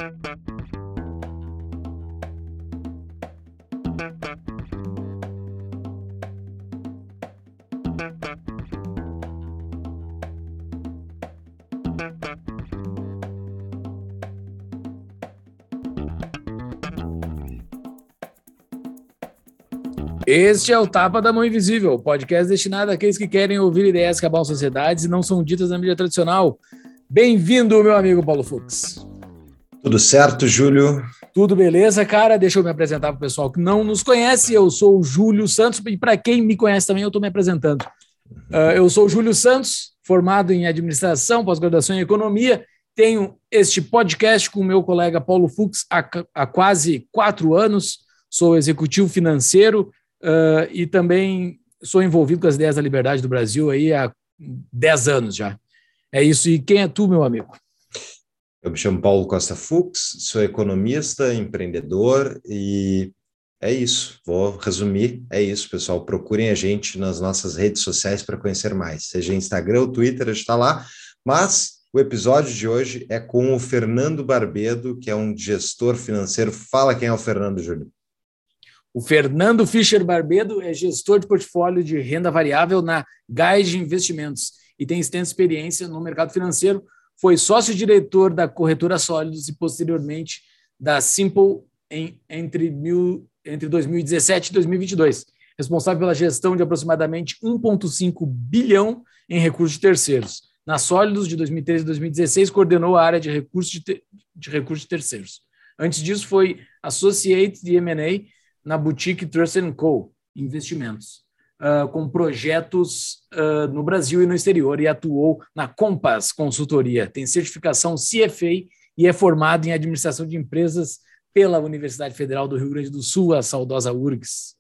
Este é o Tapa da Mão Invisível, podcast destinado àqueles que querem ouvir ideias que abalam sociedades e não são ditas na mídia tradicional. Bem-vindo, meu amigo Paulo Fux. Tudo certo, Júlio? Tudo beleza, cara? Deixa eu me apresentar para o pessoal que não nos conhece. Eu sou o Júlio Santos e para quem me conhece também, eu estou me apresentando. Eu sou o Júlio Santos, formado em administração, pós-graduação em economia. Tenho este podcast com o meu colega Paulo Fux há quase 4 anos. Sou executivo financeiro e também sou envolvido com as ideias da liberdade do Brasil aí há 10 anos já. É isso. E quem é tu, meu amigo? Eu me chamo Paulo Costa Fux, sou economista, empreendedor e é isso. Vou resumir, é isso, pessoal. Procurem a gente nas nossas redes sociais para conhecer mais. Seja Instagram ou Twitter, a gente está lá. Mas o episódio de hoje é com o Fernando Barbedo, que é um gestor financeiro. Fala quem é o Fernando, Júlio. O Fernando Fischer Barbedo é gestor de portfólio de renda variável na Guide Investimentos e tem extensa experiência no mercado financeiro. Foi sócio-diretor da corretora Sólidos e, posteriormente, da Simple entre 2017 e 2022, responsável pela gestão de aproximadamente 1,5 bilhão em recursos de terceiros. Na Sólidos, de 2013 a 2016, coordenou a área de recursos de terceiros. Antes disso, foi Associate de M&A na Boutique Trust & Co. Investimentos, com projetos no Brasil e no exterior, e atuou na Compass Consultoria. Tem certificação CFA e é formado em administração de empresas pela Universidade Federal do Rio Grande do Sul, a saudosa URGS.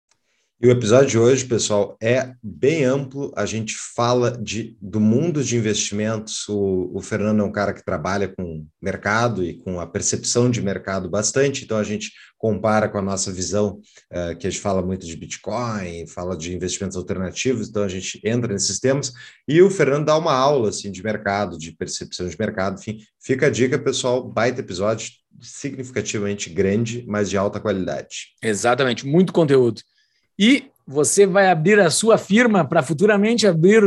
E o episódio de hoje, pessoal, é bem amplo. A gente fala do mundo de investimentos. O Fernando é um cara que trabalha com mercado e com a percepção de mercado bastante, então a gente compara com a nossa visão, que a gente fala muito de Bitcoin, fala de investimentos alternativos, então a gente entra nesses temas. E o Fernando dá uma aula assim, de mercado, de percepção de mercado. Enfim, fica a dica, pessoal, baita episódio, significativamente grande, mas de alta qualidade. Exatamente, muito conteúdo. E você vai abrir a sua firma para futuramente abrir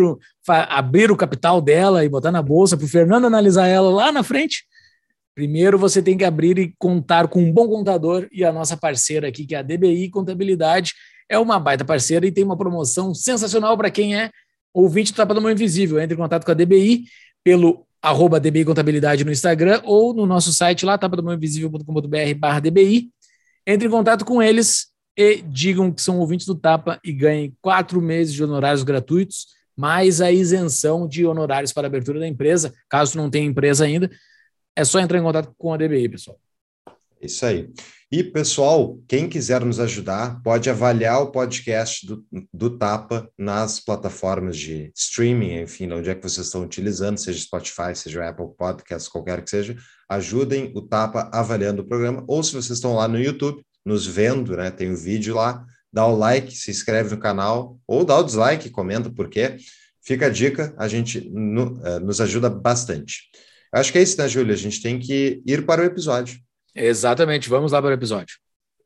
o capital dela e botar na bolsa para o Fernando analisar ela lá na frente. Primeiro você tem que abrir e contar com um bom contador, e a nossa parceira aqui, que é a DBI Contabilidade, é uma baita parceira e tem uma promoção sensacional para quem é ouvinte do Tapa da Mão Invisível. Entre em contato com a DBI pelo @DBI Contabilidade no Instagram ou no nosso site lá, tapadamãoinvisível.com.br/DBI. Entre em contato com eles e digam que são ouvintes do Tapa e ganhem 4 meses de honorários gratuitos, mais a isenção de honorários para a abertura da empresa. Caso tu não tenha empresa ainda, é só entrar em contato com a DBI, pessoal. Isso aí. E, pessoal, quem quiser nos ajudar, pode avaliar o podcast do Tapa nas plataformas de streaming, enfim, onde é que vocês estão utilizando, seja Spotify, seja Apple Podcasts, qualquer que seja. Ajudem o Tapa avaliando o programa, ou se vocês estão lá no YouTube, nos vendo, né? Tem o vídeo lá, dá o like, se inscreve no canal, ou dá o dislike, comenta por quê. Fica a dica, a gente nos ajuda bastante. Acho que é isso, né, Júlia? A gente tem que ir para o episódio. Exatamente, vamos lá para o episódio.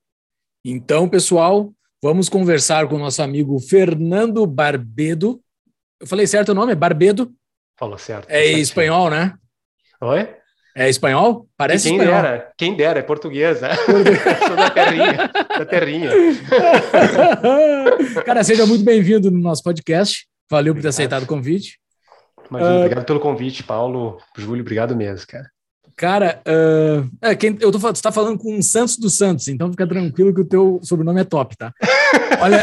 Então, pessoal, vamos conversar com o nosso amigo Fernando Barbedo. Eu falei certo o nome? É Barbedo? Falou certo. É espanhol, né? Oi? É espanhol? Parece espanhol. Quem dera, é português, né? Sou da terrinha. Cara, seja muito bem-vindo no nosso podcast. Valeu por ter aceitado o convite. Imagina, obrigado pelo convite, Paulo. Júlio, obrigado mesmo, cara. Cara, você está falando com um Santos dos Santos, então fica tranquilo que o teu sobrenome é top, tá? Olha,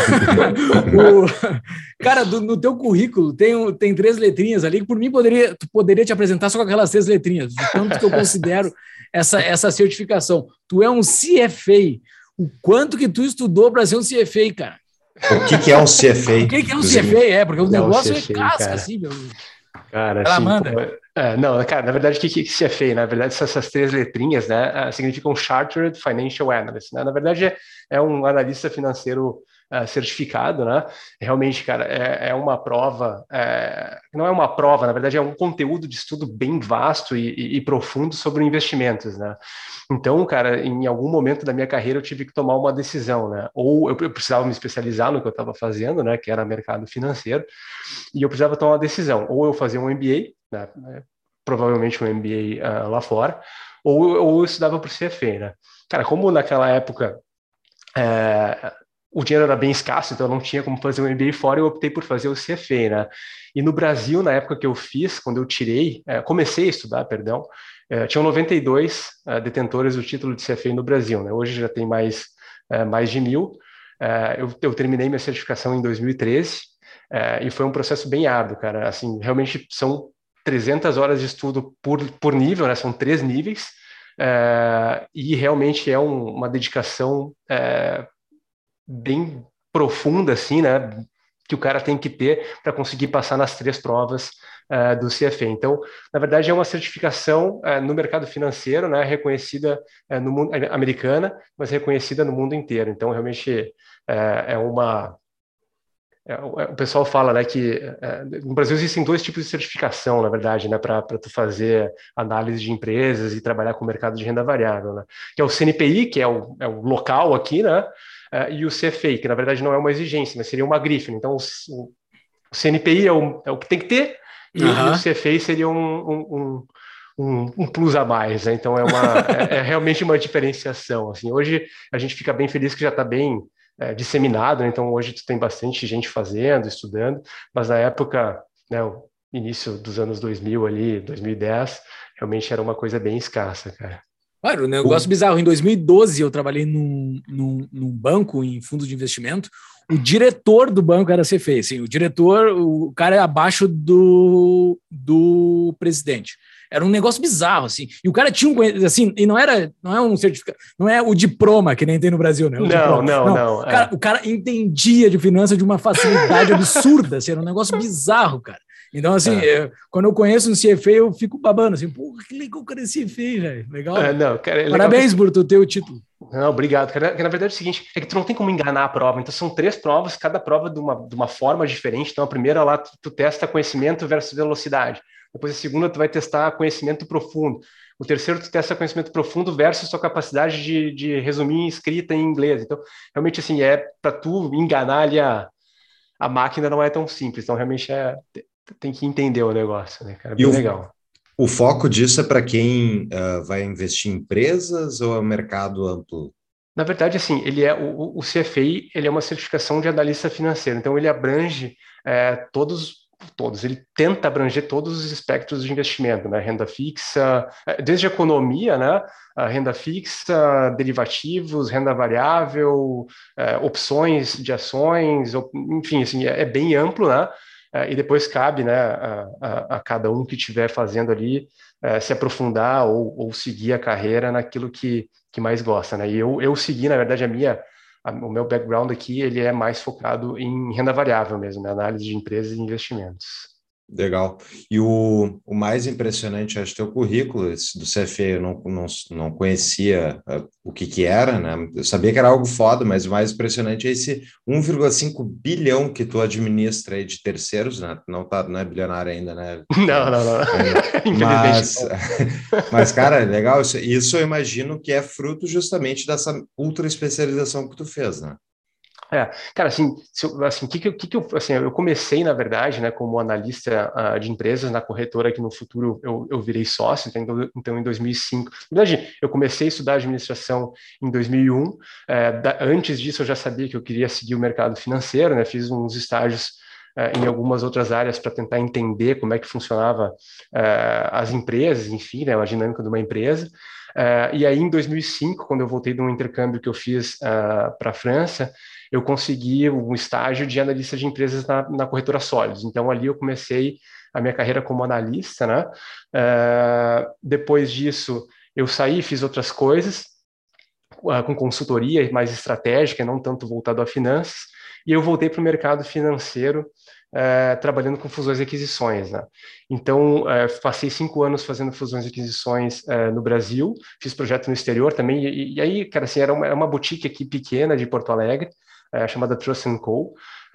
cara, no teu currículo tem 3 letrinhas ali, que por mim tu poderia te apresentar só com aquelas 3 letrinhas, de tanto que eu considero essa certificação. Tu é um CFA. O quanto que tu estudou para ser um CFA, cara? O que é um CFA? O que é um CFA? Porque o negócio CFA, é casca, cara. Assim, meu. Cara, Ela assim, manda. Não, cara, na verdade, o que é CFA? Na verdade, essas 3 letrinhas, né, significam Chartered Financial Analyst, né? Na verdade, é um analista financeiro certificado, né? Realmente, cara, é uma prova, não é uma prova, na verdade é um conteúdo de estudo bem vasto e profundo sobre investimentos, né? Então, cara, em algum momento da minha carreira eu tive que tomar uma decisão, né? Ou eu precisava me especializar no que eu estava fazendo, né? Que era mercado financeiro, e eu precisava tomar uma decisão. Ou eu fazia um MBA, né? Provavelmente um MBA lá fora, ou eu estudava para o CFA, né? Cara, como naquela época o dinheiro era bem escasso, então eu não tinha como fazer um MBA fora, eu optei por fazer o CFA, né? E no Brasil, na época que eu fiz, quando eu comecei a estudar, perdão, tinham 92 detentores do título de CFA no Brasil, né? Hoje já tem mais de 1.000. Eu terminei minha certificação em 2013 e foi um processo bem árduo, cara. Assim, realmente são 300 horas de estudo por nível, né? São 3 níveis, e realmente é uma dedicação bem profunda, assim, né? Que o cara tem que ter para conseguir passar nas 3 provas do CFA. Então, na verdade, é uma certificação no mercado financeiro, né? Reconhecida no mundo americana, mas reconhecida no mundo inteiro. Então, realmente o pessoal fala, né, que no Brasil existem 2 tipos de certificação, na verdade, né, para tu fazer análise de empresas e trabalhar com o mercado de renda variável, né, que é o CNPI, que é o local aqui, né, e o CFA, que na verdade não é uma exigência, mas seria uma grife. Então, o CNPI é o que tem que ter, e o CFA seria um plus a mais, né? Então é realmente uma diferenciação. Assim, hoje a gente fica bem feliz que já está bem disseminado, né? Então hoje tu tem bastante gente fazendo, estudando, mas na época, né, o início dos anos 2000 ali, 2010, realmente era uma coisa bem escassa, cara. Claro, um negócio bizarro. Em 2012 eu trabalhei num banco em fundo de investimento. O diretor do banco era CFA, assim, o cara é abaixo do presidente. Era um negócio bizarro, assim. E o cara tinha assim, e não é um certificado, não é o diploma que nem tem no Brasil, né? Não. O cara entendia de finanças de uma facilidade absurda, assim, era um negócio bizarro, cara. Então, assim, quando eu conheço um CFA, eu fico babando, assim, porra, que legal o cara é CFA, velho. Legal. Não, cara, parabéns por tu ter o título. Não, obrigado, cara. Na verdade é o seguinte, é que tu não tem como enganar a prova. Então são 3 provas, cada prova de uma forma diferente. Então a primeira lá tu testa conhecimento versus velocidade. Depois a segunda tu vai testar conhecimento profundo. O terceiro tu testa conhecimento profundo versus sua capacidade de resumir em escrita em inglês. Então realmente assim, para tu enganar ali a máquina não é tão simples. Então realmente tem que entender o negócio, né, cara? Bem legal. O foco disso é para quem vai investir em empresas ou é um mercado amplo? Na verdade, assim, ele o CFA, ele é uma certificação de analista financeiro, então ele abrange todos, ele tenta abranger todos os espectros de investimento, né? Renda fixa, desde a economia, né? A renda fixa, derivativos, renda variável, opções de ações, enfim, assim, é bem amplo, né? E depois cabe, né, a cada um que estiver fazendo ali se aprofundar ou seguir a carreira naquilo que mais gosta, né? E eu segui, na verdade, o meu background aqui, ele é mais focado em renda variável mesmo, né? Análise de empresas e investimentos. Legal. E o mais impressionante, acho, teu currículo esse do CFA, eu não conhecia o que era, né? Eu sabia que era algo foda, mas o mais impressionante é esse 1,5 bilhão que tu administra aí de terceiros, né? Não é bilionário ainda, né? Não. Mas, cara, legal. Isso eu imagino que é fruto justamente dessa ultra especialização que tu fez, né? Cara, assim, eu comecei, na verdade, né, como analista de empresas na corretora, que no futuro eu virei sócio, então em 2005. Na verdade, eu comecei a estudar administração em 2001. Antes disso, eu já sabia que eu queria seguir o mercado financeiro, né, fiz uns estágios em algumas outras áreas para tentar entender como é que funcionava as empresas, enfim, né, a dinâmica de uma empresa. E aí, em 2005, quando eu voltei de um intercâmbio que eu fiz para a França, eu consegui um estágio de analista de empresas na corretora Sólidos. Então, ali eu comecei a minha carreira como analista, né? Depois disso, eu saí, fiz outras coisas, com consultoria mais estratégica, não tanto voltado a finanças, e eu voltei para o mercado financeiro, trabalhando com fusões e aquisições, né? Então, passei 5 anos fazendo fusões e aquisições no Brasil, fiz projeto no exterior também, e aí, cara, assim, era uma boutique aqui pequena de Porto Alegre, chamada Trust & Co.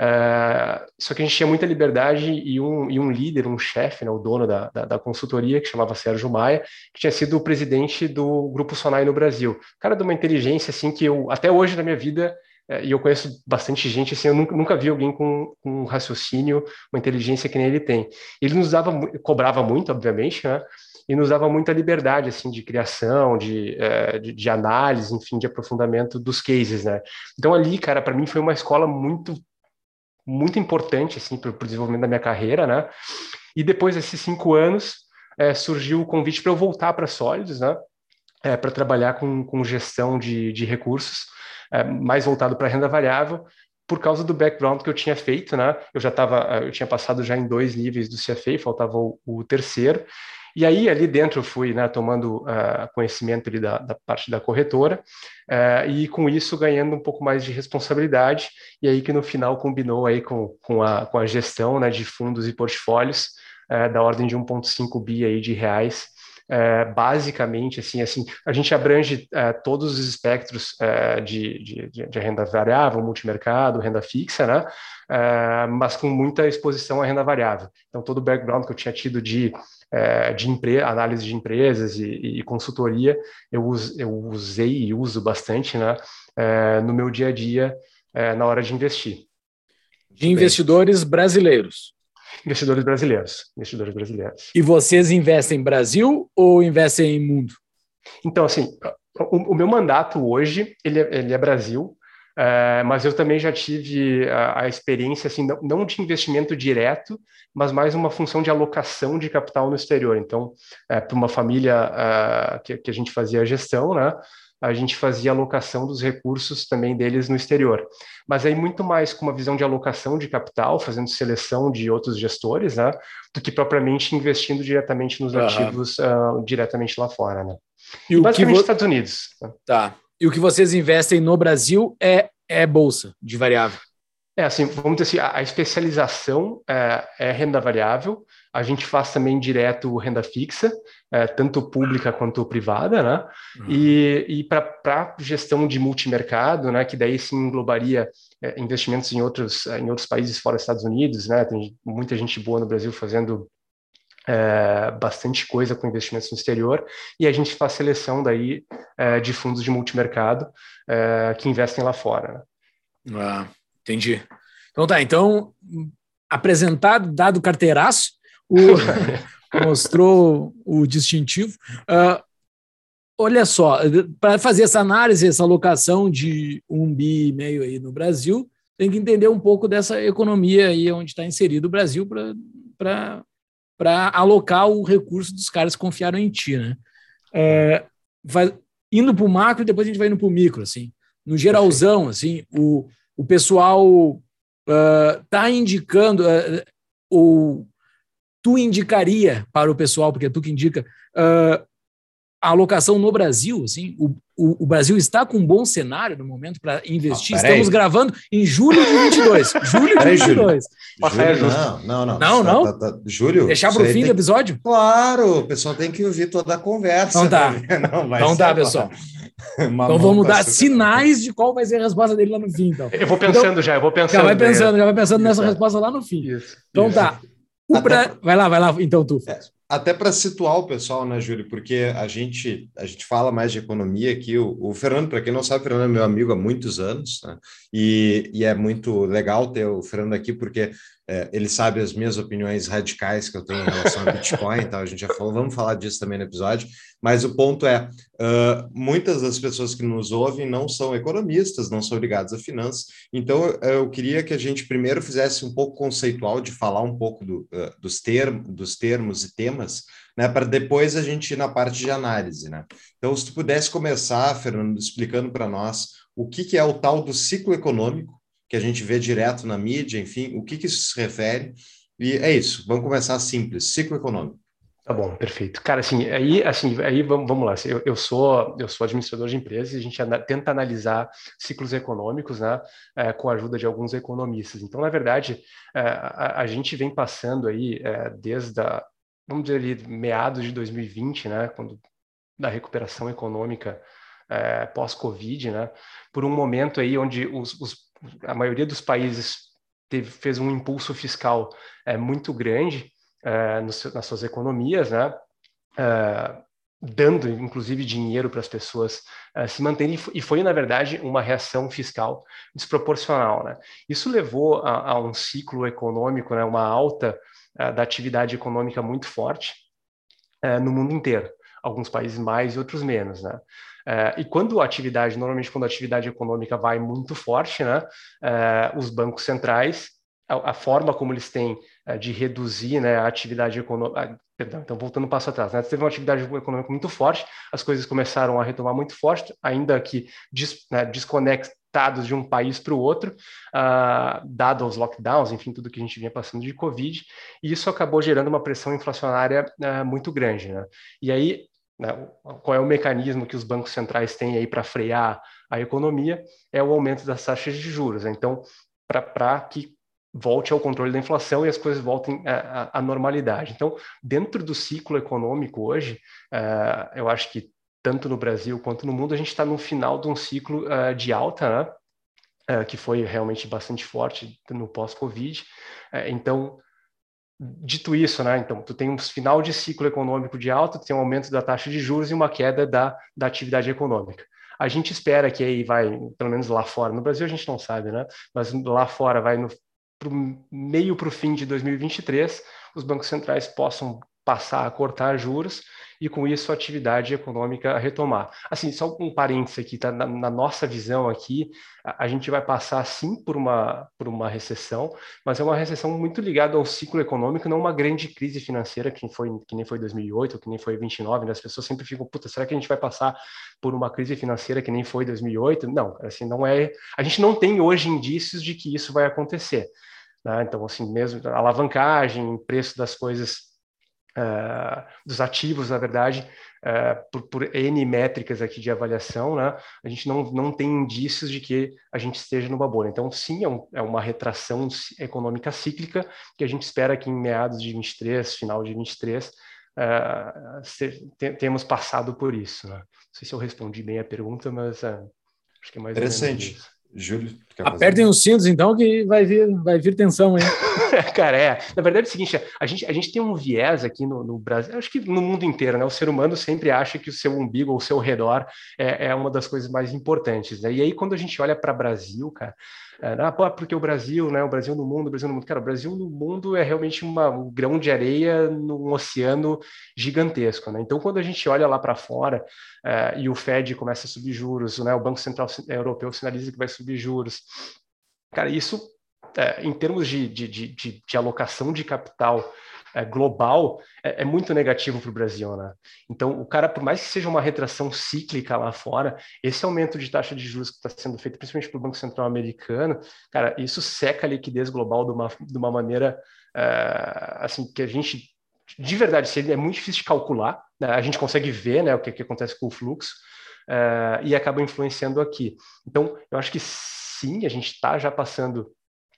Só que a gente tinha muita liberdade e um líder, um chefe, né, o dono da consultoria, que chamava Sérgio Maia, que tinha sido o presidente do Grupo Sonai no Brasil. Cara de uma inteligência assim que eu, até hoje na minha vida, e eu conheço bastante gente, assim, eu nunca vi alguém com um raciocínio, uma inteligência que nem ele tem. Ele nos dava, cobrava muito, obviamente, né? E nos dava muita liberdade, assim, de criação, de análise, enfim, de aprofundamento dos cases, né? Então ali, cara, para mim foi uma escola muito, muito importante, assim, para o desenvolvimento da minha carreira, né? E depois desses 5 anos, surgiu o convite para eu voltar para a Sólidos, né? Para trabalhar com gestão de recursos, mais voltado para renda variável, por causa do background que eu tinha feito, né? Eu tinha passado já em 2 níveis do CFA, faltava o terceiro. E aí, ali dentro, eu fui, né, tomando conhecimento ali da parte da corretora, e com isso ganhando um pouco mais de responsabilidade, e aí que no final combinou aí com a gestão, né, de fundos e portfólios, da ordem de 1,5 bi aí de reais. Basicamente, assim, a gente abrange todos os espectros de renda variável, multimercado, renda fixa, né? Mas com muita exposição à renda variável. Então, todo o background que eu tinha tido de análise de empresas e consultoria, eu usei e uso bastante, né? No meu dia a dia, na hora de investir. De investidores brasileiros. Investidores brasileiros. E vocês investem em Brasil ou investem em mundo? Então, assim, o meu mandato hoje, ele é Brasil, mas eu também já tive a experiência, assim, não de investimento direto, mas mais uma função de alocação de capital no exterior. Então, para uma família que a gente fazia a gestão, né? A gente fazia alocação dos recursos também deles no exterior. Mas aí muito mais com uma visão de alocação de capital, fazendo seleção de outros gestores, né, do que propriamente investindo diretamente nos ativos, diretamente lá fora, né? E basicamente Estados Unidos. Né? Tá. E o que vocês investem no Brasil é bolsa de variável? Assim, vamos dizer assim, a especialização é renda variável, a gente faz também direto renda fixa, tanto pública quanto privada, né? E para gestão de multimercado, né, que daí sim englobaria investimentos em outros países fora dos Estados Unidos, né? Tem muita gente boa no Brasil fazendo bastante coisa com investimentos no exterior, e a gente faz seleção daí de fundos de multimercado que investem lá fora, né? Entendi. Então tá, apresentado, dado o carteiraço, mostrou o distintivo. Olha só, para fazer essa análise, essa alocação de 1,5 bi aí no Brasil, tem que entender um pouco dessa economia aí onde está inserido o Brasil para alocar o recurso dos caras que confiaram em ti, né? Indo para o macro e depois a gente vai indo para o micro, assim. No geralzão, assim, o pessoal está indicando, ou tu indicaria para o pessoal, porque é tu que indica, a alocação no Brasil, assim, o Brasil está com um bom cenário no momento para investir. Estamos gravando em julho de 22. Julho de 22. Não. Julho? Deixar para o fim do episódio? Claro, o pessoal tem que ouvir toda a conversa. Então tá. Então tá, pessoal. Então vamos dar sinais de qual vai ser a resposta dele lá no fim. Então. Eu vou pensando. Já vai pensando nessa resposta lá no fim. Então tá. Vai lá, então tu. Até para situar o pessoal, né, Júlio? Porque a gente fala mais de economia aqui. O Fernando, para quem não sabe, o Fernando é meu amigo há muitos anos, né? E é muito legal ter o Fernando aqui, porque ele sabe as minhas opiniões radicais que eu tenho em relação a Bitcoin, então a gente já falou, vamos falar disso também no episódio, mas o ponto é, muitas das pessoas que nos ouvem não são economistas, não são ligadas a finanças, então eu queria que a gente primeiro fizesse um pouco conceitual de falar um pouco dos termos e temas, né, para depois a gente ir na parte de análise, né? Então, se tu pudesse começar, Fernando, explicando para nós o que é o tal do ciclo econômico, que a gente vê direto na mídia, enfim, o que isso se refere. E é isso, vamos começar simples, ciclo econômico. Tá bom, perfeito. Cara, aí vamos lá. Eu sou administrador de empresas e a gente tenta analisar ciclos econômicos, né, com a ajuda de alguns economistas. Então, na verdade, a gente vem passando aí desde vamos dizer ali, meados de 2020, né, quando da recuperação econômica pós-Covid, né, por um momento aí onde a maioria dos países fez um impulso fiscal muito grande nas suas economias, né? Dando, inclusive, dinheiro para as pessoas se manterem, e foi, na verdade, uma reação fiscal desproporcional, né? Isso levou a um ciclo econômico, né, uma alta da atividade econômica muito forte no mundo inteiro, alguns países mais e outros menos, né? E normalmente quando a atividade econômica vai muito forte, né, os bancos centrais, a forma como eles têm de reduzir, né, a atividade econômica. Perdão, então voltando um passo atrás, né, teve uma atividade econômica muito forte, as coisas começaram a retomar muito forte, ainda que desconectados de um país para o outro, dado os lockdowns, enfim, tudo que a gente vinha passando de Covid, e isso acabou gerando uma pressão inflacionária muito grande, né? E aí, né, qual é o mecanismo que os bancos centrais têm aí para frear a economia? É o aumento das taxas de juros, né? Então, para que volte ao controle da inflação e as coisas voltem à normalidade. Então, dentro do ciclo econômico hoje, eu acho que tanto no Brasil quanto no mundo, a gente está no final de um ciclo de alta, né? Que foi realmente bastante forte no pós-Covid. Então, dito isso, né? Então, tu tem um final de ciclo econômico de alta, tu tem um aumento da taxa de juros e uma queda da atividade econômica. A gente espera que aí vai, pelo menos lá fora, no Brasil a gente não sabe, né? Mas lá fora vai meio para o fim de 2023, os bancos centrais possam passar a cortar juros e com isso a atividade econômica retomar. Assim, só um parênteses aqui, tá? Na nossa visão aqui, a gente vai passar sim por uma recessão, mas é uma recessão muito ligada ao ciclo econômico, não uma grande crise financeira que nem foi 2008 ou que nem foi 29, né? As pessoas sempre ficam, puta, será que a gente vai passar por uma crise financeira que nem foi 2008? Não, assim, não é. A gente não tem hoje indícios de que isso vai acontecer, né? Então, assim, mesmo a alavancagem, preço das coisas, dos ativos, na verdade, por N métricas aqui de avaliação, né, a gente não tem indícios de que a gente esteja numa bolha. Então, sim, é uma retração econômica cíclica que a gente espera que em meados de 23, final de 23, temos passado por isso, né? Não sei se eu respondi bem a pergunta, mas acho que é mais ou menos isso. Júlio, apertem os cintos, então, que vai vir tensão aí. Cara, na verdade é o seguinte, a gente tem um viés aqui no Brasil, acho que no mundo inteiro, né? O ser humano sempre acha que o seu umbigo ou o seu redor é uma das coisas mais importantes, né? E aí, quando a gente olha para o Brasil, cara, porque o Brasil, né? O Brasil no mundo, cara, o Brasil no mundo é realmente um grão de areia num oceano gigantesco, né? Então, quando a gente olha lá para fora e o Fed começa a subir juros, né? O Banco Central Europeu sinaliza que vai subir juros, cara, isso em termos de alocação de capital global, é muito negativo para o Brasil, né? Então, o cara, por mais que seja uma retração cíclica lá fora, esse aumento de taxa de juros que está sendo feito, principalmente pelo Banco Central americano, cara, isso seca a liquidez global de uma maneira assim, que a gente, de verdade, é muito difícil de calcular, né? A gente consegue ver, né, o que acontece com o fluxo, e acaba influenciando aqui. Então, eu acho que sim, a gente está já passando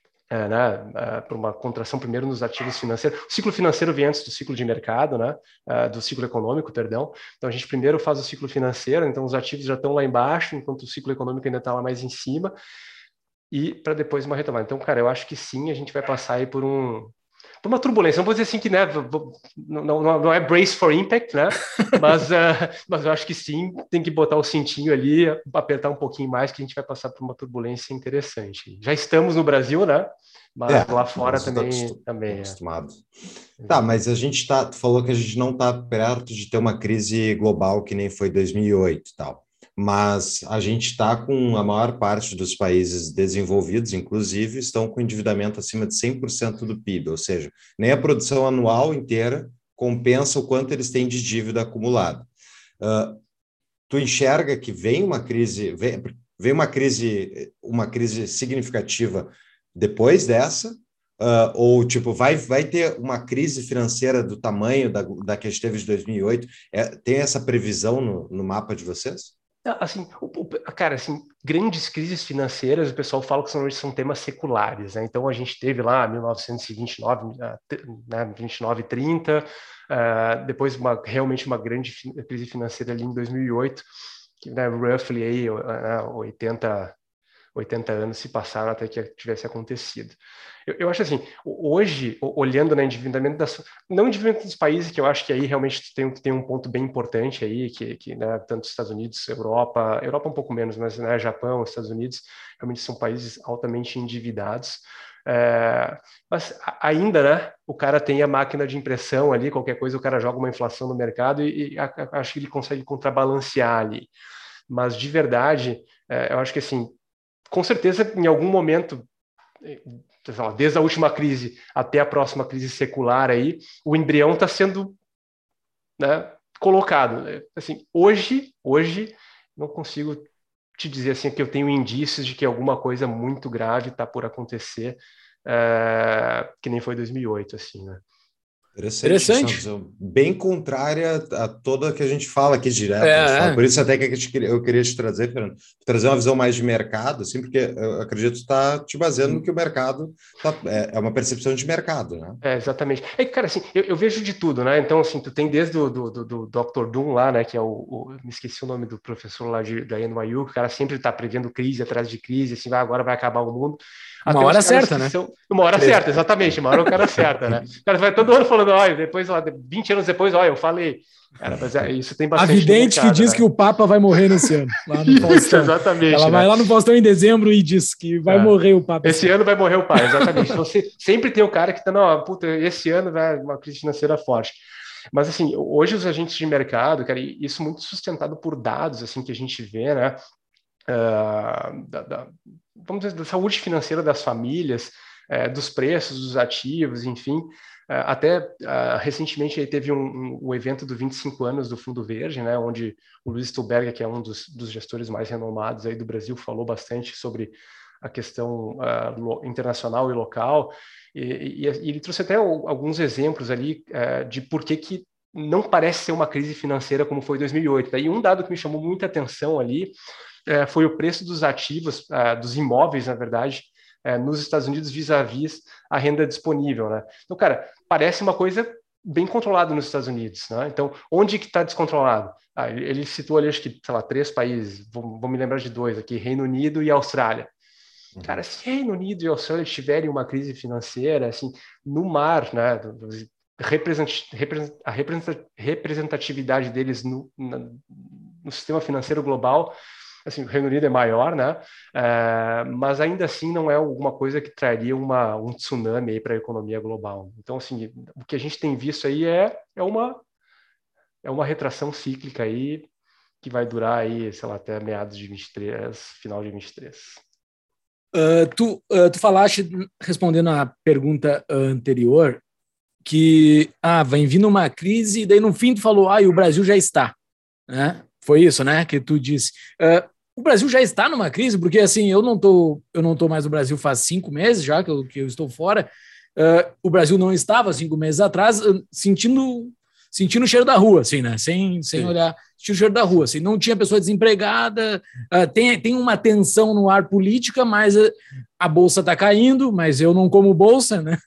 por uma contração primeiro nos ativos financeiros. O ciclo financeiro vem antes do ciclo de mercado, né? Do ciclo econômico, perdão. Então a gente primeiro faz o ciclo financeiro, então os ativos já estão lá embaixo, enquanto o ciclo econômico ainda está lá mais em cima, e para depois uma retomada. Então, cara, eu acho que sim, a gente vai passar aí por uma turbulência. Não vou dizer assim que, né, não é brace for impact, né? Mas eu acho que sim, tem que botar o cintinho ali, apertar um pouquinho mais, que a gente vai passar por uma turbulência interessante. Já estamos no Brasil, né? Mas lá fora também acostumado. Tá, mas tu falou que a gente não está perto de ter uma crise global que nem foi 2008 e tal. Mas a gente está com a maior parte dos países desenvolvidos, inclusive, estão com endividamento acima de 100% do PIB, ou seja, nem a produção anual inteira compensa o quanto eles têm de dívida acumulada. Tu enxerga que vem uma crise significativa depois dessa? Ou tipo, vai ter uma crise financeira do tamanho da que a gente teve de 2008? Tem essa previsão no mapa de vocês? Assim, cara, assim, grandes crises financeiras, o pessoal fala que são temas seculares, né? Então a gente teve lá 1929, né, 29 e 30, depois realmente uma grande crise financeira ali em 2008, que, né, roughly aí, 80 80 anos se passaram até que tivesse acontecido. Eu acho assim, hoje, olhando, né, não endividamento dos países, que eu acho que aí realmente tem um ponto bem importante aí, que né, tanto os Estados Unidos, Europa um pouco menos, mas né, Japão, Estados Unidos, realmente são países altamente endividados. Mas ainda, né, o cara tem a máquina de impressão ali, qualquer coisa o cara joga uma inflação no mercado e acho que ele consegue contrabalancear ali. Mas de verdade, eu acho que assim, com certeza em algum momento, desde a última crise até a próxima crise secular aí, o embrião está sendo, né, colocado. Assim, hoje não consigo te dizer assim que eu tenho indícios de que alguma coisa muito grave está por acontecer, que nem foi 2008, assim, né? Interessante. Isso é uma visão bem contrária a toda que a gente fala aqui direto. Por isso até que eu queria te trazer, Fernando, trazer uma visão mais de mercado, assim, porque eu acredito que está te baseando no que o mercado é uma percepção de mercado, né? Exatamente. Cara, assim, eu vejo de tudo, né? Então, assim, tu tem desde o do Dr. Doom lá, né? Que é me esqueci o nome do professor lá da NYU, que o cara sempre está prevendo crise atrás de crise, assim, agora vai acabar o mundo. Uma hora certa, né? Uma hora certa, exatamente. Uma hora o cara certa, né? O cara vai todo ano falando, olha, depois, 20 anos depois, olha, eu falei. Cara, mas isso tem bastante. A vidente que diz, né, que o Papa vai morrer nesse ano, lá no Faustão. Exatamente. Ela vai lá no Faustão em dezembro e diz que vai morrer o Papa. Esse ano vai morrer o pai, exatamente. Você sempre tem o cara que tá, não, puta, esse ano vai uma crise financeira forte. Mas, assim, hoje os agentes de mercado, cara, isso muito sustentado por dados, assim, que a gente vê, né, vamos dizer, da saúde financeira das famílias, dos preços dos ativos, enfim. Até recentemente aí teve um evento do 25 anos do Fundo Verde, né, onde o Luiz Stuhlberger, que é um dos gestores mais renomados aí do Brasil, falou bastante sobre a questão internacional e local, e ele trouxe até alguns exemplos ali de por que não parece ser uma crise financeira como foi 2008. Daí um dado que me chamou muita atenção ali foi o preço dos ativos, dos imóveis, na verdade, nos Estados Unidos vis-à-vis a renda disponível, né? Então, cara, parece uma coisa bem controlada nos Estados Unidos, né? Então, onde que está descontrolado? Ele citou ali, acho que, sei lá, 3 países, vou me lembrar de 2 aqui, Reino Unido e Austrália. Cara, se Reino Unido e Austrália tiverem uma crise financeira, assim, no mar, né, a representatividade deles no sistema financeiro global, assim, o Reino Unido é maior, né, mas ainda assim não é alguma coisa que traria um tsunami aí para a economia global. Então, assim, o que a gente tem visto aí é uma retração cíclica aí que vai durar aí, sei lá, até meados de 23, final de 23. Tu falaste, respondendo à pergunta anterior, que vai vindo uma crise, e daí no fim tu falou, e o Brasil já está, né? Foi isso, né, que tu disse. O Brasil já está numa crise, porque assim, eu não tô mais no Brasil faz 5 meses já que eu estou fora. O Brasil não estava 5 meses atrás, sentindo o cheiro da rua, assim, né? Sem olhar, sentindo o cheiro da rua, assim, não tinha pessoa desempregada, tem uma tensão no ar política, mas a bolsa está caindo, mas eu não como bolsa, né?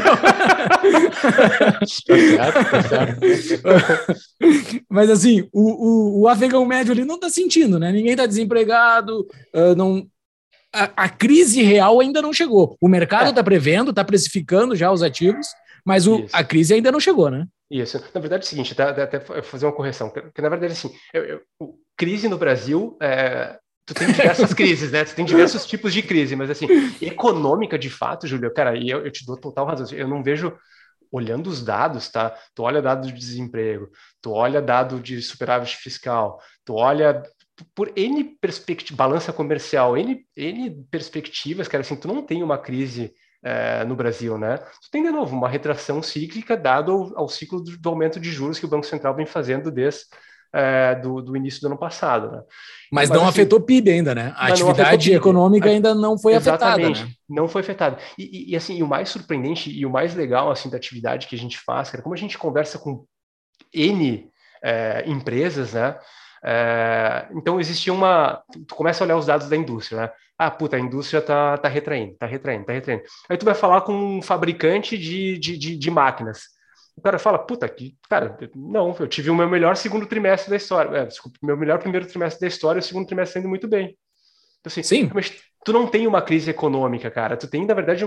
Tá certo. Mas assim, o afegão médio ali não está sentindo, né? Ninguém está desempregado, não. A crise real ainda não chegou. O mercado está prevendo, está precificando já os ativos, mas a crise ainda não chegou, né? Isso. Na verdade é o seguinte, até fazer uma correção, porque na verdade, assim, crise no Brasil, tu tem diversas crises, né? Tu tem diversos tipos de crise, mas assim, econômica de fato, Júlio, cara, e eu te dou total razão, eu não vejo, olhando os dados, tá? Tu olha dado de desemprego, tu olha dado de superávit fiscal, tu olha por N perspectivas, balança comercial, N perspectivas, cara, assim, tu não tem uma crise no Brasil, né? Tu tem, de novo, uma retração cíclica dado ao ciclo do aumento de juros que o Banco Central vem fazendo desde do início do ano passado, né? Mas não assim, afetou o PIB ainda, né? A atividade econômica ainda não foi afetada, né? Não foi afetada. E assim, o mais surpreendente e o mais legal, assim, da atividade que a gente faz, cara, como a gente conversa com N empresas, né? Então existia tu começa a olhar os dados da indústria, né? A indústria tá retraindo. Aí tu vai falar com um fabricante de máquinas. O cara fala, não, eu tive o meu melhor segundo trimestre da história. Desculpa, meu melhor primeiro trimestre da história e o segundo trimestre indo muito bem. Então, assim, sim. tu não tem uma crise econômica, cara. Tu tem, na verdade,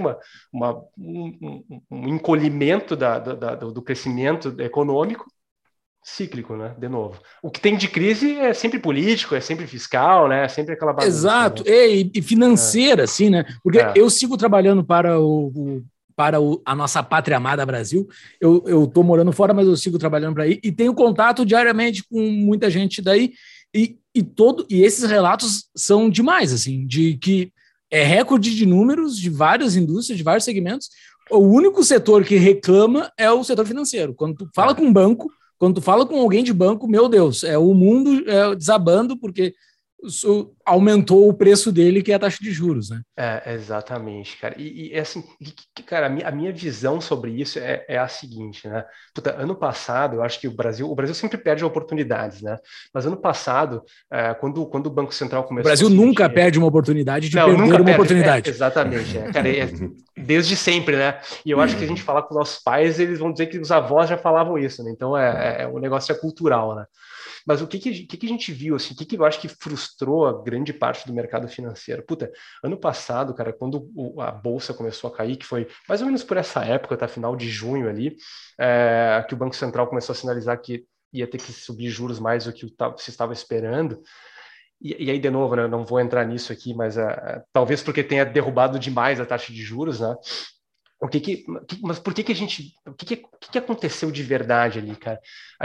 um encolhimento do crescimento econômico cíclico, né? De novo. O que tem de crise é sempre político, é sempre fiscal, né? É sempre aquela bagunça. Exato, né? e financeira, assim, né? Porque eu sigo trabalhando para a nossa pátria amada Brasil. Eu estou morando fora, mas eu sigo trabalhando para aí e tenho contato diariamente com muita gente daí. E esses relatos são demais, assim, de que é recorde de números de várias indústrias, de vários segmentos. O único setor que reclama é o setor financeiro. Quando tu fala com um banco, quando tu fala com alguém de banco, meu Deus, é o mundo desabando porque aumentou o preço dele, que é a taxa de juros, né? Exatamente, cara. E assim, cara, a minha visão sobre isso é a seguinte, né? Puta, ano passado, eu acho que o Brasil sempre perde oportunidades, né? Mas ano passado, quando o Banco Central começou a... O Brasil nunca perde uma oportunidade de perder uma oportunidade. Exatamente, cara, desde sempre, né? E eu acho que a gente falar com nossos pais, eles vão dizer que os avós já falavam isso, né? Então, o negócio é cultural, né? Mas o que a gente viu, assim, o que eu acho que frustrou a grande parte do mercado financeiro? Puta, ano passado, cara, quando a Bolsa começou a cair, que foi mais ou menos por essa época, tá, final de junho ali, que o Banco Central começou a sinalizar que ia ter que subir juros mais do que se estava esperando. E aí, de novo, né, não vou entrar nisso aqui, mas talvez porque tenha derrubado demais a taxa de juros, né? Mas por que a gente... O que aconteceu de verdade ali, cara?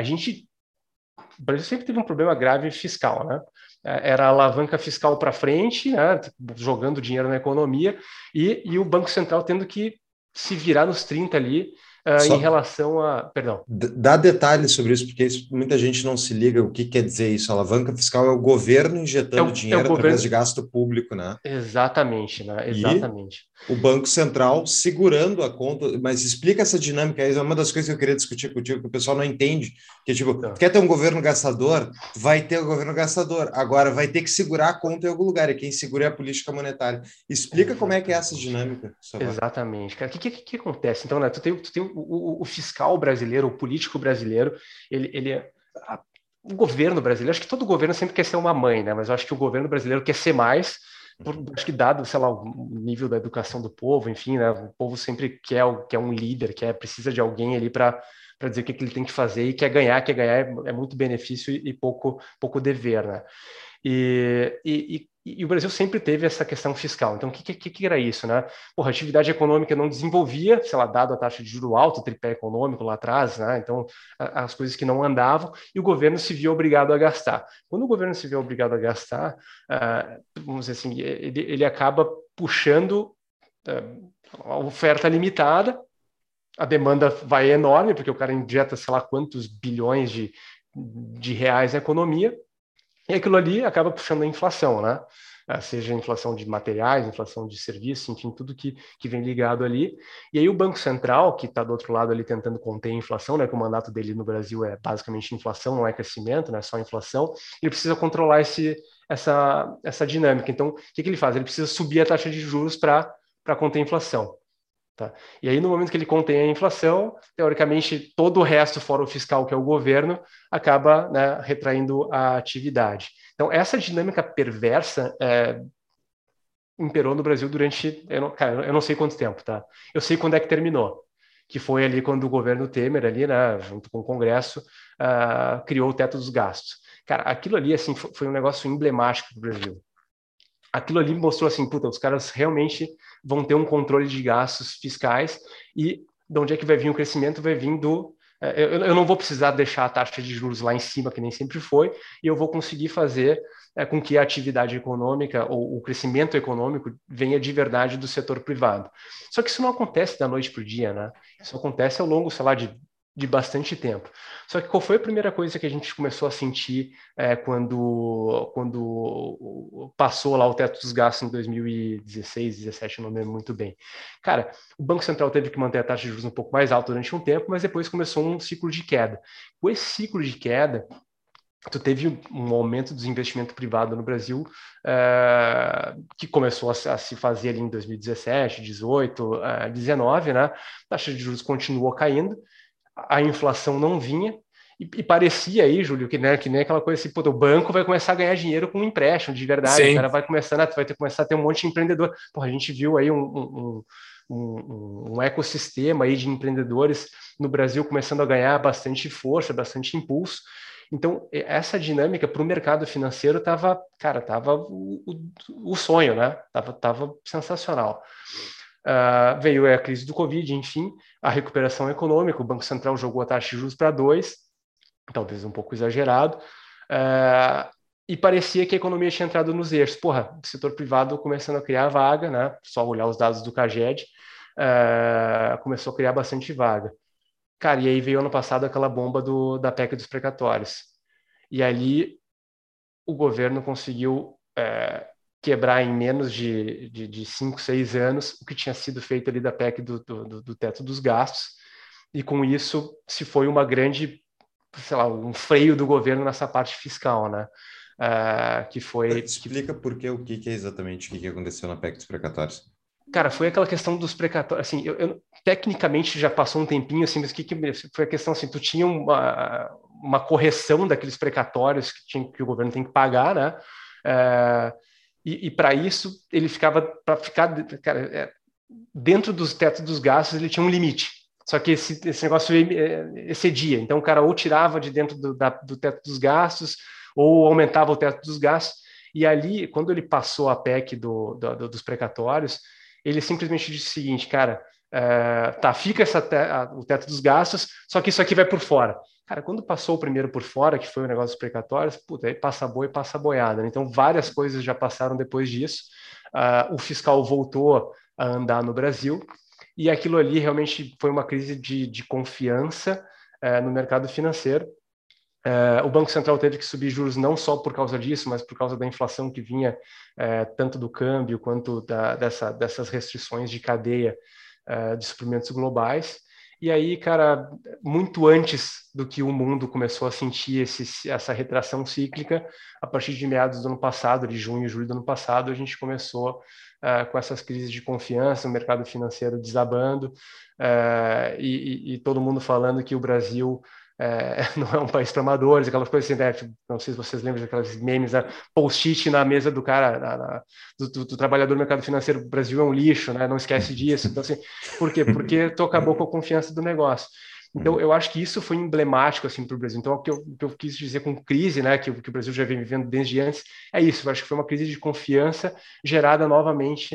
O Brasil sempre teve um problema grave fiscal, né? Era a alavanca fiscal para frente, né? Jogando dinheiro na economia, e o Banco Central tendo que se virar nos 30 ali em relação a... Perdão. Dá detalhes sobre isso, porque muita gente não se liga o que quer dizer isso. A alavanca fiscal é o governo injetando dinheiro através de gasto público, né? Exatamente, né? Exatamente. E o Banco Central segurando a conta, mas explica essa dinâmica, é uma das coisas que eu queria discutir contigo, que o pessoal não entende, que tipo, tu quer ter um governo gastador, vai ter o governo gastador, agora vai ter que segurar a conta em algum lugar, e quem segura é a política monetária. Explica como é que é essa dinâmica. Exatamente, cara. O que acontece? Então, né, tu tem o fiscal brasileiro, o político brasileiro, o governo brasileiro, acho que todo governo sempre quer ser uma mãe, né? Mas eu acho que o governo brasileiro quer ser mais, acho que dado, sei lá, o nível da educação do povo, enfim, né? O povo sempre quer um líder, precisa de alguém ali para dizer o que ele tem que fazer e quer ganhar é muito benefício e pouco dever, né? E o Brasil sempre teve essa questão fiscal. Então, o que era isso, né? Porra, a atividade econômica não desenvolvia, sei lá, dado a taxa de juro alto, o tripé econômico lá atrás, né? Então, as coisas que não andavam, e o governo se via obrigado a gastar. Quando o governo se vê obrigado a gastar, vamos dizer assim, ele acaba puxando a oferta limitada, a demanda vai enorme, porque o cara injeta, sei lá, quantos bilhões de reais na economia, e aquilo ali acaba puxando a inflação, né? Seja a inflação de materiais, inflação de serviços, enfim, tudo que vem ligado ali. E aí o Banco Central, que está do outro lado ali tentando conter a inflação, né? Que o mandato dele no Brasil é basicamente inflação, não é crescimento, né? Só inflação. Ele precisa controlar essa dinâmica. Então, o que ele faz? Ele precisa subir a taxa de juros para conter a inflação. Tá? E aí, no momento que ele contém a inflação, teoricamente, todo o resto, fora o fiscal, que é o governo, acaba, né, retraindo a atividade. Então, essa dinâmica perversa imperou no Brasil durante, eu não sei quanto tempo, tá? Eu sei quando é que terminou, que foi ali quando o governo Temer, ali, né, junto com o Congresso, criou o teto dos gastos. Cara, aquilo ali, assim, foi um negócio emblemático para o Brasil. Aquilo ali mostrou assim, puta, os caras realmente vão ter um controle de gastos fiscais e de onde é que vai vir o crescimento? Vai vir eu não vou precisar deixar a taxa de juros lá em cima, que nem sempre foi, e eu vou conseguir fazer com que a atividade econômica ou o crescimento econômico venha de verdade do setor privado. Só que isso não acontece da noite para o dia, né? Isso acontece ao longo, sei lá, de bastante tempo. Só que qual foi a primeira coisa que a gente começou a sentir quando passou lá o teto dos gastos em 2016, 2017, eu não lembro muito bem. Cara, o Banco Central teve que manter a taxa de juros um pouco mais alta durante um tempo, mas depois começou um ciclo de queda. Com esse ciclo de queda, tu teve um aumento do investimento privado no Brasil que começou a se fazer ali em 2017, 18, 19, né? A taxa de juros continuou caindo, a inflação não vinha, E parecia aí, Júlio, que nem aquela coisa assim, o banco vai começar a ganhar dinheiro com um empréstimo de verdade, Sim. o cara vai começar a ter um monte de empreendedor. Porra, a gente viu aí um ecossistema aí de empreendedores no Brasil começando a ganhar bastante força, bastante impulso. Então, essa dinâmica para o mercado financeiro tava o sonho, né? Tava sensacional. Veio a crise do Covid, enfim, a recuperação econômica, o Banco Central jogou a taxa de juros para 2%, talvez um pouco exagerado, e parecia que a economia tinha entrado nos eixos. Porra, o setor privado começando a criar vaga, né? Só olhar os dados do CAGED, começou a criar bastante vaga. Cara, e aí veio ano passado aquela bomba da PEC dos precatórios. E ali o governo conseguiu quebrar em menos de 5, 6 anos o que tinha sido feito ali da PEC do teto dos gastos. E com isso se foi uma grande, sei lá, um freio do governo nessa parte fiscal, né? Que foi... Explica por quê, o que é exatamente o que aconteceu na PEC dos precatórios. Cara, foi aquela questão dos precatórios, assim, eu tecnicamente já passou um tempinho, assim, mas foi a questão, assim, tu tinha uma correção daqueles precatórios que o governo tem que pagar, né? E para isso, ele para ficar, cara, dentro dos tetos dos gastos, ele tinha um limite. Só que esse negócio excedia. Então, o cara ou tirava de dentro do teto dos gastos, ou aumentava o teto dos gastos. E ali, quando ele passou a PEC dos precatórios, ele simplesmente disse o seguinte, cara, fica o teto dos gastos, só que isso aqui vai por fora. Cara, quando passou o primeiro por fora, que foi o negócio dos precatórios, puta, aí passa boi e passa boiada, né? Então, várias coisas já passaram depois disso. O fiscal voltou a andar no Brasil, e aquilo ali realmente foi uma crise de confiança no mercado financeiro. O Banco Central teve que subir juros não só por causa disso, mas por causa da inflação que vinha tanto do câmbio quanto dessas restrições de cadeia de suprimentos globais. E aí, cara, muito antes do que o mundo começou a sentir essa retração cíclica, a partir de meados do ano passado, de junho e julho do ano passado, a gente começou com essas crises de confiança, o mercado financeiro desabando, e todo mundo falando que o Brasil não é um país para amadores, aquelas coisas assim, né? Tipo, não sei se vocês lembram daquelas memes, post-it na mesa do cara, do trabalhador do mercado financeiro, o Brasil é um lixo, né? Não esquece disso. Então, assim, por quê? Porque tu acabou com a confiança do negócio. Então, eu acho que isso foi emblemático assim, para o Brasil. Então, o que eu quis dizer com crise, né, que o Brasil já vem vivendo desde antes, é isso. Eu acho que foi uma crise de confiança gerada novamente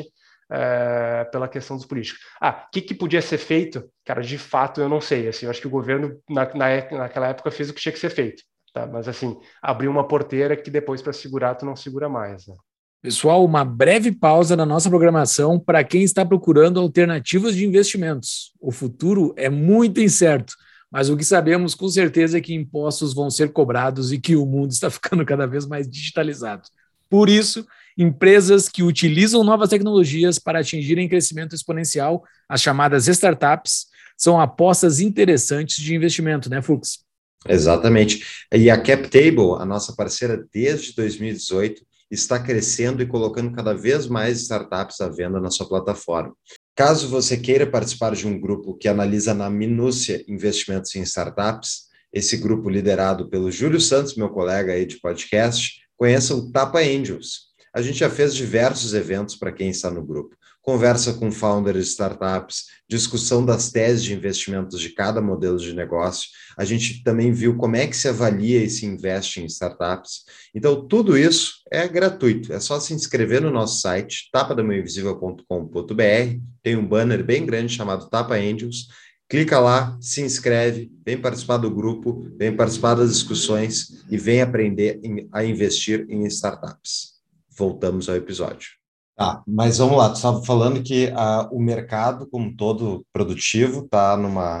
pela questão dos políticos. O que podia ser feito? Cara, de fato, eu não sei. Assim, eu acho que o governo, naquela época, fez o que tinha que ser feito. Tá? Mas, assim, abriu uma porteira que depois, para segurar, tu não segura mais. Né? Pessoal, uma breve pausa na nossa programação para quem está procurando alternativas de investimentos. O futuro é muito incerto, mas o que sabemos com certeza é que impostos vão ser cobrados e que o mundo está ficando cada vez mais digitalizado. Por isso, empresas que utilizam novas tecnologias para atingirem crescimento exponencial, as chamadas startups, são apostas interessantes de investimento, né, Fux? Exatamente. E a CapTable, a nossa parceira desde 2018, está crescendo e colocando cada vez mais startups à venda na sua plataforma. Caso você queira participar de um grupo que analisa na minúcia investimentos em startups, esse grupo liderado pelo Júlio Santos, meu colega aí de podcast, conheça o Tapa Angels. A gente já fez diversos eventos para quem está no grupo. Conversa com founders de startups, discussão das teses de investimentos de cada modelo de negócio. A gente também viu como é que se avalia e se investe em startups. Então, tudo isso é gratuito. É só se inscrever no nosso site, tapadamãoinvisível.com.br. Tem um banner bem grande chamado Tapa Angels. Clica lá, se inscreve, vem participar do grupo, vem participar das discussões e vem aprender a investir em startups. Voltamos ao episódio. Mas vamos lá, tu estava falando que o mercado como um todo produtivo está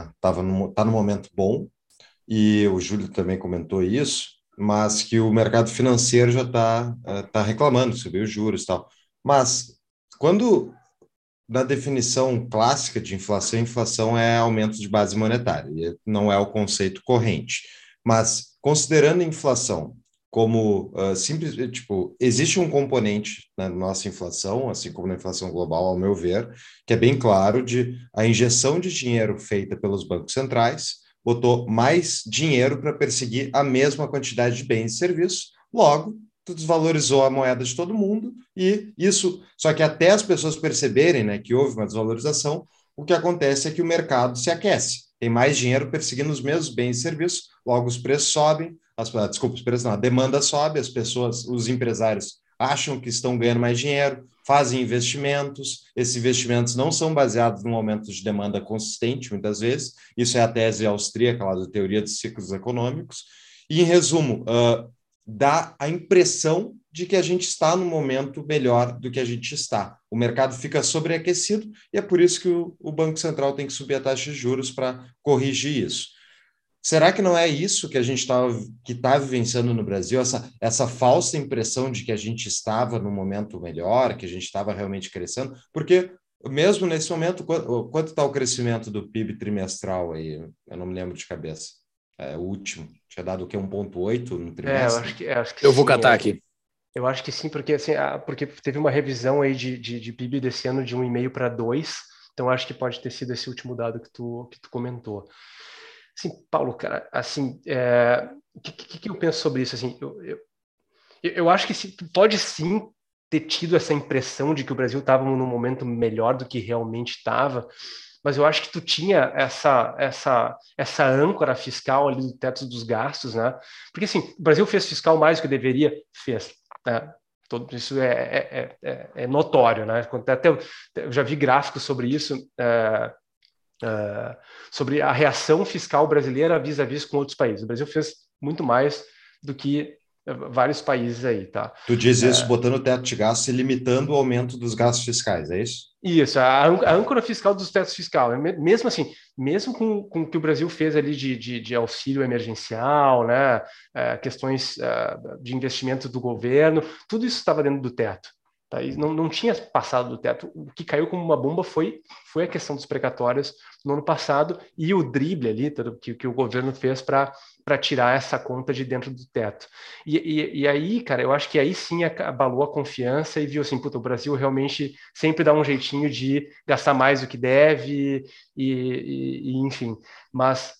num momento bom, e o Júlio também comentou isso, mas que o mercado financeiro já tá reclamando, subiu os juros e tal. Mas quando, na definição clássica de inflação, inflação é aumento de base monetária, e não é o conceito corrente. Mas considerando a inflação como simples, tipo, existe um componente na nossa inflação, assim como na inflação global, ao meu ver, que é bem claro, de a injeção de dinheiro feita pelos bancos centrais botou mais dinheiro para perseguir a mesma quantidade de bens e serviços, logo, tu desvalorizou a moeda de todo mundo, e isso, só que até as pessoas perceberem, né, que houve uma desvalorização, o que acontece é que o mercado se aquece, tem mais dinheiro perseguindo os mesmos bens e serviços, logo os preços sobem, desculpa, os preços não, a demanda sobe, as pessoas, os empresários acham que estão ganhando mais dinheiro, fazem investimentos, esses investimentos não são baseados num aumento de demanda consistente, muitas vezes, isso é a tese austríaca lá da teoria dos ciclos econômicos, e em resumo, dá a impressão de que a gente está num momento melhor do que a gente está. O mercado fica sobreaquecido e é por isso que o Banco Central tem que subir a taxa de juros para corrigir isso. Será que não é isso que a gente está vivenciando no Brasil, essa falsa impressão de que a gente estava num momento melhor, que a gente estava realmente crescendo? Porque mesmo nesse momento, quanto está o crescimento do PIB trimestral aí? Eu não me lembro de cabeça. O último. Tinha dado o quê? 1,8 no trimestre? Eu acho que Eu sim, vou catar aqui. Eu acho que sim, porque assim, porque teve uma revisão aí de PIB desse ano de 1,5 para 2, então acho que pode ter sido esse último dado que tu comentou. Assim, Paulo, cara, assim, o que eu penso sobre isso? Assim, eu acho que pode sim ter tido essa impressão de que o Brasil estava num momento melhor do que realmente estava, mas eu acho que tu tinha essa âncora fiscal ali do teto dos gastos, né? Porque assim, o Brasil fez fiscal mais do que deveria, fez, né? Todo isso é notório, né? Até eu já vi gráficos sobre isso, sobre a reação fiscal brasileira vis-à-vis com outros países. O Brasil fez muito mais do que vários países aí, tá? Tu diz isso botando o teto de gastos e limitando o aumento dos gastos fiscais, é isso? Isso, a âncora fiscal dos tetos fiscais, mesmo assim, mesmo com o que o Brasil fez ali de auxílio emergencial, né, questões de investimento do governo, tudo isso estava dentro do teto. Tá? E não tinha passado do teto. O que caiu como uma bomba foi a questão dos precatórios no ano passado e o drible ali que o governo fez para tirar essa conta de dentro do teto. E aí, cara, eu acho que aí sim abalou a confiança e viu assim, puta, o Brasil realmente sempre dá um jeitinho de gastar mais do que deve enfim. Mas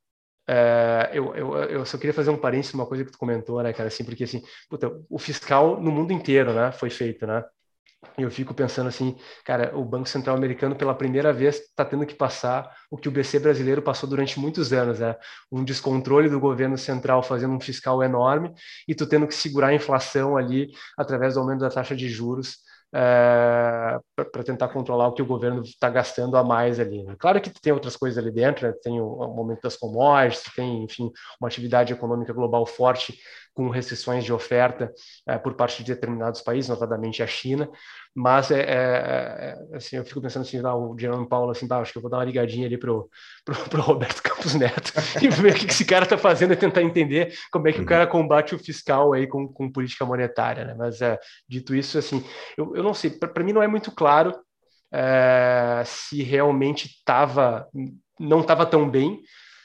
eu só queria fazer um parênteses uma coisa que tu comentou, né, cara, assim, porque assim, puta, o fiscal no mundo inteiro, né, foi feito, né, e eu fico pensando assim, cara, o Banco Central americano pela primeira vez está tendo que passar o que o BC brasileiro passou durante muitos anos, né, um descontrole do governo central fazendo um fiscal enorme e tu tendo que segurar a inflação ali através do aumento da taxa de juros, para tentar controlar o que o governo está gastando a mais ali. Né? Claro que tem outras coisas ali dentro, né? Tem o aumento das commodities, tem, enfim, uma atividade econômica global forte com restrições de oferta por parte de determinados países, notadamente a China, mas assim, eu fico pensando assim, o Jerome Paulo, assim, acho que eu vou dar uma ligadinha ali pro Roberto Campos Neto e ver o que esse cara está fazendo e tentar entender como é que o cara combate o fiscal aí com política monetária, né? Mas dito isso, assim, eu não sei, para mim não é muito claro se realmente não estava tão bem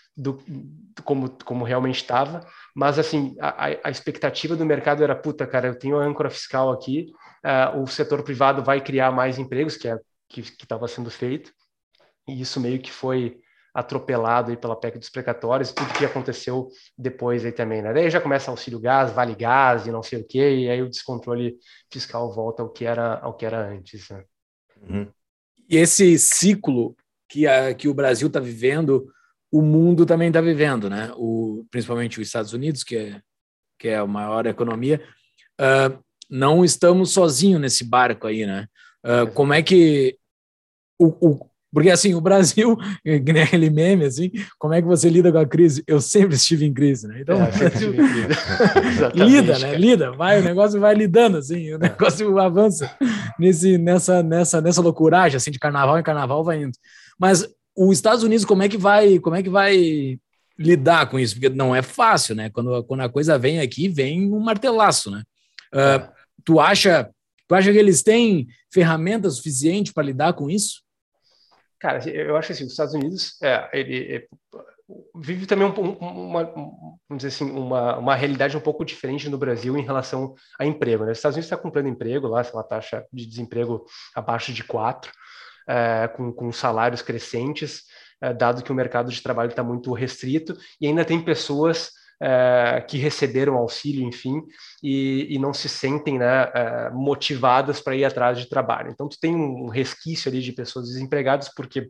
como realmente estava, mas assim, a expectativa do mercado era, puta, cara, eu tenho a âncora fiscal aqui, o setor privado vai criar mais empregos, que estava sendo feito, e isso meio que foi atropelado aí pela PEC dos precatórios, tudo que aconteceu depois aí também, né? Daí já começa auxílio gás, vale gás e não sei o quê, e aí o descontrole fiscal volta ao que era antes, né? Uhum. E esse ciclo que o Brasil está vivendo, o mundo também está vivendo, né? Principalmente os Estados Unidos, que é a maior economia, não estamos sozinhos nesse barco aí, né? Como é que porque assim, o Brasil, que nem aquele meme, assim, como é que você lida com a crise? Eu sempre estive em crise, né? Então, o Brasil lida, né? Lida, o negócio vai lidando, assim, o negócio avança nessa loucuragem, assim, de carnaval em carnaval vai indo. Mas os Estados Unidos, como é que vai lidar com isso? Porque não é fácil, né? Quando a coisa vem aqui, vem um martelaço, né? Tu acha que eles têm ferramentas suficientes para lidar com isso? Cara, eu acho que assim, os Estados Unidos ele vive também vamos dizer assim, uma realidade um pouco diferente no Brasil em relação a emprego. Né? Os Estados Unidos está com pleno emprego lá, uma taxa de desemprego abaixo de 4, com salários crescentes, dado que o mercado de trabalho está muito restrito, e ainda tem pessoas que receberam auxílio, enfim, e não se sentem, né, motivadas para ir atrás de trabalho. Então, tu tem um resquício ali de pessoas desempregadas porque,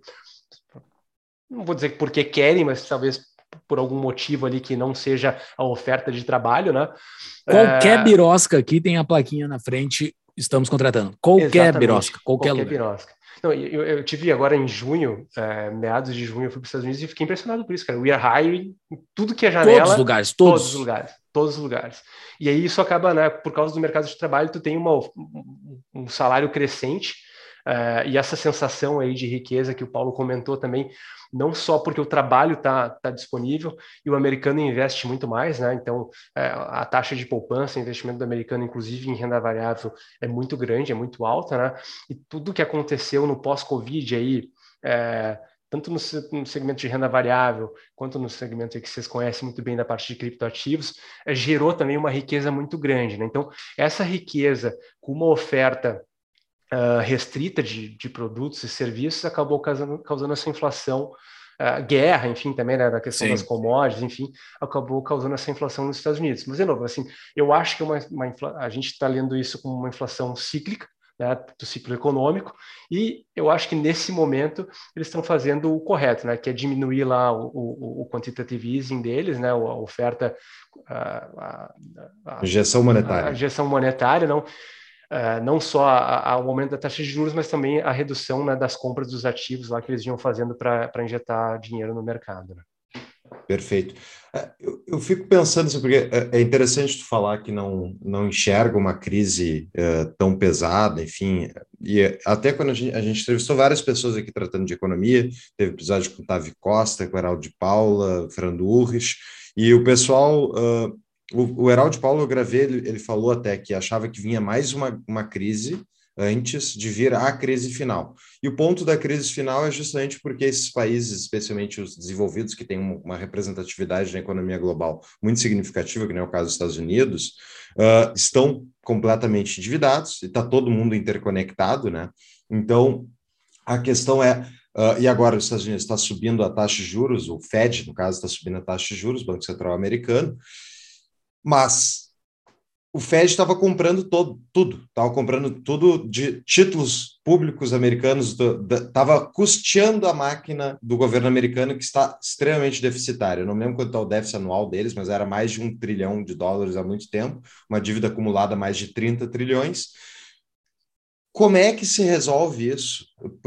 não vou dizer porque querem, mas talvez por algum motivo ali que não seja a oferta de trabalho, né? Qualquer birosca aqui tem a plaquinha na frente, estamos contratando. Qualquer birosca, qualquer lugar. Birosca. Não, eu tive agora em junho, meados de junho, eu fui para os Estados Unidos e fiquei impressionado por isso, cara. We are hiring tudo que é janela. Todos os lugares, todos os lugares. E aí isso acaba, né, por causa do mercado de trabalho, tu tem um salário crescente, e essa sensação aí de riqueza que o Paulo comentou também, não só porque o trabalho tá disponível e o americano investe muito mais, né? Então, a taxa de poupança, investimento do americano, inclusive em renda variável, é muito grande, é muito alta, né? E tudo que aconteceu no pós-Covid aí, tanto no segmento de renda variável, quanto no segmento que vocês conhecem muito bem da parte de criptoativos, gerou também uma riqueza muito grande, né? Então, essa riqueza com uma oferta restrita de produtos e serviços acabou causando essa inflação, guerra, enfim, também, né, da questão das commodities, enfim, acabou causando essa inflação nos Estados Unidos. Mas, de novo, assim, eu acho que a gente está lendo isso como uma inflação cíclica, né, do ciclo econômico, e eu acho que nesse momento eles estão fazendo o correto, né, que é diminuir lá o quantitative easing deles, né, a oferta, a injeção monetária. A injeção monetária, não só o aumento da taxa de juros, mas também a redução, né, das compras dos ativos lá que eles iam fazendo para injetar dinheiro no mercado, né? Perfeito. Eu fico pensando isso, porque é interessante tu falar que não enxerga uma crise tão pesada, enfim, e até quando a gente entrevistou várias pessoas aqui tratando de economia, teve episódio com o Tavi Costa, com o Heraldo de Paula, Fernando Urrich, e o pessoal... O Heraldo de Paula, eu gravei, ele falou até que achava que vinha mais uma crise antes de vir a crise final. E o ponto da crise final é justamente porque esses países, especialmente os desenvolvidos, que têm uma representatividade na economia global muito significativa, que não é o caso dos Estados Unidos, estão completamente endividados, e está todo mundo interconectado, né? Então, a questão é, e agora os Estados Unidos está subindo a taxa de juros, o Fed, no caso, está subindo a taxa de juros, Banco Central Americano, mas o Fed estava comprando tudo de títulos públicos americanos, estava custeando a máquina do governo americano, que está extremamente deficitária. Eu não lembro quanto está o déficit anual deles, mas era mais de $1 trilhão há muito tempo, uma dívida acumulada mais de 30 trilhões. Como é que se resolve isso?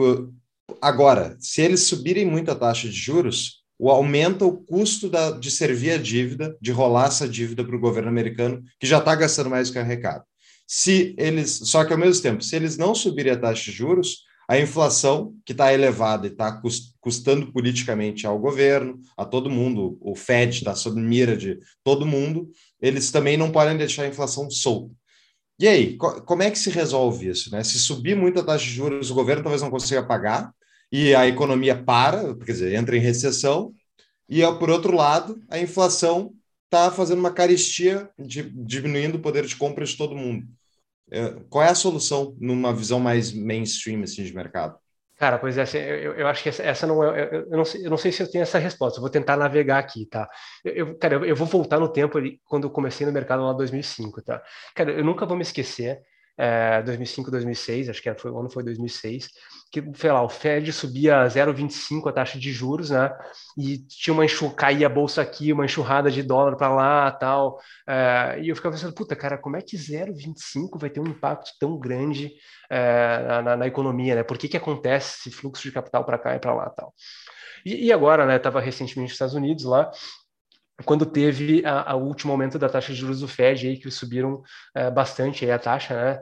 Agora, se eles subirem muito a taxa de juros, aumenta o custo de servir a dívida, de rolar essa dívida para o governo americano, que já está gastando mais do que arrecada. Só que, ao mesmo tempo, se eles não subirem a taxa de juros, a inflação, que está elevada e está custando politicamente ao governo, a todo mundo, o Fed está sob mira de todo mundo, eles também não podem deixar a inflação solta. E aí, como é que se resolve isso, né? Se subir muito a taxa de juros, o governo talvez não consiga pagar, e a economia quer dizer, entra em recessão, e, por outro lado, a inflação está fazendo uma carestia, diminuindo o poder de compra de todo mundo. Qual é a solução numa visão mais mainstream assim, de mercado? Cara, pois é, eu acho que essa não é. Eu não sei se eu tenho essa resposta, eu vou tentar navegar aqui, tá? Cara, eu vou voltar no tempo ali, quando eu comecei no mercado lá em 2005, tá? Cara, eu nunca vou me esquecer, 2005, 2006, acho que o ano foi 2006, que, sei lá, o Fed subia 0,25 a taxa de juros, né? E tinha caía a bolsa aqui, uma enxurrada de dólar para lá, tal. E eu ficava pensando, puta, cara, como é que 0,25 vai ter um impacto tão grande na economia, né? Por que acontece esse fluxo de capital para cá e para lá, tal? E agora, né? Estava recentemente nos Estados Unidos lá, quando teve o último aumento da taxa de juros do Fed, aí, que subiram bastante aí a taxa, né,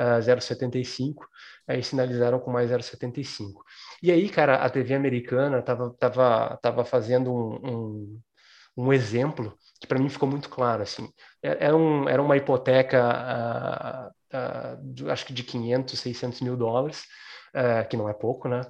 0,75, aí sinalizaram com mais 0,75. E aí, cara, a TV americana tava fazendo um exemplo que para mim ficou muito claro, assim, era uma hipoteca, acho que de 500, 600 mil dólares, que não é pouco, né?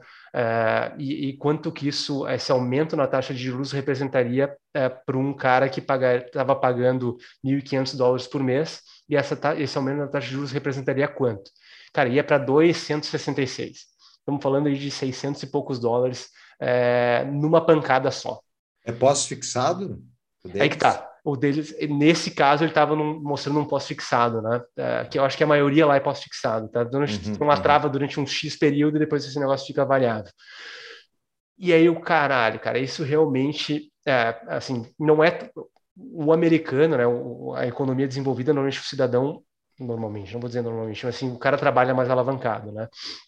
E quanto que esse aumento na taxa de juros representaria para um cara que estava pagando $1.500 por mês, e esse aumento na taxa de juros representaria quanto? Cara, ia para 266. Estamos falando aí de 600 e poucos dólares numa pancada só. É pós-fixado? Aí que tá. O deles, nesse caso, ele estava mostrando um pós-fixado, né? Que eu acho que a maioria lá é pós-fixado, tá? Uma trava durante um X período e depois esse negócio fica variável. E aí o caralho, cara, isso realmente, assim, não é o americano, né? A economia desenvolvida, normalmente o cidadão, normalmente, não vou dizer normalmente, mas assim, o cara trabalha mais alavancado, né?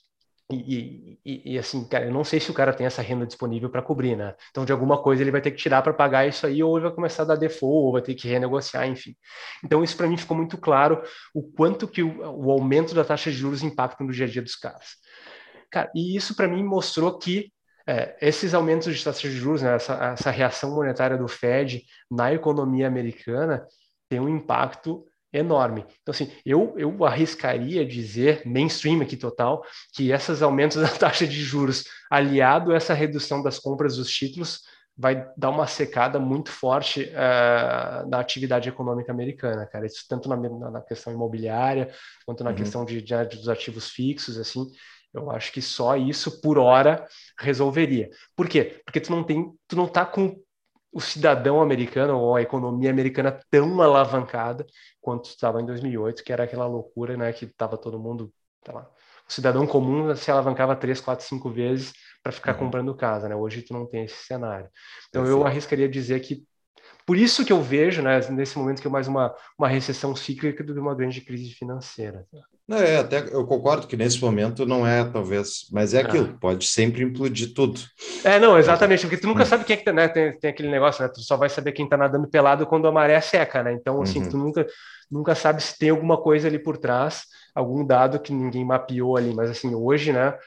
E assim, cara, eu não sei se o cara tem essa renda disponível para cobrir, né? Então, de alguma coisa ele vai ter que tirar para pagar isso aí, ou ele vai começar a dar default, ou vai ter que renegociar, enfim. Então, isso para mim ficou muito claro o quanto que o aumento da taxa de juros impacta no dia a dia dos caras. Cara, e isso para mim mostrou que esses aumentos de taxa de juros, né, essa reação monetária do Fed na economia americana tem um impacto enorme. Então, assim, eu arriscaria dizer, mainstream aqui total, que esses aumentos da taxa de juros, aliado a essa redução das compras dos títulos, vai dar uma secada muito forte na atividade econômica americana, cara. Isso tanto na questão imobiliária, quanto na questão dos ativos fixos, assim. Eu acho que só isso, por hora, resolveria. Por quê? Porque tu não tá com o cidadão americano ou a economia americana tão alavancada quanto estava em 2008, que era aquela loucura, né, que estava todo mundo, sei lá, o cidadão comum se alavancava 3, 4, 5 vezes para ficar comprando casa, né? Hoje tu não tem esse cenário. Então Perfeito. Eu arriscaria dizer que por isso que eu vejo, né, nesse momento, que é mais uma recessão cíclica do que uma grande crise financeira. Não, até eu concordo que nesse momento não é, talvez, mas é aquilo, pode sempre implodir tudo. Não, exatamente, porque tu nunca sabe quem é que tá, né? Tem aquele negócio, né? Tu só vai saber quem tá nadando pelado quando a maré seca, né? Então, assim, tu nunca sabe se tem alguma coisa ali por trás, algum dado que ninguém mapeou ali, mas assim, hoje, né,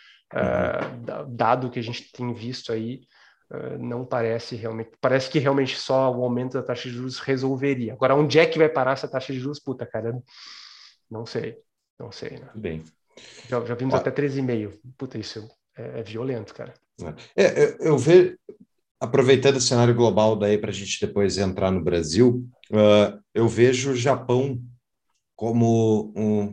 dado que a gente tem visto aí, não parece realmente, parece que realmente só o aumento da taxa de juros resolveria. Agora, onde é que vai parar essa taxa de juros? Puta, cara, não sei, né? Bem. Já vimos até 13,5. Puta, isso é violento, cara. Eu vejo, aproveitando o cenário global daí para a gente depois entrar no Brasil, eu vejo o Japão como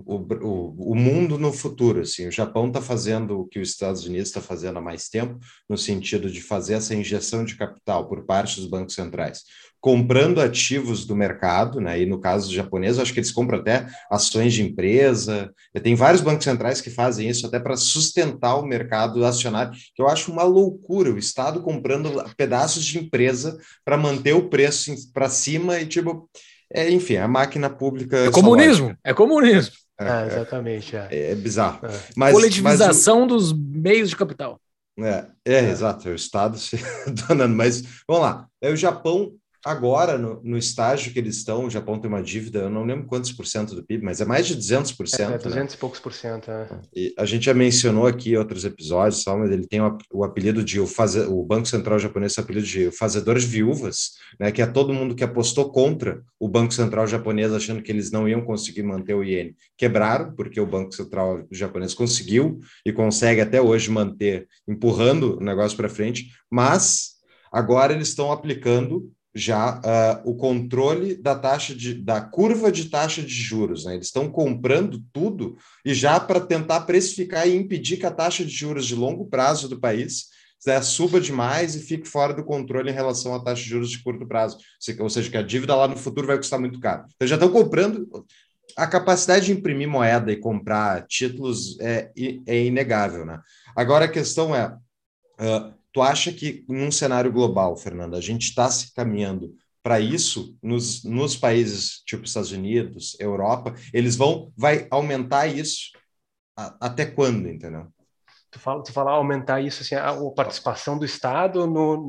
o mundo no futuro. Assim. O Japão está fazendo o que os Estados Unidos está fazendo há mais tempo, no sentido de fazer essa injeção de capital por parte dos bancos centrais, comprando ativos do mercado, né? E no caso japonês, acho que eles compram até ações de empresa. Tem vários bancos centrais que fazem isso até para sustentar o mercado acionário, que eu acho uma loucura, o Estado comprando pedaços de empresa para manter o preço para cima e tipo... enfim, a máquina pública... É comunismo, é comunismo. Exatamente. É bizarro. Coletivização dos meios de capital. Exato, é o Estado se donando. Mas, vamos lá, o Japão, agora, no estágio que eles estão, o Japão tem uma dívida, eu não lembro quantos por cento do PIB, mas é mais de 200%. 200 e poucos por cento. E a gente já mencionou aqui em outros episódios, mas ele tem o apelido de, o Banco Central japonês tem o apelido de fazedor de viúvas, né, que é todo mundo que apostou contra o Banco Central japonês, achando que eles não iam conseguir manter o iene. Quebraram, porque o Banco Central japonês conseguiu e consegue até hoje manter, empurrando o negócio para frente, mas agora eles estão aplicando já o controle da curva de taxa de juros. Né? Eles estão comprando tudo e já para tentar precificar e impedir que a taxa de juros de longo prazo do país suba demais e fique fora do controle em relação à taxa de juros de curto prazo. Ou seja, que a dívida lá no futuro vai custar muito caro. Então já estão comprando. A capacidade de imprimir moeda e comprar títulos é inegável. Né? Agora a questão é... tu acha que num cenário global, Fernanda, a gente está se caminhando para isso nos países tipo Estados Unidos, Europa, vai aumentar isso até quando, entendeu? Tu fala aumentar isso, assim, a participação do Estado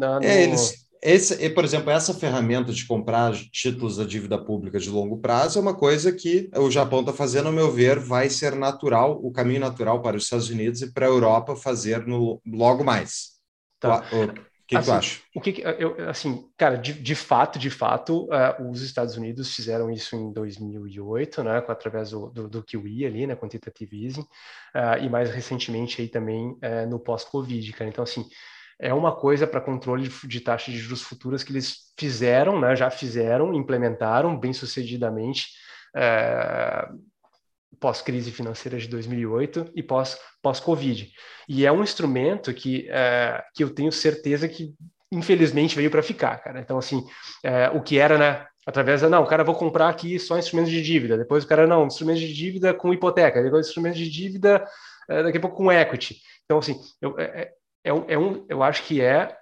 por exemplo, essa ferramenta de comprar títulos da dívida pública de longo prazo é uma coisa que o Japão está fazendo, ao meu ver, vai ser natural, o caminho natural para os Estados Unidos e para a Europa fazer logo mais. Tá. O que tu acha? Cara, de fato, os Estados Unidos fizeram isso em 2008, né, através do QE ali, né, quantitative easing, e mais recentemente aí também no pós-Covid, cara. Então, assim, é uma coisa para controle de taxa de juros futuras que eles fizeram, né, já fizeram, implementaram bem sucedidamente, pós-crise financeira de 2008 e pós-Covid. E é um instrumento que eu tenho certeza que, infelizmente, veio para ficar, cara. Então, assim, o que era, né, através da, não, cara, vou comprar aqui só instrumentos de dívida, depois o cara, não, instrumentos de dívida com hipoteca, depois instrumentos de dívida, daqui a pouco com equity. Então, assim, eu acho que é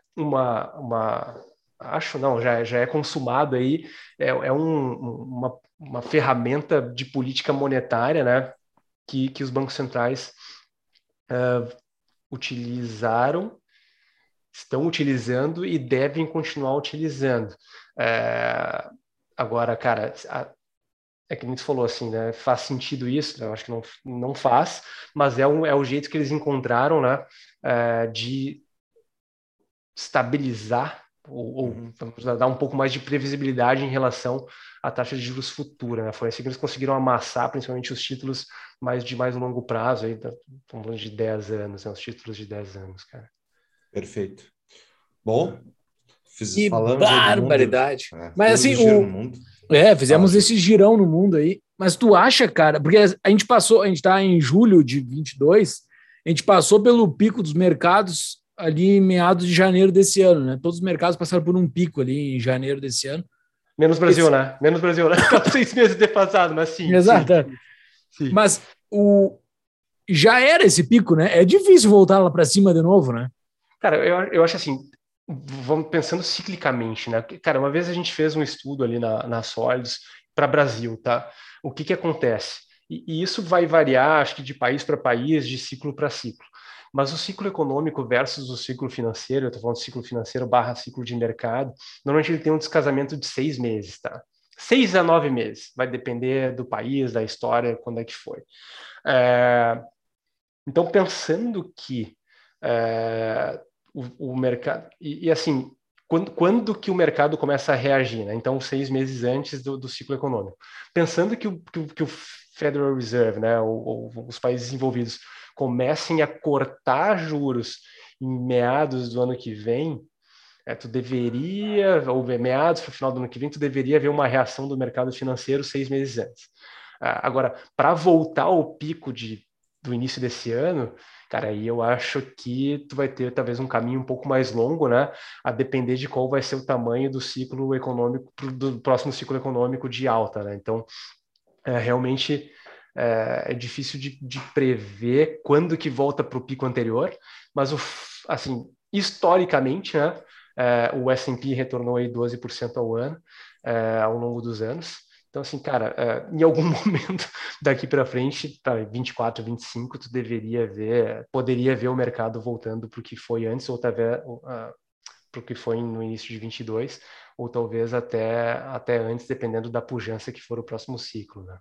acho não, já é consumado aí, uma ferramenta de política monetária, né, que os bancos centrais utilizaram, estão utilizando e devem continuar utilizando. Agora, cara, é que nem você falou assim, né? Faz sentido isso? Eu acho que não faz, mas é o jeito que eles encontraram, né, de estabilizar ou dar um pouco mais de previsibilidade em relação à taxa de juros futura, né? Foi assim que eles conseguiram amassar, principalmente os títulos de mais longo prazo, aí, estamos falando de 10 anos, né? Os títulos de 10 anos, cara. Perfeito. Bom, Que falamos aí do mundo. barbaridade. Mas assim, no mundo. Fizemos esse girão no mundo aí. Mas tu acha, cara, porque a gente está em julho de 22, a gente passou pelo pico dos mercados ali em meados de janeiro desse ano, né? Todos os mercados passaram por um pico ali em janeiro desse ano. Menos Brasil, né? Menos Brasil, né? Tá 6 meses defasado, mas sim. Exato. Sim. Mas já era esse pico, né? É difícil voltar lá para cima de novo, né? Cara, eu acho assim, vamos pensando ciclicamente, né? Cara, uma vez a gente fez um estudo ali na Solids para Brasil, tá? O que acontece? E isso vai variar, acho que de país para país, de ciclo para ciclo. Mas o ciclo econômico versus o ciclo financeiro, eu estou falando de ciclo financeiro / ciclo de mercado, normalmente ele tem um descasamento de 6 meses, tá? 6 a 9 meses, vai depender do país, da história, quando é que foi. Então, pensando que o mercado... E assim, quando que o mercado começa a reagir, né? Então, 6 meses antes do ciclo econômico. Pensando que o Federal Reserve, né, ou os países envolvidos, comecem a cortar juros em meados do ano que vem, tu deveria, ou meados para o final do ano que vem, tu deveria ver uma reação do mercado financeiro 6 meses antes. Agora, para voltar ao pico do início desse ano, cara, aí eu acho que tu vai ter talvez um caminho um pouco mais longo, né? A depender de qual vai ser o tamanho do ciclo econômico, do próximo ciclo econômico de alta, né? Então, realmente é difícil de prever quando que volta para o pico anterior, mas assim, historicamente, né? O S&P retornou aí 12% ao ano ao longo dos anos. Então, assim, cara, em algum momento daqui para frente, para 24, 25, tu poderia ver o mercado voltando para o que foi antes, ou talvez para o que foi no início de 22, ou talvez até antes, dependendo da pujança que for o próximo ciclo, né?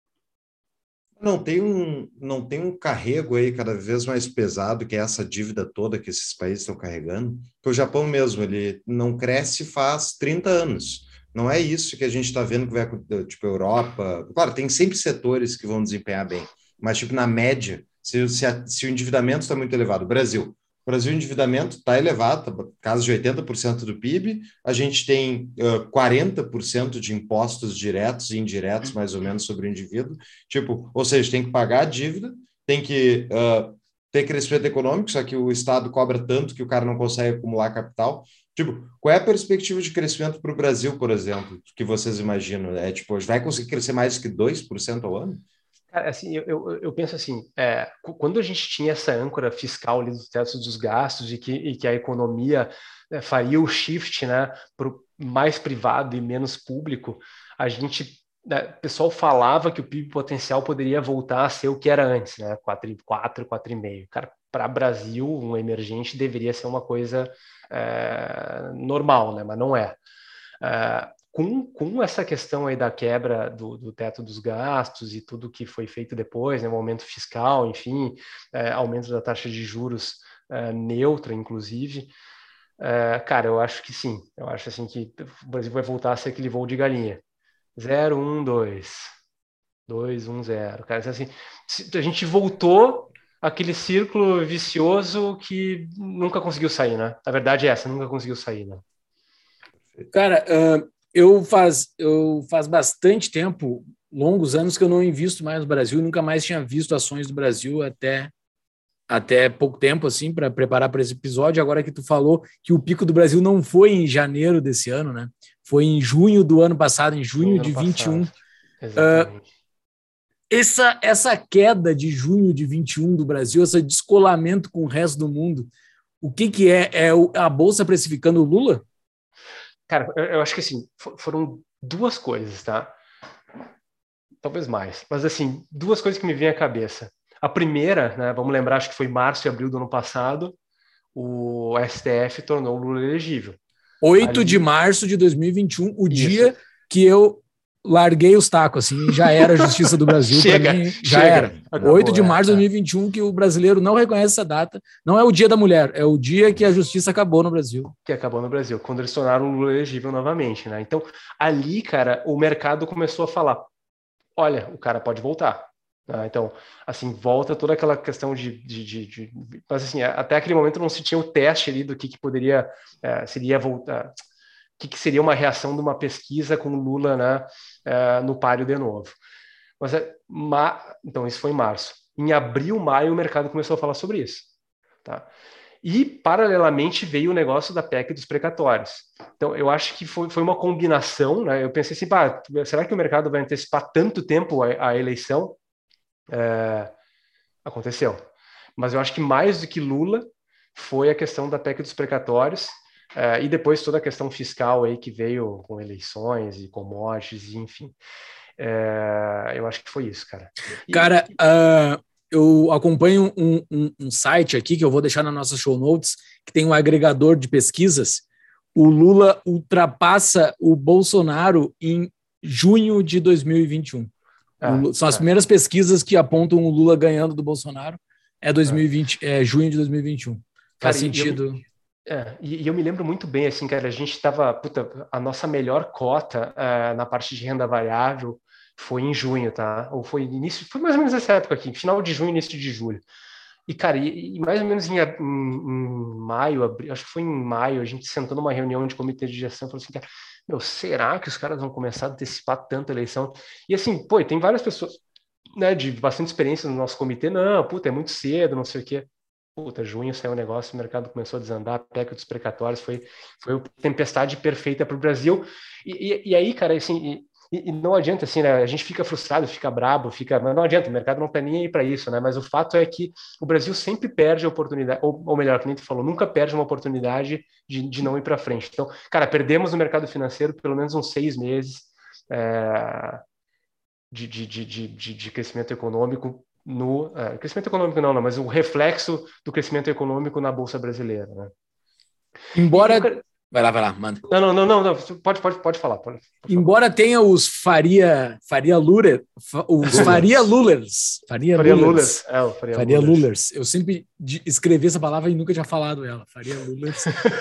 Não tem um carrego aí cada vez mais pesado, que é essa dívida toda que esses países estão carregando, que o Japão mesmo, ele não cresce faz 30 anos. Não é isso que a gente está vendo que vai, tipo, Europa... Claro, tem sempre setores que vão desempenhar bem, mas, tipo, na média, se o endividamento está muito elevado, o Brasil, o endividamento está elevado, tá, caso de 80% do PIB, a gente tem 40% de impostos diretos e indiretos, mais ou menos, sobre o indivíduo. Tipo, ou seja, tem que pagar a dívida, tem que ter crescimento econômico, só que o Estado cobra tanto que o cara não consegue acumular capital. Tipo, qual é a perspectiva de crescimento para o Brasil, por exemplo, que vocês imaginam? Tipo, vai conseguir crescer mais que 2% ao ano? Cara, assim, eu penso assim, quando a gente tinha essa âncora fiscal ali dos tetos dos gastos e que a economia faria o shift, né, para mais privado e menos público, o pessoal falava que o PIB potencial poderia voltar a ser o que era antes, né, 4,4, 4,5. Cara, para Brasil, um emergente deveria ser uma coisa normal, né, mas não é. Com essa questão aí da quebra do teto dos gastos e tudo que foi feito depois, né, o aumento fiscal, enfim, aumento da taxa de juros neutra, inclusive, cara, eu acho que sim. Eu acho assim que o Brasil vai voltar a ser aquele voo de galinha. 0, 1, 2. 2, 1, 0. Cara, assim, a gente voltou aquele círculo vicioso que nunca conseguiu sair, né? A verdade é essa, nunca conseguiu sair, né? Cara, eu faz bastante tempo longos anos que eu não invisto mais no Brasil, nunca mais tinha visto ações do Brasil até pouco tempo, assim, para preparar para esse episódio. Agora que tu falou que o pico do Brasil não foi em janeiro desse ano, né? Foi em junho do ano passado, em junho de 21. Exatamente. Essa queda de junho de 21 do Brasil, esse descolamento com o resto do mundo, o que é? É a Bolsa precificando o Lula? Cara, eu acho que assim, foram duas coisas, tá? Talvez mais. Mas assim, duas coisas que me vêm à cabeça. A primeira, né, vamos lembrar, acho que foi março e abril do ano passado, o STF tornou o Lula elegível. 8 de março de 2021, o dia que eu larguei os tacos, assim, já era a Justiça do Brasil. Chega, mim, já era. Acabou, 8 de março de 2021, que o brasileiro não reconhece essa data. Não é o dia da mulher, é o dia que a justiça acabou no Brasil. Que acabou no Brasil, quando eles tornaram o Lula elegível novamente, né? Então, ali, cara, o mercado começou a falar, olha, o cara pode voltar. Então, assim, volta toda aquela questão mas assim, até aquele momento não se tinha o teste ali do que poderia, seria voltar, que seria uma reação de uma pesquisa com o Lula, né, no páreo de novo. Mas, então, isso foi em março. Em abril, maio, o mercado começou a falar sobre isso. Tá? E, paralelamente, veio o negócio da PEC dos precatórios. Então, eu acho que foi uma combinação, né? Eu pensei assim, será que o mercado vai antecipar tanto tempo a eleição? Aconteceu. Mas eu acho que mais do que Lula foi a questão da PEC dos precatórios, e depois toda a questão fiscal aí que veio com eleições e commodities, enfim. Eu acho que foi isso, cara. Cara, eu acompanho um site aqui que eu vou deixar na nossa show notes, que tem um agregador de pesquisas. O Lula ultrapassa o Bolsonaro em junho de 2021. São as primeiras pesquisas que apontam o Lula ganhando do Bolsonaro. É junho de 2021. Faz sentido. E eu me lembro muito bem, assim, cara, a gente estava, a nossa melhor cota na parte de renda variável foi em junho, tá? Ou foi mais ou menos essa época aqui, final de junho, início de julho. E, cara, mais ou menos em maio, abril, acho que foi em maio, a gente sentou numa reunião de comitê de gestão e falou assim, cara, será que os caras vão começar a antecipar tanto a eleição? E assim, tem várias pessoas, né, de bastante experiência no nosso comitê, não, é muito cedo, não sei o quê. Junho saiu um negócio, o mercado começou a desandar, a PEC dos precatórios foi a tempestade perfeita para o Brasil. E aí, cara, assim, e não adianta, assim, né, a gente fica frustrado, fica brabo, mas não adianta, o mercado não está nem aí para isso, né? Mas o fato é que o Brasil sempre perde a oportunidade, ou melhor, que nem tu falou, nunca perde uma oportunidade de não ir para frente. Então, cara, perdemos no mercado financeiro pelo menos uns 6 meses de crescimento econômico crescimento econômico não, mas o reflexo do crescimento econômico na Bolsa Brasileira, né? Embora... Vai lá, manda. Não, pode falar. Embora tenha os Faria Lulers. Eu sempre escrevi essa palavra e nunca tinha falado ela. Faria Lulers.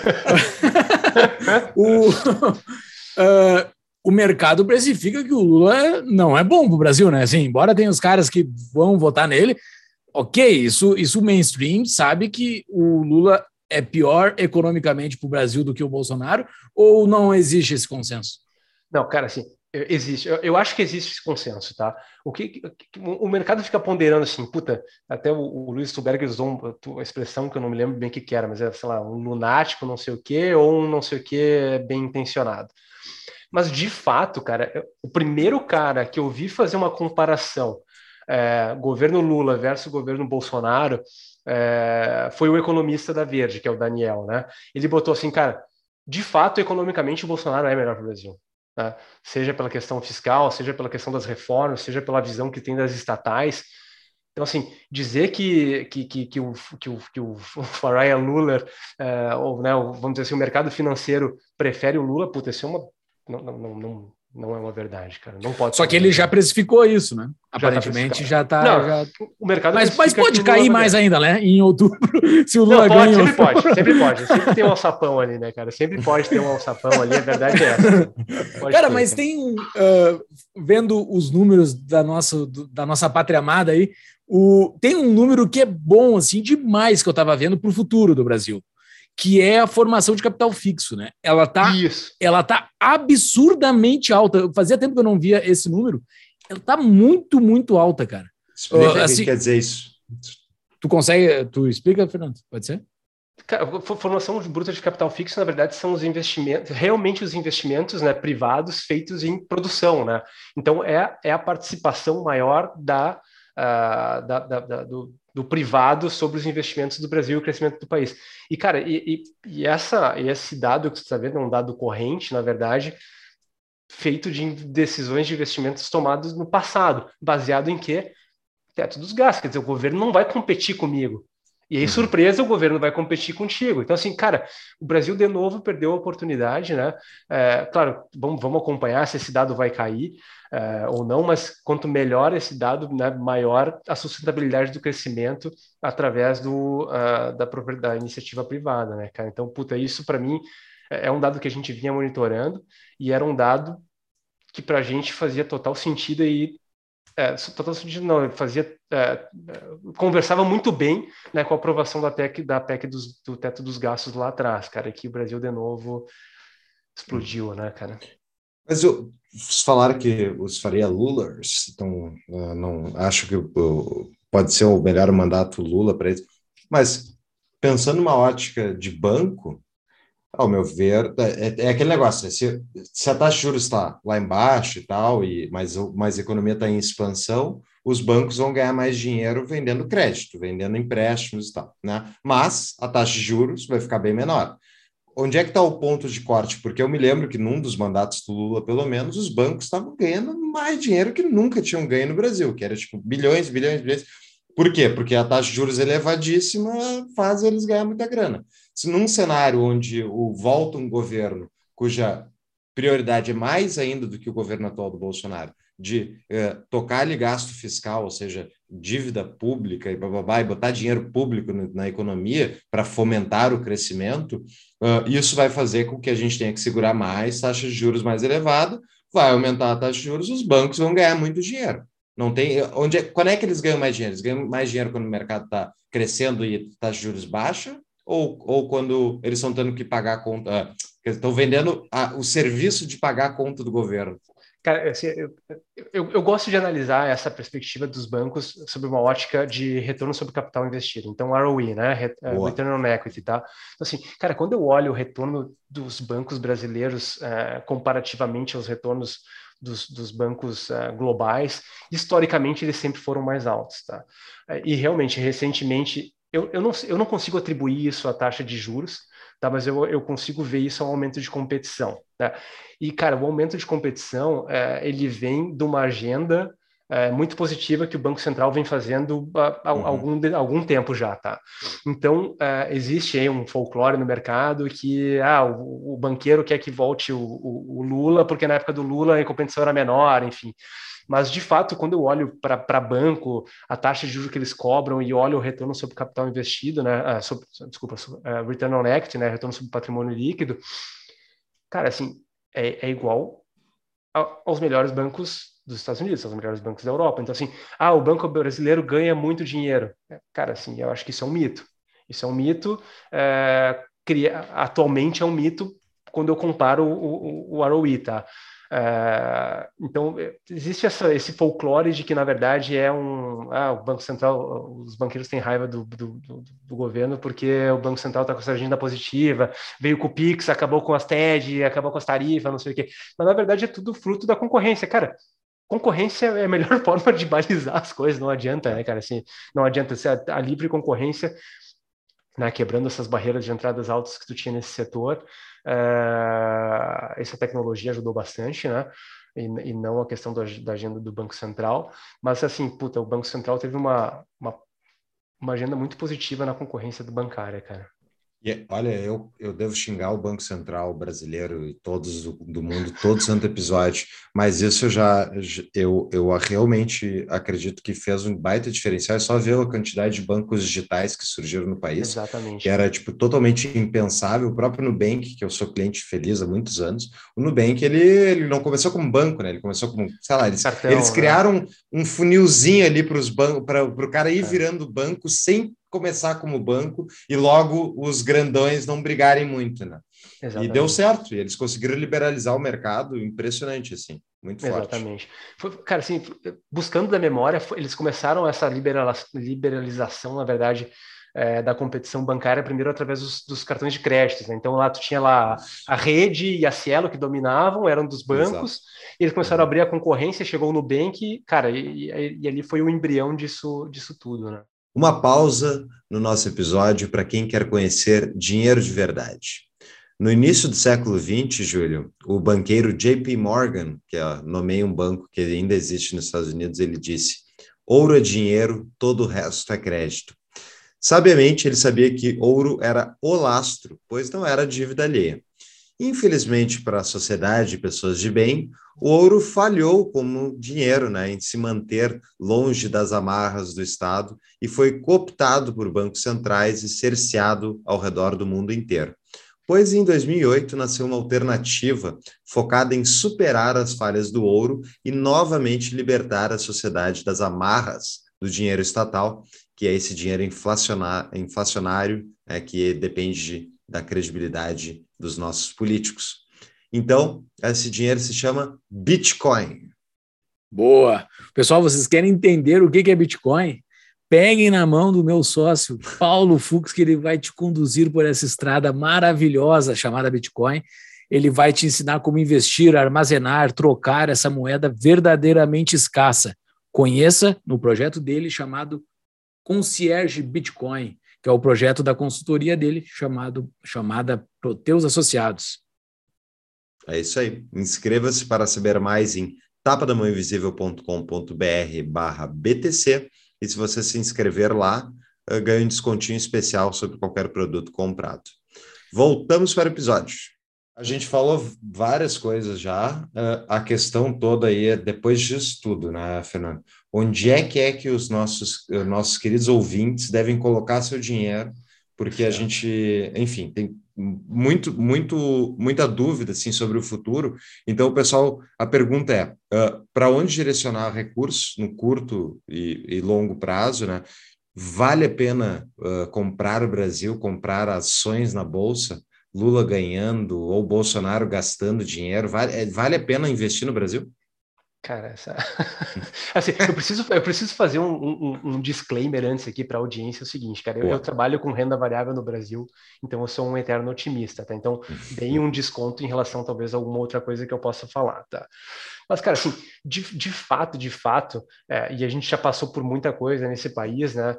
O mercado precifica que o Lula não é bom para o Brasil, né? Assim, embora tenha os caras que vão votar nele, ok, isso o mainstream sabe que o Lula é pior economicamente para o Brasil do que o Bolsonaro, ou não existe esse consenso? Não, cara, assim, existe. Eu acho que existe esse consenso, tá? O mercado fica ponderando assim, até o Luiz Stuberger usou uma expressão que eu não me lembro bem o que era, mas era, sei lá, um lunático não sei o quê, ou um não sei o quê bem intencionado. Mas, de fato, cara, o primeiro cara que eu vi fazer uma comparação governo Lula versus governo Bolsonaro foi o economista da Verde, que é o Daniel, né? Ele botou assim, cara, de fato, economicamente, o Bolsonaro é melhor para o Brasil. Né? Seja pela questão fiscal, seja pela questão das reformas, seja pela visão que tem das estatais. Então, assim, dizer que o Faria Luller, ou, né, vamos dizer assim, o mercado financeiro prefere o Lula, isso é uma... Não é uma verdade, cara. Não pode. Só que ele já precificou isso, né? Aparentemente já está. O mercado mas pode cair mais ainda, né? Em outubro, se o Lula ganha. Sempre pode. Sempre tem um alçapão ali, né, cara? Sempre pode ter um alçapão ali, a verdade é essa. Cara, mas tem. Vendo os números da nossa pátria amada aí, tem um número que é bom, assim, demais que eu estava vendo para o futuro do Brasil, que é a formação de capital fixo, né? Ela tá absurdamente alta. Fazia tempo que eu não via esse número ela tá muito, muito alta, cara. Explica o que quer dizer isso. Tu explica, Fernando? Pode ser? Formação bruta de capital fixo, na verdade, são os investimentos, realmente os investimentos, né, privados feitos em produção, né? Então, é a participação maior do privado sobre os investimentos do Brasil e o crescimento do país. E, cara, esse dado que você está vendo é um dado corrente, na verdade, feito de decisões de investimentos tomadas no passado, baseado em quê? Teto dos gastos. Quer dizer, o governo não vai competir comigo. E aí, surpresa, o governo vai competir contigo. Então, assim, cara, o Brasil de novo perdeu a oportunidade, né? Claro, vamos acompanhar se esse dado vai cair ou não, mas quanto melhor esse dado, né, maior a sustentabilidade do crescimento através da iniciativa privada, né, cara? Então, puta, isso para mim é um dado que a gente vinha monitorando e era um dado que para a gente fazia total sentido e total sentido não, conversava muito bem, né, com a aprovação da PEC do teto dos gastos lá atrás, cara, que o Brasil de novo explodiu, né, cara? Mas falaram que os Faria Lulers, então não acho que pode ser o melhor mandato Lula para eles, mas pensando numa ótica de banco, ao meu ver, é aquele negócio, né? Se a taxa de juros está lá embaixo e tal, mas a economia está em expansão, os bancos vão ganhar mais dinheiro vendendo crédito, vendendo empréstimos e tal, né? Mas a taxa de juros vai ficar bem menor. Onde é que está o ponto de corte? Porque eu me lembro que num dos mandatos do Lula, pelo menos, os bancos estavam ganhando mais dinheiro que nunca tinham ganho no Brasil, que era tipo bilhões. Por quê? Porque a taxa de juros elevadíssima faz eles ganhar muita grana. Se num cenário onde volta um governo cuja prioridade é mais ainda do que o governo atual do Bolsonaro, de tocar-lhe gasto fiscal, ou seja, dívida pública e bababá, e botar dinheiro público na economia para fomentar o crescimento, isso vai fazer com que a gente tenha que segurar mais taxas de juros mais elevadas, vai aumentar a taxa de juros, os bancos vão ganhar muito dinheiro. Não tem, quando é que eles ganham mais dinheiro? Eles ganham mais dinheiro quando o mercado está crescendo e a taxa de juros baixa? Ou quando eles estão tendo que pagar a conta, estão vendendo o serviço de pagar a conta do governo? Cara, assim, eu gosto de analisar essa perspectiva dos bancos sobre uma ótica de retorno sobre capital investido. Então, ROE, né? Return on Equity, tá? Então, assim, cara, quando eu olho o retorno dos bancos brasileiros comparativamente aos retornos dos bancos globais, historicamente eles sempre foram mais altos, tá? E realmente, recentemente, eu não consigo atribuir isso à taxa de juros, tá? Mas eu consigo ver isso a um aumento de competição, né? E, cara, o aumento de competição, ele vem de uma agenda muito positiva que o Banco Central vem fazendo há algum tempo já, tá? Então, existe aí um folclore no mercado que o banqueiro quer que volte o Lula, porque na época do Lula a competição era menor, enfim. Mas, de fato, quando eu olho para banco, a taxa de juros que eles cobram e olho o retorno sobre capital investido, né? Return on Equity, né? Retorno sobre patrimônio líquido, cara, assim, é igual aos melhores bancos dos Estados Unidos, aos melhores bancos da Europa. Então, assim, o banco brasileiro ganha muito dinheiro. Cara, assim, eu acho que isso é um mito. Isso é um mito. Atualmente é um mito quando eu comparo o ROE, tá? Então, existe esse folclore de que, na verdade, o Banco Central, os banqueiros têm raiva do governo porque o Banco Central está com essa agenda positiva, veio com o Pix, acabou com as TED, acabou com as tarifas, não sei o quê. Mas, na verdade, é tudo fruto da concorrência. Cara, concorrência é a melhor forma de balizar as coisas, não adianta, né, cara? Assim, não adianta ser a livre concorrência, né, quebrando essas barreiras de entradas altas que tu tinha nesse setor. Essa tecnologia ajudou bastante, né? E não a questão da agenda do Banco Central. Mas, assim, o Banco Central teve uma agenda muito positiva na concorrência do bancária, cara. Olha, eu devo xingar o Banco Central brasileiro e todos do mundo, todo santo episódio, mas isso eu realmente acredito que fez um baita diferencial. É só ver a quantidade de bancos digitais que surgiram no país, Exatamente, que era tipo totalmente impensável. O próprio Nubank, que eu sou cliente feliz há muitos anos, o Nubank ele não começou como banco, né? Ele começou como, sei lá, eles criaram um funilzinho ali para os bancos, para o cara ir virando banco sem começar como banco e logo os grandões não brigarem muito, né? Exatamente. E deu certo, e eles conseguiram liberalizar o mercado, impressionante, assim, muito forte. Exatamente. Cara, assim, buscando da memória, eles começaram essa liberalização, na verdade, da competição bancária, primeiro através dos cartões de crédito, né? Então lá tu tinha lá a Rede e a Cielo que dominavam, eram dos bancos, e eles começaram a abrir a concorrência, chegou o Nubank, cara, e ali foi o embrião disso tudo, né? Uma pausa no nosso episódio para quem quer conhecer dinheiro de verdade. No início do século XX, Júlio, o banqueiro JP Morgan, que nomeia um banco que ainda existe nos Estados Unidos, ele disse: ouro é dinheiro, todo o resto é crédito. Sabiamente, ele sabia que ouro era o lastro, pois não era dívida alheia. Infelizmente, para a sociedade e pessoas de bem, o ouro falhou como dinheiro, né, em se manter longe das amarras do Estado e foi cooptado por bancos centrais e cerceado ao redor do mundo inteiro. Pois em 2008 nasceu uma alternativa focada em superar as falhas do ouro e novamente libertar a sociedade das amarras do dinheiro estatal, que é esse dinheiro inflacionário, que depende da credibilidade dos nossos políticos. Então, esse dinheiro se chama Bitcoin. Boa! Pessoal, vocês querem entender o que é Bitcoin? Peguem na mão do meu sócio, Paulo Fux, que ele vai te conduzir por essa estrada maravilhosa chamada Bitcoin. Ele vai te ensinar como investir, armazenar, trocar essa moeda verdadeiramente escassa. Conheça no projeto dele chamado Concierge Bitcoin, que é o projeto da consultoria dele chamada Proteus Associados. É isso aí. Inscreva-se para saber mais em tapadamãoinvisível.com.br/BTC. E se você se inscrever lá, ganha um descontinho especial sobre qualquer produto comprado. Voltamos para o episódio. A gente falou várias coisas já. A questão toda aí é depois disso tudo, né, Fernando? Onde é que os nossos queridos ouvintes devem colocar seu dinheiro? Porque a gente, enfim, tem muita dúvida assim, sobre o futuro. Então, pessoal, a pergunta é, para onde direcionar recursos no curto e longo prazo, né? Vale a pena comprar o Brasil, comprar ações na Bolsa, Lula ganhando ou Bolsonaro gastando dinheiro? Vale a pena investir no Brasil? Cara, assim, eu preciso fazer um disclaimer antes aqui para a audiência, é o seguinte, cara, eu trabalho com renda variável no Brasil, então eu sou um eterno otimista, tá? Então, deem um desconto em relação talvez a alguma outra coisa que eu possa falar, tá? Mas, cara, assim, de fato, e a gente já passou por muita coisa nesse país, né?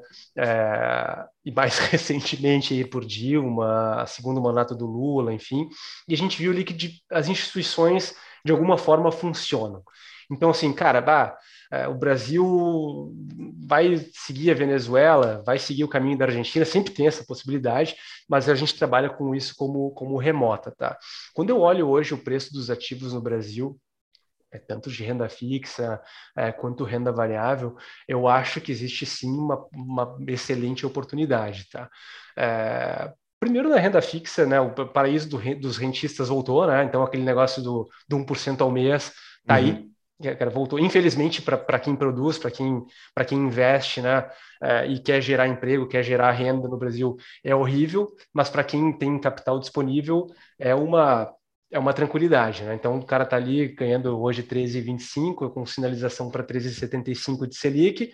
E mais recentemente aí por Dilma, segundo mandato do Lula, enfim, e a gente viu ali que as instituições, de alguma forma, funcionam. Então, assim, cara, o Brasil vai seguir a Venezuela, vai seguir o caminho da Argentina, sempre tem essa possibilidade, mas a gente trabalha com isso como remota, tá? Quando eu olho hoje o preço dos ativos no Brasil, tanto de renda fixa quanto renda variável, eu acho que existe sim uma excelente oportunidade, tá? Primeiro na renda fixa, né, o paraíso dos rentistas voltou, né? Então aquele negócio do 1% ao mês tá aí. Cara, voltou, infelizmente, para quem produz, para quem investe, né, e quer gerar emprego, quer gerar renda no Brasil, é horrível, mas para quem tem capital disponível, é uma tranquilidade, né? Então, o cara está ali ganhando hoje 13,25, com sinalização para 13,75 de Selic,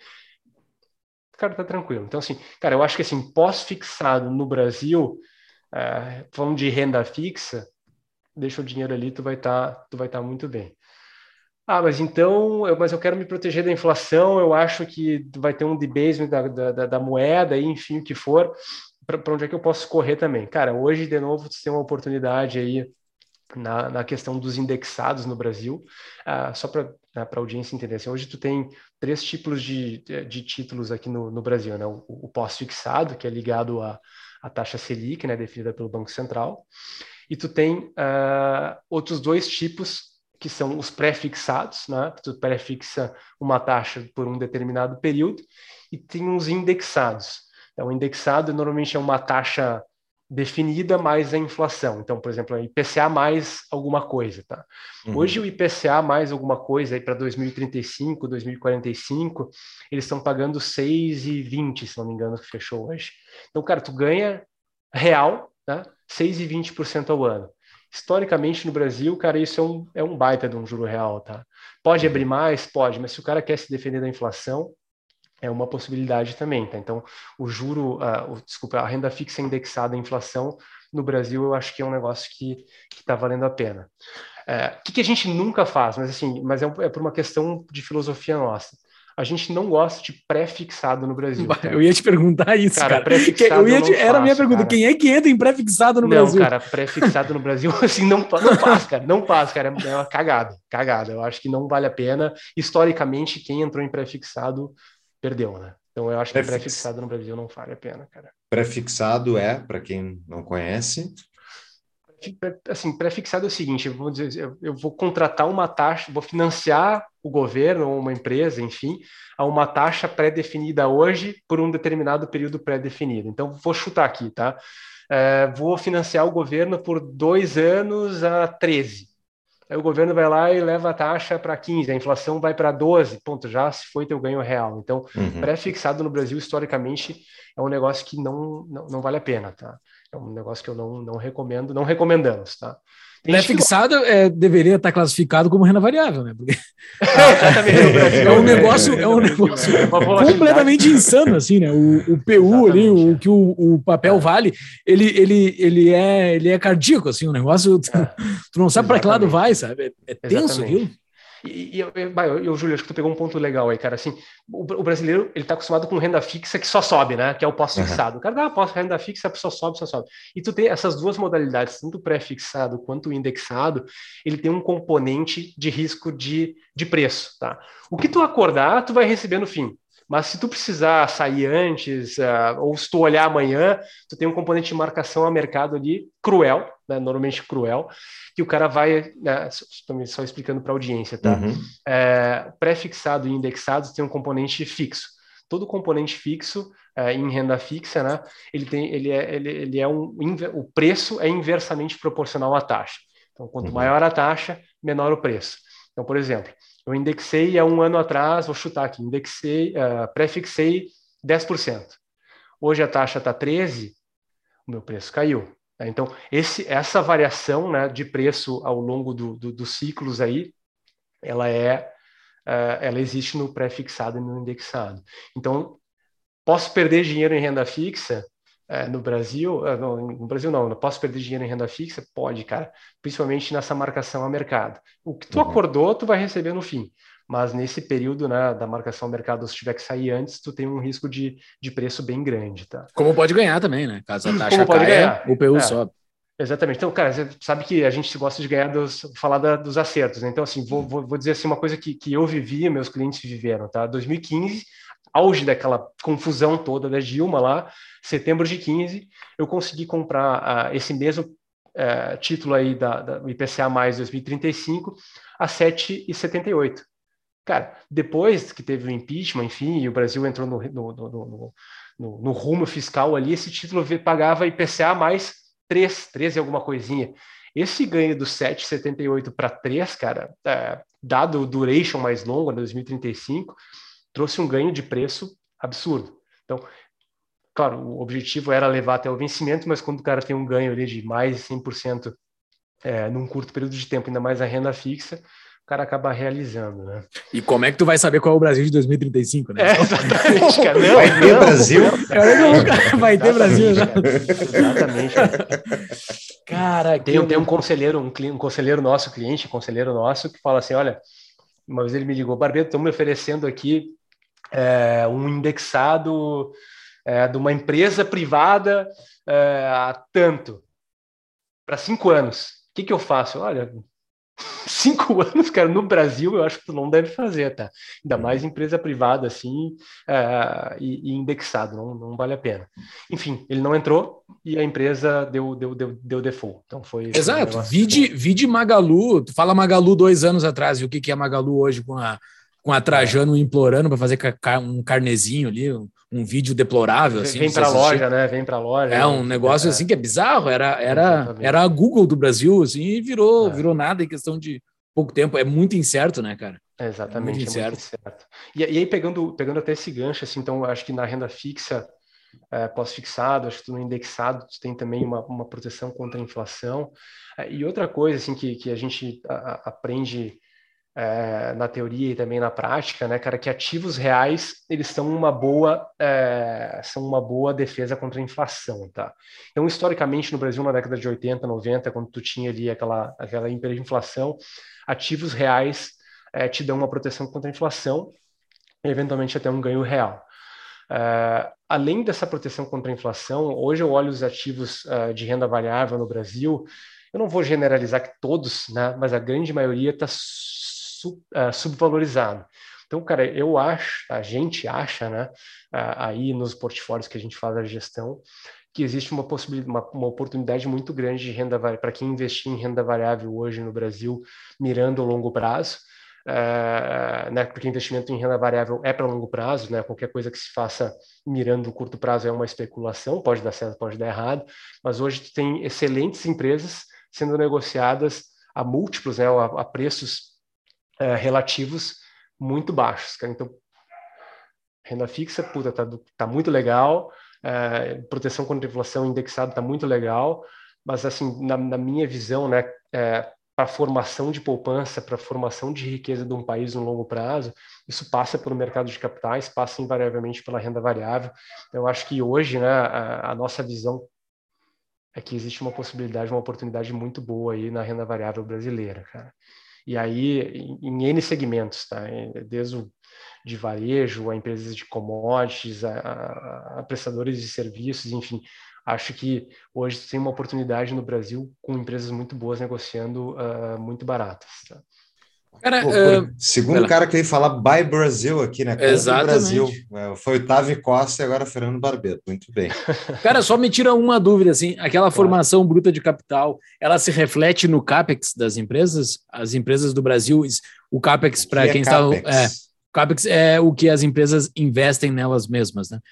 o cara está tranquilo. Então, assim, cara, eu acho que assim, pós-fixado no Brasil, falando de renda fixa, deixa o dinheiro ali, tu vai tá muito bem. Mas então, mas eu quero me proteger da inflação, eu acho que vai ter um debasement da moeda, enfim, o que for, para onde é que eu posso correr também? Cara, hoje, de novo, você tem uma oportunidade aí na questão dos indexados no Brasil, só para a audiência entender, assim, hoje tu tem 3 tipos de títulos aqui no Brasil, né? O pós-fixado, que é ligado à taxa Selic, né, definida pelo Banco Central, e tu tem outros 2 tipos, que são os pré-fixados, né? Tu pré-fixa uma taxa por um determinado período, e tem uns indexados. Então, o indexado normalmente é uma taxa definida mais a inflação. Então, por exemplo, a IPCA mais alguma coisa, tá? Hoje o IPCA mais alguma coisa aí para 2035, 2045, eles estão pagando 6,20, se não me engano, que fechou hoje. Então, cara, tu ganha real, né? 6,20% ao ano. Historicamente no Brasil, cara, isso é um baita de um juro real, tá? Pode abrir mais? Pode, mas se o cara quer se defender da inflação, é uma possibilidade também, tá? Então, a renda fixa indexada à inflação no Brasil, eu acho que é um negócio que está valendo a pena. O que a gente nunca faz, mas é por uma questão de filosofia nossa. A gente não gosta de pré-fixado no Brasil. Tá? Eu ia te perguntar isso, cara. Pré-fixado era a minha pergunta. Quem é que entra em pré-fixado no Brasil? Não, cara, pré-fixado no Brasil, assim, não passa, cara. Não passa, cara. É uma cagada. Eu acho que não vale a pena. Historicamente, quem entrou em pré-fixado perdeu, né? Então, eu acho que pré-fixado no Brasil não vale a pena, cara. Pré-fixado para quem não conhece... Assim, pré-fixado é o seguinte, eu vou contratar uma taxa, vou financiar o governo ou uma empresa, enfim, a uma taxa pré-definida hoje por um determinado período pré-definido. Então, vou chutar aqui, tá? Vou financiar o governo por 2 anos a 13. Aí o governo vai lá e leva a taxa para 15, a inflação vai para 12, ponto, já se foi teu ganho real. Então, pré-fixado no Brasil, historicamente, é um negócio que não vale a pena, tá? É um negócio que eu não recomendo, não recomendamos, tá? Pré-fixado deveria estar classificado como renda variável, né? Porque é um negócio completamente insano, assim, né? O PU ali, o que o papel vale, ele é cardíaco, assim, o negócio, tu não sabe para que lado vai, sabe? É tenso aquilo. Júlio, acho que tu pegou um ponto legal aí, cara. Assim, o brasileiro, ele tá acostumado com renda fixa que só sobe, né? Que é o pós-fixado. O cara dá renda fixa, só sobe. E tu tem essas duas modalidades, tanto o pré-fixado quanto o indexado, ele tem um componente de risco de preço, tá? O que tu acordar, tu vai receber no fim. Mas se tu precisar sair antes, ou se tu olhar amanhã, tu tem um componente de marcação a mercado ali cruel, né, normalmente cruel, que o cara vai, só explicando para a audiência, tá? Pré-fixado e indexado tem um componente fixo. Todo componente fixo em renda fixa, né? O preço é inversamente proporcional à taxa. Então, quanto maior a taxa, menor o preço. Então, por exemplo, eu indexei há 1 ano atrás, vou chutar aqui, pré-fixei 10%. Hoje a taxa está 13%, o meu preço caiu. Então, essa variação, né, de preço ao longo dos ciclos aí, ela existe no pré-fixado e no indexado. Então, posso perder dinheiro em renda fixa no Brasil? No Brasil não posso perder dinheiro em renda fixa? Pode, cara, principalmente nessa marcação a mercado. O que tu acordou, tu vai receber no fim. Mas nesse período, né, da marcação ao mercado, se tiver que sair antes, tu tem um risco de preço bem grande, tá? Como pode ganhar também, né? Caso a taxa caia, o PU sobe. Exatamente. Então, cara, você sabe que a gente gosta de ganhar falar dos acertos, né? Então, assim, vou dizer assim uma coisa que eu vivi, meus clientes viveram, tá? 2015, auge daquela confusão toda da Dilma lá, setembro de 15, eu consegui comprar esse mesmo título aí do IPCA mais 2035 a 7,78. Cara, depois que teve o impeachment, enfim, e o Brasil entrou no rumo fiscal ali, esse título pagava IPCA mais 13 alguma coisinha. Esse ganho do 7,78 para 3, cara, dado o duration mais longo, 2035, trouxe um ganho de preço absurdo. Então, claro, o objetivo era levar até o vencimento, mas quando o cara tem um ganho ali de mais de 100% num curto período de tempo, ainda mais a renda fixa, o cara acaba realizando, né? E como é que tu vai saber qual é o Brasil de 2035, né? Exatamente, cara. Vai ter Brasil? Vai ter Brasil, exatamente. Cara, tem um conselheiro nosso, que fala assim, olha, uma vez ele me ligou, Barbeto, estão me oferecendo aqui um indexado de uma empresa privada a tanto, para 5 anos. O que eu faço? Olha, 5 anos, cara, no Brasil, eu acho que tu não deve fazer, tá? Ainda mais empresa privada, assim, e indexado, não vale a pena. Enfim, ele não entrou e a empresa deu default. Então foi... Exato. Vide Magalu, tu fala Magalu 2 anos atrás, e o que é Magalu hoje com a Trajano implorando para fazer um carnezinho ali, um vídeo deplorável, assim. Vem para loja, né? Vem para loja. É um negócio assim que é bizarro, era a Google do Brasil, assim, e virou nada em questão de pouco tempo. É muito incerto, né, cara? Exatamente, muito incerto. E aí, pegando até esse gancho, assim, então, acho que na renda fixa, pós-fixado, acho que no indexado, tu tem também uma proteção contra a inflação. E outra coisa, assim, que a gente aprende na teoria e também na prática, né, cara, que ativos reais, eles são uma boa defesa contra a inflação, tá? Então, historicamente, no Brasil, na década de 80, 90, quando tu tinha ali aquela hiperinflação, ativos reais te dão uma proteção contra a inflação e, eventualmente, até um ganho real. Além dessa proteção contra a inflação, hoje eu olho os ativos de renda variável no Brasil, eu não vou generalizar que todos, né, mas a grande maioria está subvalorizado. Então, cara, a gente acha, né, aí nos portfólios que a gente faz a gestão, que existe uma possibilidade, uma oportunidade muito grande de renda variável para quem investir em renda variável hoje no Brasil, mirando o longo prazo. Né, porque investimento em renda variável é para longo prazo, né, qualquer coisa que se faça mirando o curto prazo é uma especulação, pode dar certo, pode dar errado, mas hoje tu tem excelentes empresas sendo negociadas a múltiplos, né, a preços relativos muito baixos, cara. Então, renda fixa, puta, tá muito legal, proteção contra a inflação indexada tá muito legal, mas assim, na minha visão, né, para a formação de poupança, para a formação de riqueza de um país no longo prazo, isso passa pelo mercado de capitais, passa invariavelmente pela renda variável. Então, eu acho que hoje, né, a nossa visão é que existe uma possibilidade, uma oportunidade muito boa aí na renda variável brasileira, cara. E aí, em N segmentos, tá? Desde de varejo, a empresas de commodities, a prestadores de serviços, enfim. Acho que hoje tem uma oportunidade no Brasil com empresas muito boas negociando muito baratas. Tá? Cara, segundo cara que veio falar Buy Brasil aqui, né? Compre Brasil. Foi Otávio Costa e agora Fernando Barbeto. Muito bem. Cara, só me tira uma dúvida, assim, aquela formação bruta de capital, ela se reflete no CAPEX das empresas? As empresas do Brasil, o CAPEX, para quem está... CAPEX é o que as empresas investem nelas mesmas, né?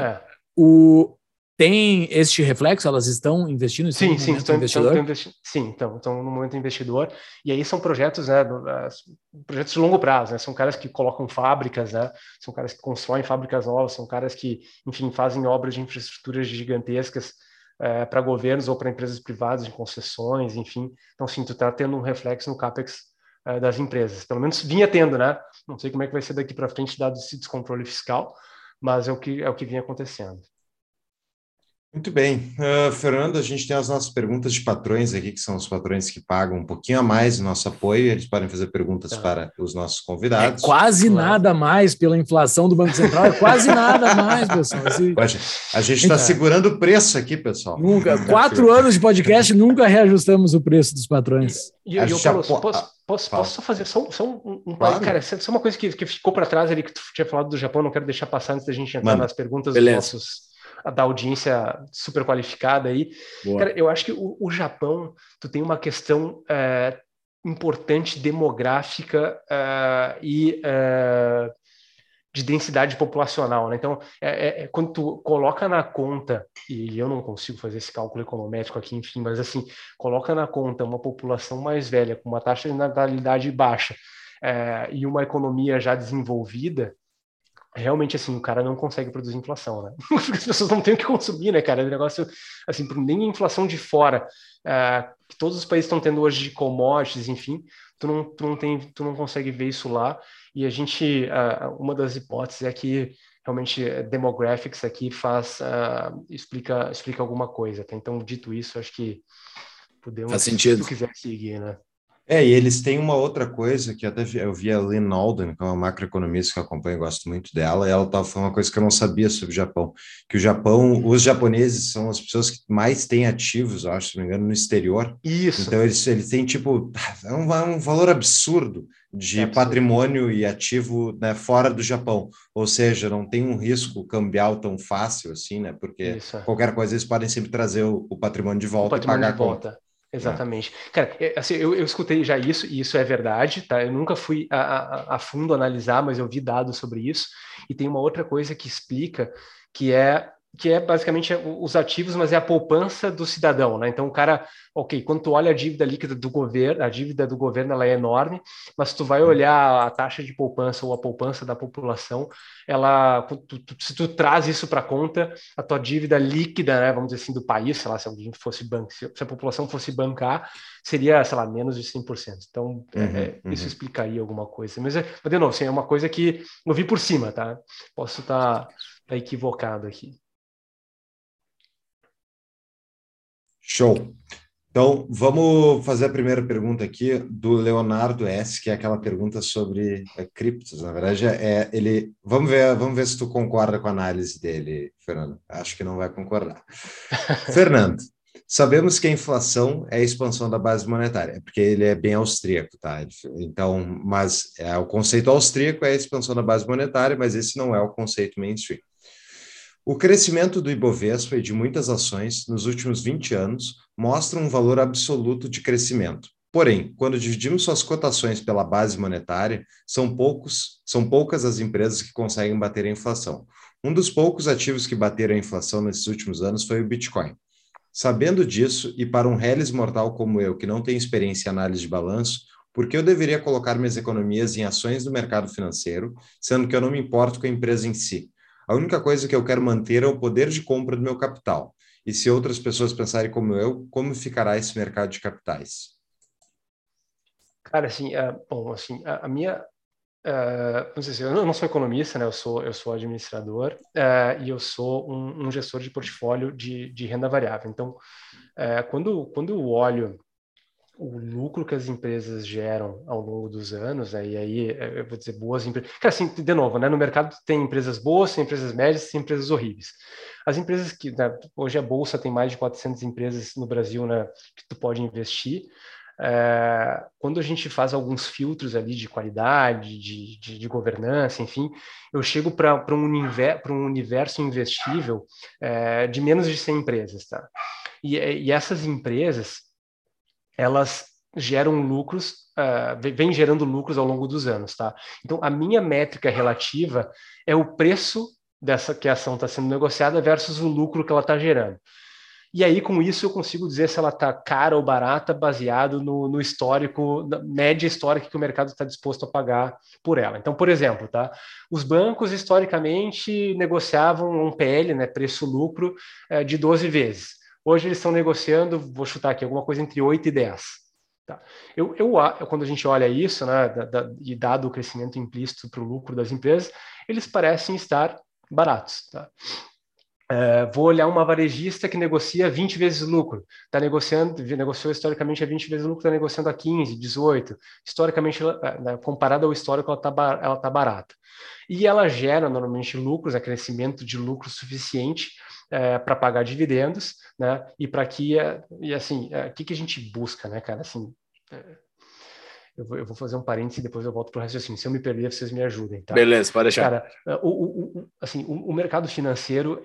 Tem este reflexo? Elas estão investindo? Sim, estão no momento investidor. E aí são projetos, né, projetos de longo prazo, né? São caras que colocam fábricas, né? São caras que constroem fábricas novas, são caras que, enfim, fazem obras de infraestruturas gigantescas para governos ou para empresas privadas de concessões, enfim. Então, sim, tu está tendo um reflexo no CAPEX das empresas. Pelo menos vinha tendo, né? Não sei como é que vai ser daqui para frente, dado esse descontrole fiscal, mas é o que vinha acontecendo. Muito bem. Fernando, a gente tem as nossas perguntas de patrões aqui, que são os patrões que pagam um pouquinho a mais do nosso apoio. Eles podem fazer perguntas para os nossos convidados. Quase nada mais pela inflação do Banco Central. É quase nada mais, pessoal. A gente está segurando o preço aqui, pessoal. Nunca. 4 anos de podcast, nunca reajustamos o preço dos patrões. Posso só fazer só um claro. Cara, só uma coisa que ficou para trás ali, que tu tinha falado do Japão, não quero deixar passar antes da gente entrar nas perguntas dos nossos... da audiência super qualificada aí. Cara, eu acho que o Japão, tu tem uma questão importante demográfica e de densidade populacional, né? Então, quando tu coloca na conta, e eu não consigo fazer esse cálculo econométrico aqui, enfim, mas assim, coloca na conta uma população mais velha, com uma taxa de natalidade baixa e uma economia já desenvolvida, realmente, assim, o cara não consegue produzir inflação, né? Porque as pessoas não têm o que consumir, né, cara? É um negócio, assim, nem a inflação de fora, que todos os países estão tendo hoje de commodities, enfim, tu não consegue ver isso lá. E a gente, uma das hipóteses é que realmente demographics aqui explica alguma coisa, tá? Então, dito isso, acho que podemos, faz sentido. Se tu quiser seguir, né? E eles têm uma outra coisa que até eu vi a Lynn Alden, que é uma macroeconomista que eu acompanho e gosto muito dela, e ela estava falando uma coisa que eu não sabia sobre o Japão, que os japoneses são as pessoas que mais têm ativos, eu acho, se não me engano, no exterior. Isso. Então eles têm, tipo, um valor absurdo de patrimônio e ativo, né, fora do Japão, ou seja, não tem um risco cambial tão fácil assim, né, porque qualquer coisa eles podem sempre trazer o patrimônio de volta e pagar a conta. Exatamente. Cara, assim, eu escutei já isso, e isso é verdade, tá? Eu nunca fui a fundo analisar, mas eu vi dados sobre isso. E tem uma outra coisa que explica, que que é basicamente os ativos, mas é a poupança do cidadão, né? Então o cara, ok, quando tu olha a dívida líquida do governo, a dívida do governo ela é enorme, mas tu vai olhar a taxa de poupança ou a poupança da população, ela, se tu traz isso para conta, a tua dívida líquida, né, vamos dizer assim, do país, sei lá, se alguém fosse se a população fosse bancar, seria, sei lá, menos de 100%. Então, isso explicaria alguma coisa. Mas de novo, assim, é uma coisa que eu vi por cima, tá? Posso estar equivocado aqui. Show. Então, vamos fazer a primeira pergunta aqui do Leonardo S., que é aquela pergunta sobre criptos. Na verdade, vamos ver se tu concorda com a análise dele, Fernando. Acho que não vai concordar. Fernando, sabemos que a inflação é a expansão da base monetária, porque ele é bem austríaco, tá? Então, mas o conceito austríaco é a expansão da base monetária, mas esse não é o conceito mainstream. O crescimento do Ibovespa e de muitas ações nos últimos 20 anos mostra um valor absoluto de crescimento. Porém, quando dividimos suas cotações pela base monetária, são poucas as empresas que conseguem bater a inflação. Um dos poucos ativos que bateram a inflação nesses últimos anos foi o Bitcoin. Sabendo disso, e para um reles mortal como eu, que não tem experiência em análise de balanço, por que eu deveria colocar minhas economias em ações do mercado financeiro, sendo que eu não me importo com a empresa em si? A única coisa que eu quero manter é o poder de compra do meu capital. E se outras pessoas pensarem como eu, como ficará esse mercado de capitais? Cara, assim, bom, assim, a minha... não sei se eu não sou economista, né? Eu sou administrador e eu sou um gestor de portfólio de renda variável. Então, quando eu olho o lucro que as empresas geram ao longo dos anos, né, e aí eu vou dizer boas empresas. Cara, assim, de novo, né, no mercado tem empresas boas, tem empresas médias, tem empresas horríveis. As empresas que, né, hoje a Bolsa tem mais de 400 empresas no Brasil, né, que tu pode investir. Quando a gente faz alguns filtros ali de qualidade, de governança, enfim, eu chego para um universo investível de menos de 100 empresas, tá? E essas empresas, elas geram lucros, vem gerando lucros ao longo dos anos, tá? Então, a minha métrica relativa é o preço dessa que a ação está sendo negociada versus o lucro que ela está gerando. E aí, com isso, eu consigo dizer se ela está cara ou barata, baseado no histórico, na média histórica que o mercado está disposto a pagar por ela. Então, por exemplo, tá? Os bancos, historicamente, negociavam um PL, né, preço-lucro, de 12 vezes. Hoje eles estão negociando, vou chutar aqui, alguma coisa entre 8 e 10. Tá? Quando a gente olha isso, né, e dado o crescimento implícito para o lucro das empresas, eles parecem estar baratos. Tá? Vou olhar uma varejista que negocia 20 vezes o lucro. Negociou historicamente a 20 vezes o lucro, está negociando a 15, 18. Historicamente, comparado ao histórico, ela tá barata. E ela gera, normalmente, lucros, crescimento de lucro suficiente para pagar dividendos, né? E para que, assim, o que a gente busca, né, cara? Assim, eu vou fazer um parênteses e depois eu volto para o raciocínio. Se eu me perder, vocês me ajudem, tá? Beleza, pode deixar. Cara, assim, o mercado financeiro,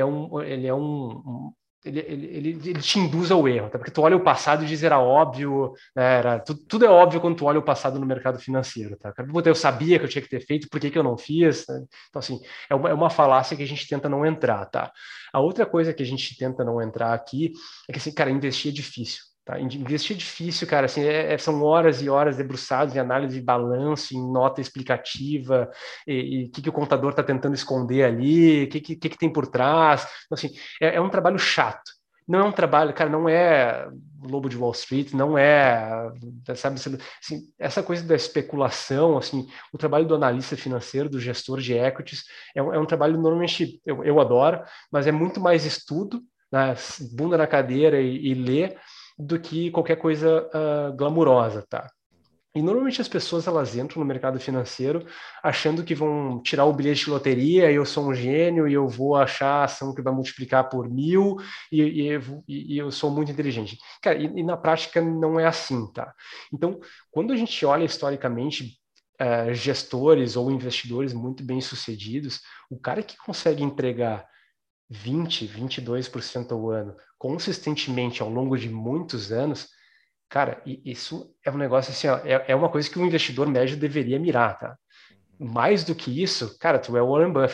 ele te induz ao erro, tá? Porque tu olha o passado e diz era óbvio, né? Tudo é óbvio quando tu olha o passado no mercado financeiro, tá? Eu sabia que eu tinha que ter feito, por que eu não fiz? Né? Então, assim, é uma falácia que a gente tenta não entrar, tá? A outra coisa que a gente tenta não entrar aqui é que, assim, cara, investir é difícil. Tá? Investir é difícil, cara. Assim, são horas e horas debruçados em análise de balanço, em nota explicativa, e o que o contador está tentando esconder ali, o que tem por trás. Então, assim, é um trabalho chato. Não é um trabalho, cara, não é Lobo de Wall Street, não é, sabe, assim, essa coisa da especulação, assim, o trabalho do analista financeiro, do gestor de equities, é um trabalho normalmente, eu adoro, mas é muito mais estudo, né, bunda na cadeira e ler, do que qualquer coisa glamurosa, tá? E normalmente as pessoas elas entram no mercado financeiro achando que vão tirar o bilhete de loteria e eu sou um gênio e eu vou achar a ação que vai multiplicar por 1000 e eu sou muito inteligente. Cara, e na prática não é assim, tá? Então, quando a gente olha historicamente gestores ou investidores muito bem sucedidos, o cara que consegue entregar 20, 22% ao ano, consistentemente ao longo de muitos anos, cara, isso é um negócio assim, ó, é uma coisa que o investidor médio deveria mirar, tá? Mais do que isso, cara, tu é o Warren Buffett,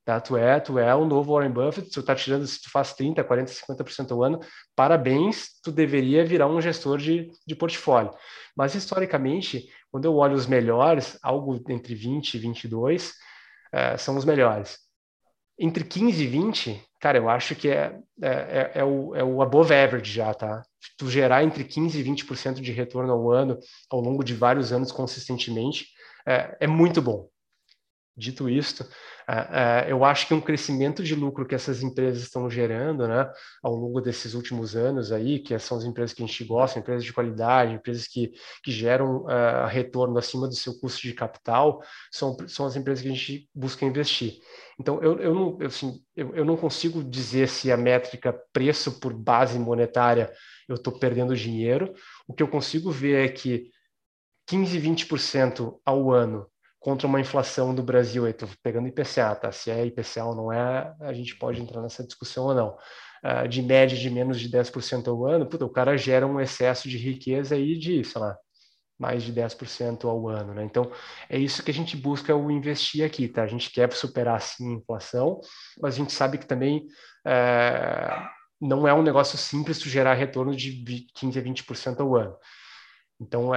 tá? Tu é o novo Warren Buffett, tu tá tirando, se tu faz 30, 40, 50% ao ano, parabéns, tu deveria virar um gestor de portfólio. Mas, historicamente, quando eu olho os melhores, algo entre 20 e 22, são os melhores. Entre 15 e 20, cara, eu acho que é o above average já, tá? Tu gerar entre 15 e 20% de retorno ao ano, ao longo de vários anos consistentemente, é muito bom. Dito isto, eu acho que um crescimento de lucro que essas empresas estão gerando, né, ao longo desses últimos anos aí, que são as empresas que a gente gosta, empresas de qualidade, empresas que geram retorno acima do seu custo de capital, são as empresas que a gente busca investir. Então, eu não consigo dizer se a métrica preço por base monetária eu estou perdendo dinheiro. O que eu consigo ver é que 15, 20% ao ano contra uma inflação do Brasil, estou pegando IPCA, tá? Se é IPCA ou não é, a gente pode entrar nessa discussão ou não. De média de menos de 10% ao ano, puta, o cara gera um excesso de riqueza aí de, sei lá, mais de 10% ao ano, né? Então, é isso que a gente busca o investir aqui, tá? A gente quer superar, sim, a inflação, mas a gente sabe que também não é um negócio simples tu gerar retorno de 15% a 20% ao ano. Então,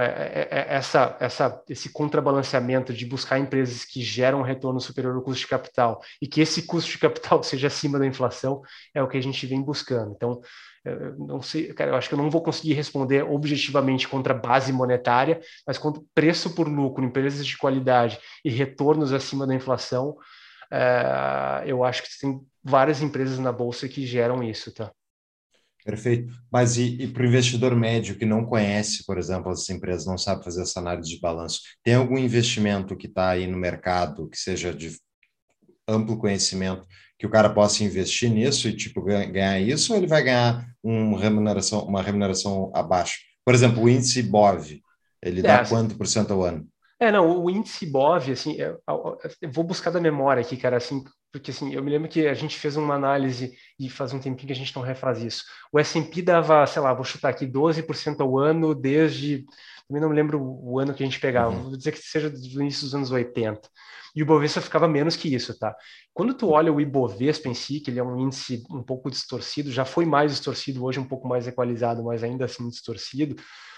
esse contrabalanceamento de buscar empresas que geram um retorno superior ao custo de capital e que esse custo de capital seja acima da inflação é o que a gente vem buscando. Então, não sei, cara, eu acho que eu não vou conseguir responder objetivamente contra a base monetária, mas contra preço por lucro, empresas de qualidade e retornos acima da inflação, eu acho que tem várias empresas na bolsa que geram isso, tá? Perfeito. Mas e para o investidor médio que não conhece, por exemplo, as empresas, não sabe fazer essa análise de balanço, tem algum investimento que está aí no mercado que seja de amplo conhecimento que o cara possa investir nisso e tipo ganhar isso, ou ele vai ganhar uma remuneração abaixo? Por exemplo, o índice BOV, ele dá quanto por cento ao ano? Não, o índice BOV, assim, eu vou buscar da memória aqui, cara, assim, porque assim, eu me lembro que a gente fez uma análise e faz um tempinho que a gente não refaz isso. O S&P dava, sei lá, vou chutar aqui 12% ao ano desde, também não me lembro o ano que a gente pegava, vou dizer que seja do início dos anos 80. E o Ibovespa ficava menos que isso, tá? Quando tu olha o Ibovespa em si, que ele é um índice um pouco distorcido, já foi mais distorcido, hoje um pouco mais equalizado, mas ainda assim distorcido,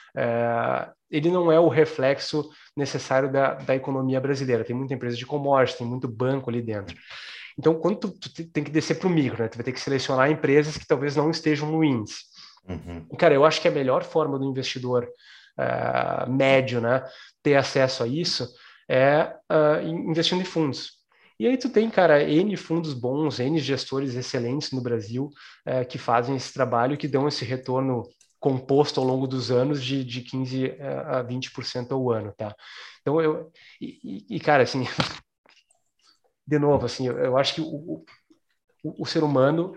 ele não é o reflexo necessário da economia brasileira. Tem muita empresa de commodities, tem muito banco ali dentro. Então, quando tu tem que descer para o micro, né? Tu vai ter que selecionar empresas que talvez não estejam no índice. E, cara, eu acho que a melhor forma do investidor médio, né, ter acesso a isso é investindo em fundos. E aí tu tem, cara, N fundos bons, N gestores excelentes no Brasil que fazem esse trabalho e que dão esse retorno composto ao longo dos anos de 15 a 20% ao ano, tá? Então, cara, assim, de novo, assim, eu acho que o ser humano,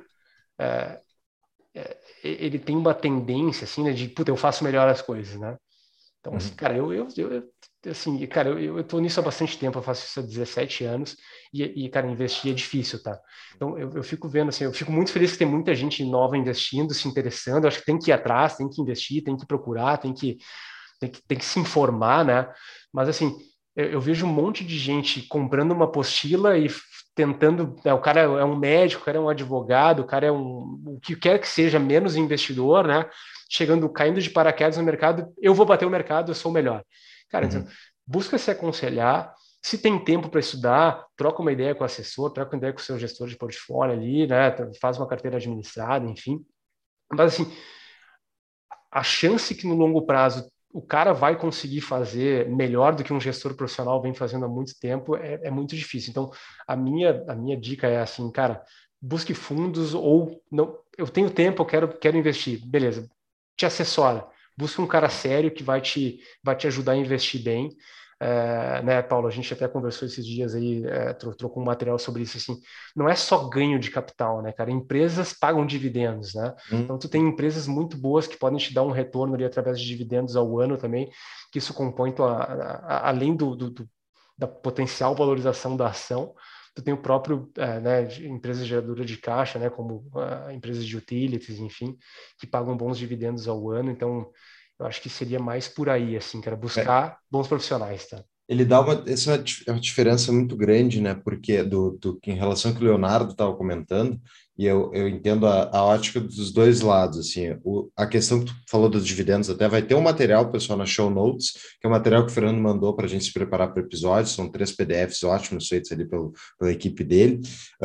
ele tem uma tendência, assim, né, de, puta, eu faço melhor as coisas, né? Então, assim, cara, assim, cara, eu tô nisso há bastante tempo, eu faço isso há 17 anos cara, investir é difícil, tá? Então, eu fico vendo, assim, eu fico muito feliz que tem muita gente nova investindo, se interessando, eu acho que tem que ir atrás, tem que investir, tem que procurar, tem que se informar, né? Mas, assim, eu vejo um monte de gente comprando uma apostila e tentando, o cara é um médico, o cara é um advogado, o cara é o que quer que seja menos investidor, né? Caindo de paraquedas no mercado, eu vou bater o mercado, eu sou o melhor. Cara, então, busca se aconselhar, se tem tempo para estudar, troca uma ideia com o assessor, troca uma ideia com o seu gestor de portfólio ali, né? Faz uma carteira administrada, enfim. Mas, assim, a chance que no longo prazo o cara vai conseguir fazer melhor do que um gestor profissional vem fazendo há muito tempo é muito difícil. Então, a minha dica é assim, cara, busque fundos ou não. Eu tenho tempo, eu quero investir, beleza? Te assessora, busca um cara sério que vai te ajudar a investir bem. Né, Paulo, a gente até conversou esses dias aí, trocou um material sobre isso, assim, não é só ganho de capital, né, cara, empresas pagam dividendos, né, então tu tem empresas muito boas que podem te dar um retorno ali através de dividendos ao ano também, que isso compõe além da potencial valorização da ação, tu tem o próprio, né, empresas geradoras de caixa, né, como empresas de utilities, enfim, que pagam bons dividendos ao ano, então eu acho que seria mais por aí, assim, cara, buscar bons profissionais, tá? Ele dá essa é uma diferença muito grande, né? Porque em relação ao que o Leonardo estava comentando, e eu entendo a ótica dos dois lados, assim, a questão que tu falou dos dividendos, até vai ter um material, pessoal, na show notes, que é um material que o Fernando mandou para a gente se preparar para o episódio, são 3 PDFs ótimos feitos ali pela equipe dele,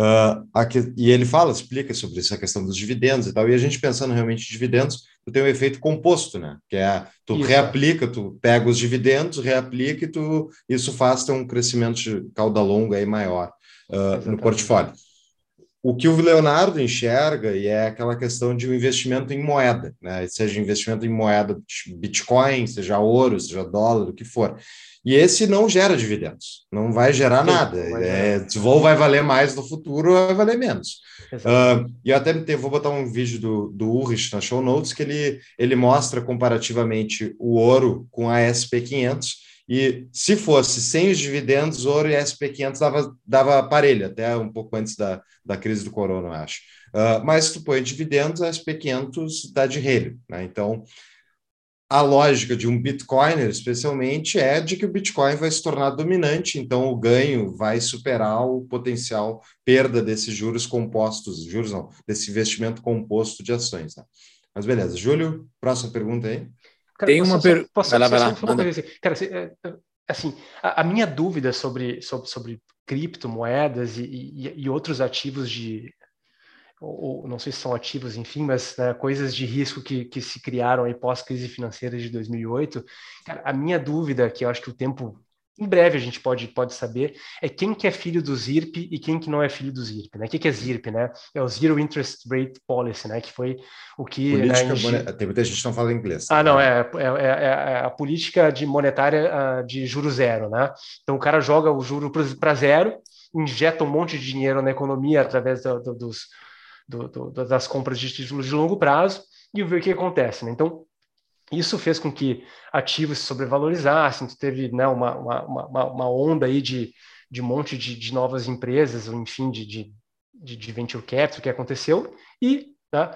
e ele explica sobre essa questão dos dividendos e tal, e a gente pensando realmente em dividendos, tu tem um efeito composto, né? Que é tu Isso, reaplica, tu pega os dividendos, reaplica e isso faz ter um crescimento de cauda longa aí maior no exatamente. portfólio. O que o Leonardo enxerga e é aquela questão de um investimento em moeda, né? Seja investimento em moeda Bitcoin, seja ouro, seja dólar, o que for. E esse não gera dividendos, não vai gerar Sim, nada. não vai gerar. Se o voo vai valer mais no futuro, vai valer menos. Exatamente. E eu até vou botar um vídeo do Ulrich na show notes que ele mostra comparativamente o ouro com a SP500 e se fosse sem os dividendos, ouro e SP500 dava parelho, até um pouco antes da crise do corona, eu acho. Mas se tu põe dividendos, a SP500 dá de relho, né? Então, a lógica de um Bitcoiner, especialmente, é de que o Bitcoin vai se tornar dominante, então o ganho vai superar o potencial perda desses juros compostos, juros não, desse investimento composto de ações, né? Mas beleza. Júlio, próxima pergunta aí. Cara, Tem uma pergunta. Vai lá, vai só lá, uma manda. coisa assim. Cara, assim, a minha dúvida sobre criptomoedas e outros ativos ou não sei se são ativos, enfim, mas né, coisas de risco que se criaram aí pós-crise financeira de 2008, cara, a minha dúvida, que eu acho que o tempo, em breve a gente pode saber, é quem que é filho do ZIRP e quem que não é filho do ZIRP, né? O que é ZIRP, né? É o Zero Interest Rate Policy, né? Que foi o que, né, Política monetária. Tem muita gente que não fala inglês, tá? ah, não, Vai lá. é a política de monetária de juro zero, né? Então o cara joga o juro para zero, injeta um monte de dinheiro na economia através das compras de títulos de longo prazo e vê o que acontece, né? Então isso fez com que ativos se sobrevalorizassem, teve né, uma onda aí de um monte de novas empresas, ou enfim, de venture capital que aconteceu, e né,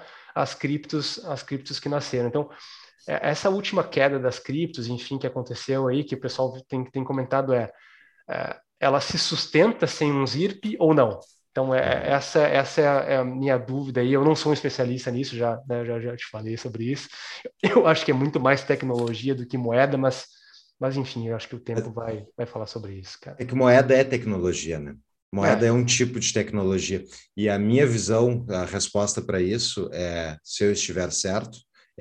as criptos que nasceram. Então, essa última queda das criptos, enfim, que aconteceu aí, que o pessoal tem comentado ela se sustenta sem um ZIRP ou não? Então, essa é a minha dúvida aí. Eu não sou um especialista nisso, né, já te falei sobre isso. Eu acho que é muito mais tecnologia do que moeda, mas enfim, eu acho que o tempo vai falar sobre isso, cara. É que moeda é tecnologia, né? Moeda é É, um tipo de tecnologia. E a minha visão, a resposta para isso é, se eu estiver certo,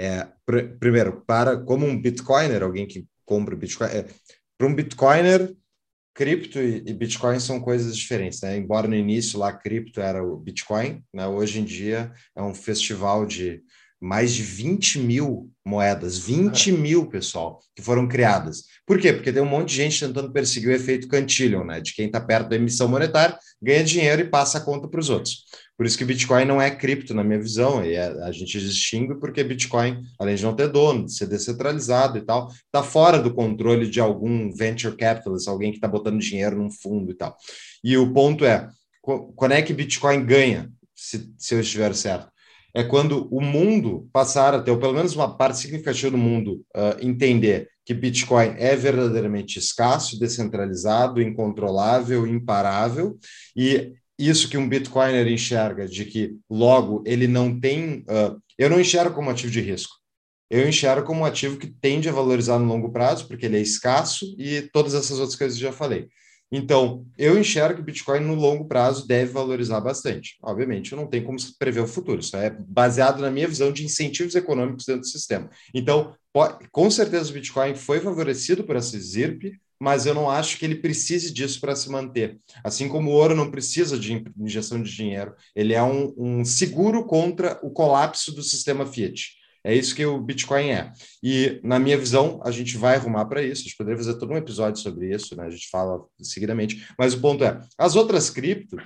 primeiro, como um Bitcoiner, alguém que compra Bitcoin, para um Bitcoiner, cripto e Bitcoin são coisas diferentes, né? Embora no início lá cripto era o Bitcoin, né? Hoje em dia é um festival de mais de 20 mil moedas, 20 mil, pessoal, que foram criadas. Por quê? Porque tem um monte de gente tentando perseguir o efeito Cantillon, né? De quem está perto da emissão monetária, ganha dinheiro e passa a conta para os outros. Por isso que Bitcoin não é cripto, na minha visão, e a gente distingue porque Bitcoin, além de não ter dono, de ser descentralizado e tal, está fora do controle de algum venture capitalist, alguém que está botando dinheiro num fundo e tal. E o ponto é, quando é que Bitcoin ganha, se eu estiver certo? É quando o mundo passar a ter, ou pelo menos uma parte significativa do mundo, entender que Bitcoin é verdadeiramente escasso, descentralizado, incontrolável, imparável, e isso que um Bitcoiner enxerga de que logo ele não tem. Eu não enxergo como ativo de risco. Eu enxergo como um ativo que tende a valorizar no longo prazo, porque ele é escasso e todas essas outras coisas que eu já falei. Então, eu enxergo que o Bitcoin no longo prazo deve valorizar bastante. Obviamente, eu não tenho como prever o futuro, isso é baseado na minha visão de incentivos econômicos dentro do sistema. Então, com certeza o Bitcoin foi favorecido por essa ZIRP, mas eu não acho que ele precise disso para se manter. Assim como o ouro não precisa de injeção de dinheiro, ele é um seguro contra o colapso do sistema fiat. É isso que o Bitcoin é. E, na minha visão, a gente vai arrumar para isso. A gente poderia fazer todo um episódio sobre isso, né? A gente fala seguidamente. Mas o ponto é, as outras cripto,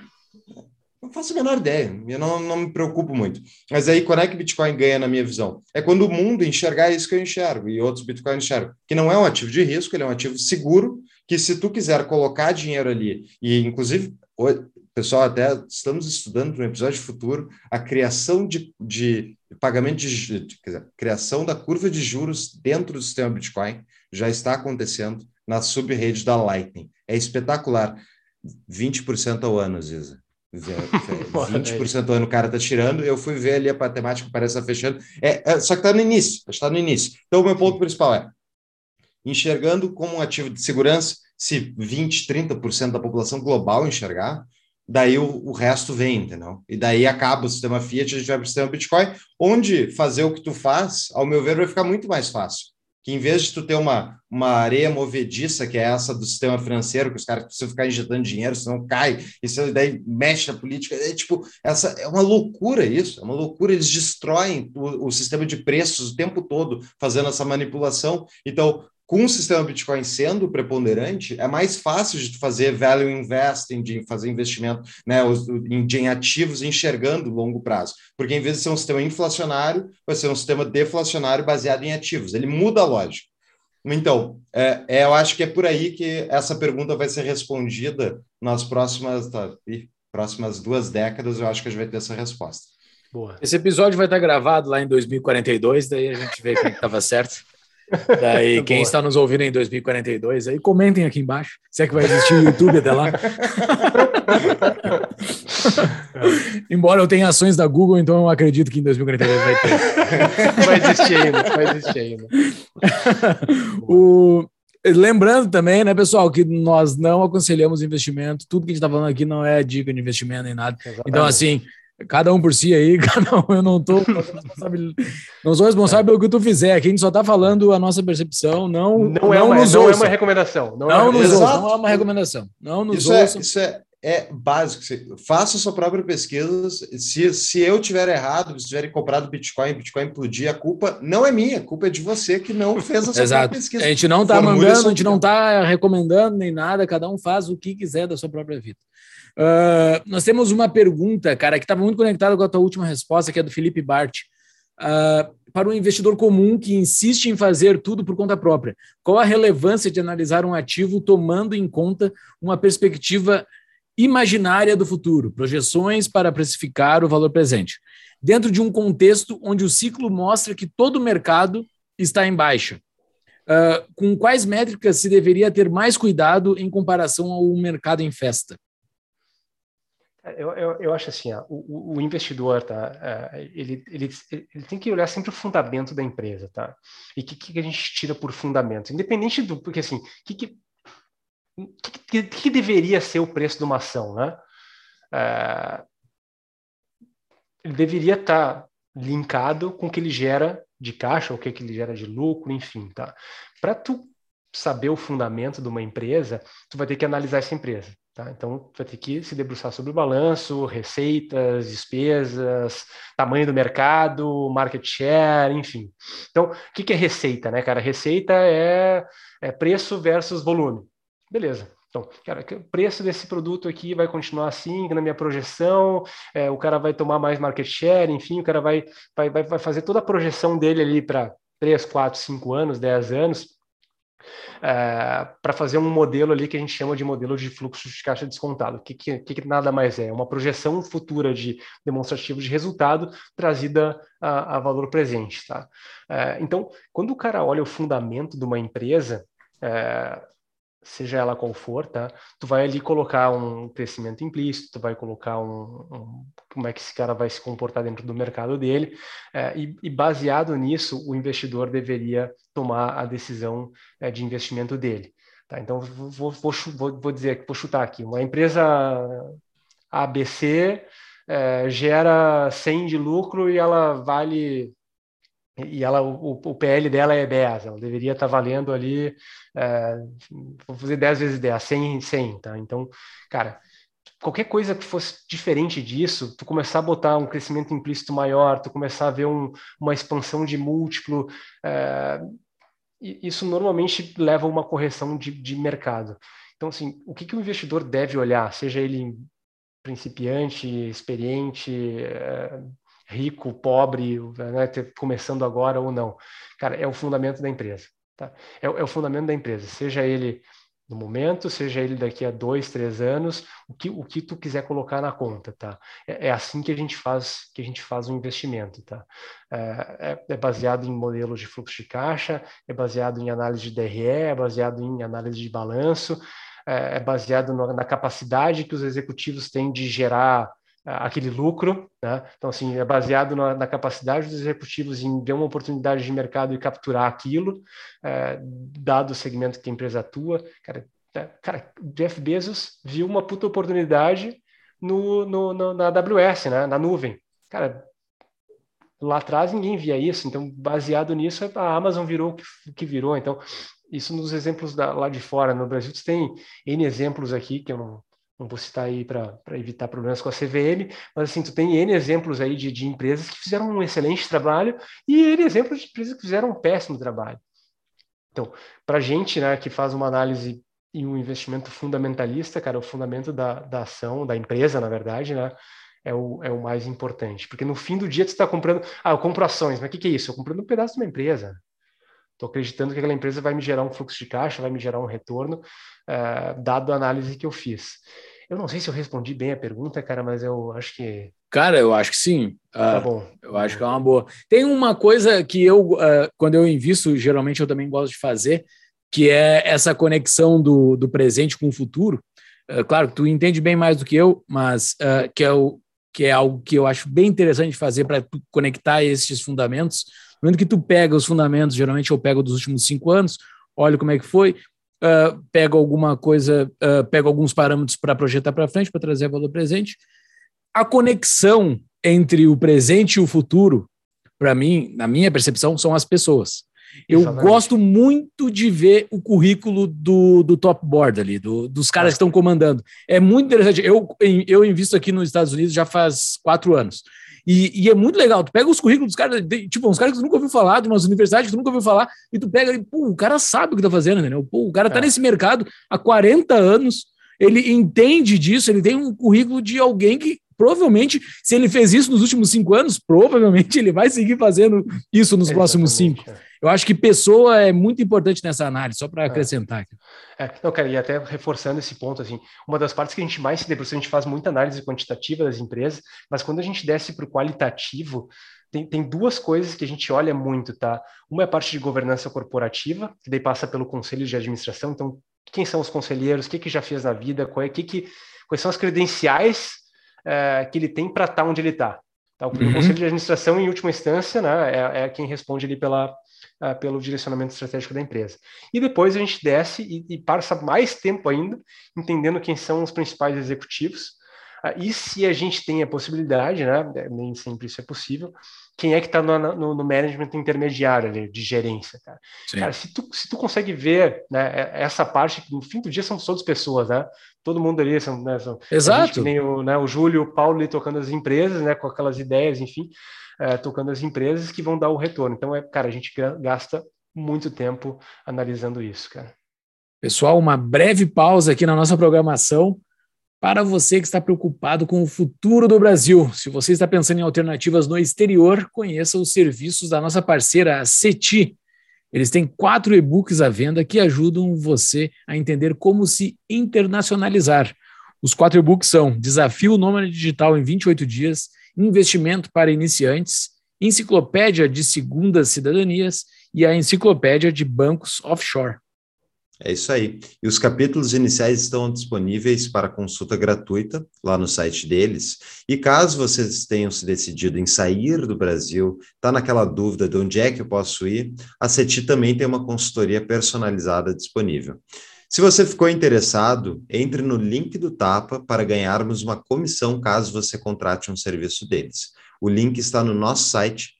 não faço a menor ideia. Eu não me preocupo muito. Mas aí, quando é que o Bitcoin ganha, na minha visão? É quando o mundo enxergar isso que eu enxergo e outros Bitcoin enxergam. Que não é um ativo de risco, ele é um ativo seguro, que se tu quiser colocar dinheiro ali, e inclusive pessoal, até estamos estudando no episódio futuro a criação de pagamento quer dizer, criação da curva de juros dentro do sistema Bitcoin já está acontecendo na subrede da Lightning. É espetacular. 20% ao ano, Ziza. 20% ao ano o cara está tirando. Eu fui ver ali a matemática, parece estar fechando. Só que está no início. Está no início. Então, o meu ponto principal é enxergando como um ativo de segurança, se 20%, 30% da população global enxergar, daí o resto vem, entendeu? E daí acaba o sistema Fiat, a gente vai para o sistema Bitcoin, onde fazer o que tu faz, ao meu ver, vai ficar muito mais fácil. Que em vez de tu ter uma areia movediça, que é essa do sistema financeiro, que os caras precisam ficar injetando dinheiro, senão cai, e daí mexe a política. Essa é uma loucura isso, é uma loucura. Eles destroem o sistema de preços o tempo todo, fazendo essa manipulação. Então, com o sistema Bitcoin sendo preponderante, é mais fácil de fazer value investing, de fazer investimento, né, em ativos enxergando longo prazo. Porque em vez de ser um sistema inflacionário, vai ser um sistema deflacionário baseado em ativos. Ele muda a lógica. Então, eu acho que é por aí que essa pergunta vai ser respondida nas próximas 2 décadas. Eu acho que a gente vai ter essa resposta. Boa. Esse episódio vai estar gravado lá em 2042, daí a gente vê quem estava certo. Daí, quem está nos ouvindo em 2042, aí comentem aqui embaixo. Se é que vai existir o YouTube até lá. Embora eu tenha ações da Google, então eu acredito que em 2042 vai ter. Vai existir ainda. Lembrando também, né, pessoal, que nós não aconselhamos investimento. Tudo que a gente está falando aqui não é dica de investimento nem nada. Exatamente. Então, assim, cada um por si aí, eu não sou responsável pelo que tu fizer. Aqui a gente só está falando a nossa percepção, não é uma recomendação. Não é uma recomendação. Não nos ouçam. Isso é básico. Faça a sua própria pesquisa. Se eu tiver errado, se tiverem comprado Bitcoin implodir, a culpa não é minha, a culpa é de você que não fez a sua própria pesquisa. A gente não está mandando, a gente não está recomendando nem nada, cada um faz o que quiser da sua própria vida. Nós temos uma pergunta, cara, que estava muito conectada com a tua última resposta, que é do Felipe Bart. Para um investidor comum que insiste em fazer tudo por conta própria, qual a relevância de analisar um ativo tomando em conta uma perspectiva imaginária do futuro, projeções para precificar o valor presente, dentro de um contexto onde o ciclo mostra que todo o mercado está em baixa? Com quais métricas se deveria ter mais cuidado em comparação ao mercado em festa? Eu acho assim, o investidor, tá? Ele tem que olhar sempre o fundamento da empresa, tá? E o que a gente tira por fundamento, independente do, porque assim, que deveria ser o preço de uma ação, né? Ele deveria estar linkado com o que ele gera de caixa, ou o que ele gera de lucro, enfim, tá? Para tu saber o fundamento de uma empresa, tu vai ter que analisar essa empresa. Tá? Então, tu vai ter que se debruçar sobre o balanço, receitas, despesas, tamanho do mercado, market share, enfim. Então, o que é receita, né, cara? Receita é preço versus volume. Beleza. Então, cara, o preço desse produto aqui vai continuar assim, na minha projeção, o cara vai tomar mais market share, enfim, o cara vai fazer toda a projeção dele ali para 3, 4, 5 anos, 10 anos, para fazer um modelo ali que a gente chama de modelo de fluxo de caixa descontado. O que nada mais é? Uma projeção futura de demonstrativo de resultado trazida a valor presente. Tá? Então, quando o cara olha o fundamento de uma empresa, seja ela qual for, tá? Tu vai ali colocar um crescimento implícito, tu vai colocar como é que esse cara vai se comportar dentro do mercado dele, e baseado nisso, o investidor deveria tomar a decisão de investimento dele. Tá? Então, vou dizer, vou chutar aqui, uma empresa ABC gera 100 de lucro e ela vale... E o PL dela é 10, ela deveria estar valendo ali, vou fazer 10 vezes 10, 100, tá? Então, cara, qualquer coisa que fosse diferente disso, tu começar a botar um crescimento implícito maior, tu começar a ver uma expansão de múltiplo, isso normalmente leva a uma correção de mercado. Então, assim, o que o investidor deve olhar, seja ele principiante, experiente, rico, pobre, né, começando agora ou não. Cara, é o fundamento da empresa. Tá? É o fundamento da empresa, seja ele no momento, seja ele daqui a 2, 3 anos, o que tu quiser colocar na conta, tá? É assim que a gente faz um investimento, tá? É baseado em modelos de fluxo de caixa, é baseado em análise de DRE, é baseado em análise de balanço, é baseado na capacidade que os executivos têm de gerar aquele lucro, né? Então, assim, é baseado na capacidade dos executivos em ver uma oportunidade de mercado e capturar aquilo, dado o segmento que a empresa atua. Cara, Jeff Bezos viu uma puta oportunidade na AWS, né? Na nuvem. Cara, lá atrás ninguém via isso, então, baseado nisso, a Amazon virou o que virou. Então, isso nos exemplos lá de fora. No Brasil, você tem N exemplos aqui, que eu não vou citar aí para evitar problemas com a CVM, mas assim, tu tem N exemplos aí de empresas que fizeram um excelente trabalho e N exemplos de empresas que fizeram um péssimo trabalho. Então, para a gente, né, que faz uma análise e um investimento fundamentalista, cara, o fundamento da ação, da empresa, na verdade, né, é o mais importante. Porque no fim do dia tu está comprando... eu compro ações, mas o que é isso? Eu comprando um pedaço de uma empresa. Estou acreditando que aquela empresa vai me gerar um fluxo de caixa, vai me gerar um retorno, dado a análise que eu fiz. Eu não sei se eu respondi bem a pergunta, cara, mas eu acho que... Cara, eu acho que sim. Tá bom. Eu acho que é uma boa. Tem uma coisa que quando eu invisto, geralmente eu também gosto de fazer, que é essa conexão do presente com o futuro. Claro que tu entende bem mais do que eu, mas que é algo que eu acho bem interessante de fazer para conectar esses fundamentos. No momento que tu pega os fundamentos, geralmente eu pego dos últimos 5 anos, olho como é que foi, pego alguma coisa, pego alguns parâmetros para projetar para frente, para trazer valor presente. A conexão entre o presente e o futuro, para mim, na minha percepção, são as pessoas. Eu gosto muito de ver o currículo do top board ali, dos caras que estão comandando. É muito interessante. Eu invisto aqui nos Estados Unidos já faz 4 anos. E é muito legal. Tu pega os currículos dos caras, tipo, uns caras que tu nunca ouviu falar, de umas universidades que tu nunca ouviu falar, e tu pega ali, o cara sabe o que tá fazendo, entendeu? O cara tá nesse mercado há 40 anos, ele entende disso, ele tem um currículo de alguém que provavelmente, se ele fez isso nos últimos 5 anos, provavelmente ele vai seguir fazendo isso nos próximos 5. Eu acho que pessoa é muito importante nessa análise, só para acrescentar. Não, cara, e até reforçando esse ponto, assim, uma das partes que a gente mais se debruça, a gente faz muita análise quantitativa das empresas, mas quando a gente desce para o qualitativo, tem 2 coisas que a gente olha muito, tá? Uma é a parte de governança corporativa, que daí passa pelo conselho de administração, então, quem são os conselheiros, o que já fez na vida, quais são as credenciais que ele tem para estar onde ele está. Tá? O conselho de administração, em última instância, né, é quem responde ali pelo direcionamento estratégico da empresa. E depois a gente desce e passa mais tempo ainda entendendo quem são os principais executivos. E se a gente tem a possibilidade, né, nem sempre isso é possível, quem é que está no management intermediário ali, de gerência, cara. Cara, se tu consegue ver, né, essa parte, que no fim do dia são todas pessoas, né? Todo mundo ali são Exato. Gente que nem o Júlio, o Paulo ali tocando as empresas, né, com aquelas ideias, enfim, tocando as empresas que vão dar o retorno. Então, cara, a gente gasta muito tempo analisando isso, cara. Pessoal, uma breve pausa aqui na nossa programação para você que está preocupado com o futuro do Brasil. Se você está pensando em alternativas no exterior, conheça os serviços da nossa parceira, a CETI. Eles têm 4 e-books à venda que ajudam você a entender como se internacionalizar. Os 4 e-books são Desafio Nômade Digital em 28 dias, Investimento para Iniciantes, Enciclopédia de Segundas Cidadanias e a Enciclopédia de Bancos Offshore. É isso aí. E os capítulos iniciais estão disponíveis para consulta gratuita lá no site deles. E caso vocês tenham se decidido em sair do Brasil, está naquela dúvida de onde é que eu posso ir, a CETI também tem uma consultoria personalizada disponível. Se você ficou interessado, entre no link do Tapa para ganharmos uma comissão caso você contrate um serviço deles. O link está no nosso site,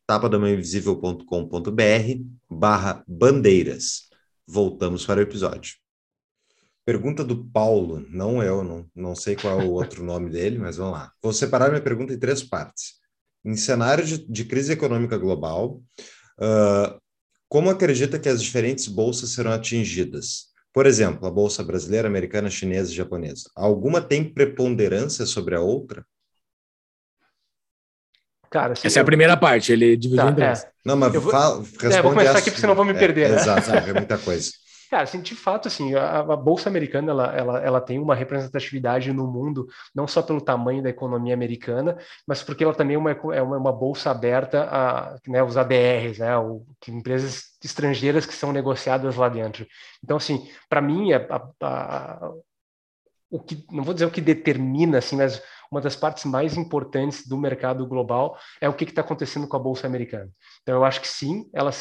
tapadamainvisível.com.br/bandeiras. Voltamos para o episódio. Pergunta do Paulo, não eu, não sei qual é o outro nome dele, mas vamos lá. Vou separar minha pergunta em 3 partes. Em cenário de crise econômica global, como acredita que as diferentes bolsas serão atingidas? Por exemplo, a bolsa brasileira, americana, chinesa e japonesa. Alguma tem preponderância sobre a outra? Cara, assim, essa é a primeira parte, ele dividiu em 3. Não, mas responde vou começar aqui porque senão eu vou me perder, né? Exato, é muita coisa. Cara, assim, de fato, assim, a Bolsa Americana, ela tem uma representatividade no mundo, não só pelo tamanho da economia americana, mas porque ela também é uma bolsa aberta a, né, os ADRs, né, empresas estrangeiras que são negociadas lá dentro. Então, assim, para mim, o que, não vou dizer o que determina, assim, mas uma das partes mais importantes do mercado global é o que está acontecendo com a Bolsa Americana. Então, eu acho que sim, ela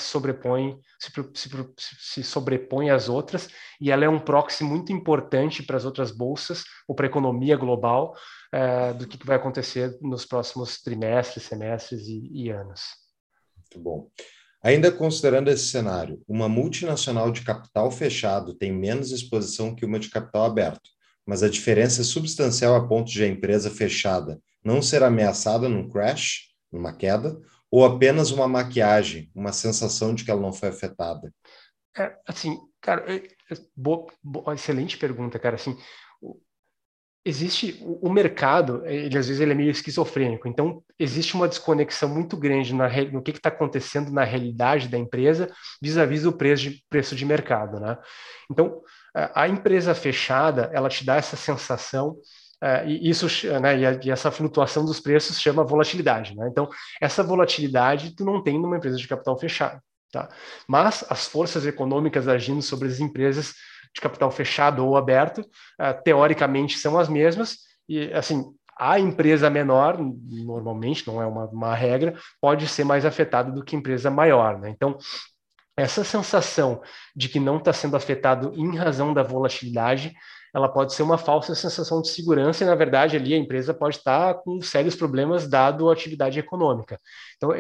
se sobrepõe às outras, e ela é um proxy muito importante para as outras bolsas, ou para a economia global, do que vai acontecer nos próximos trimestres, semestres e anos. Muito bom. Ainda considerando esse cenário, uma multinacional de capital fechado tem menos exposição que uma de capital aberto, mas a diferença é substancial a ponto de a empresa fechada não ser ameaçada num crash, numa queda, ou apenas uma maquiagem, uma sensação de que ela não foi afetada? Assim, cara, excelente pergunta, cara. Assim, existe o mercado, ele às vezes ele é meio esquizofrênico, então existe uma desconexão muito grande no que está acontecendo na realidade da empresa vis-à-vis o preço de mercado, né? Então, a empresa fechada, ela te dá essa sensação, e isso, né, e essa flutuação dos preços chama volatilidade, né? Então, essa volatilidade tu não tem numa empresa de capital fechado, tá? Mas as forças econômicas agindo sobre as empresas de capital fechado ou aberto, teoricamente são as mesmas, e assim, a empresa menor, normalmente, não é uma regra, pode ser mais afetada do que a empresa maior, né? Então, essa sensação de que não está sendo afetado em razão da volatilidade, ela pode ser uma falsa sensação de segurança e, na verdade, ali a empresa pode estar com sérios problemas dado a atividade econômica. Então,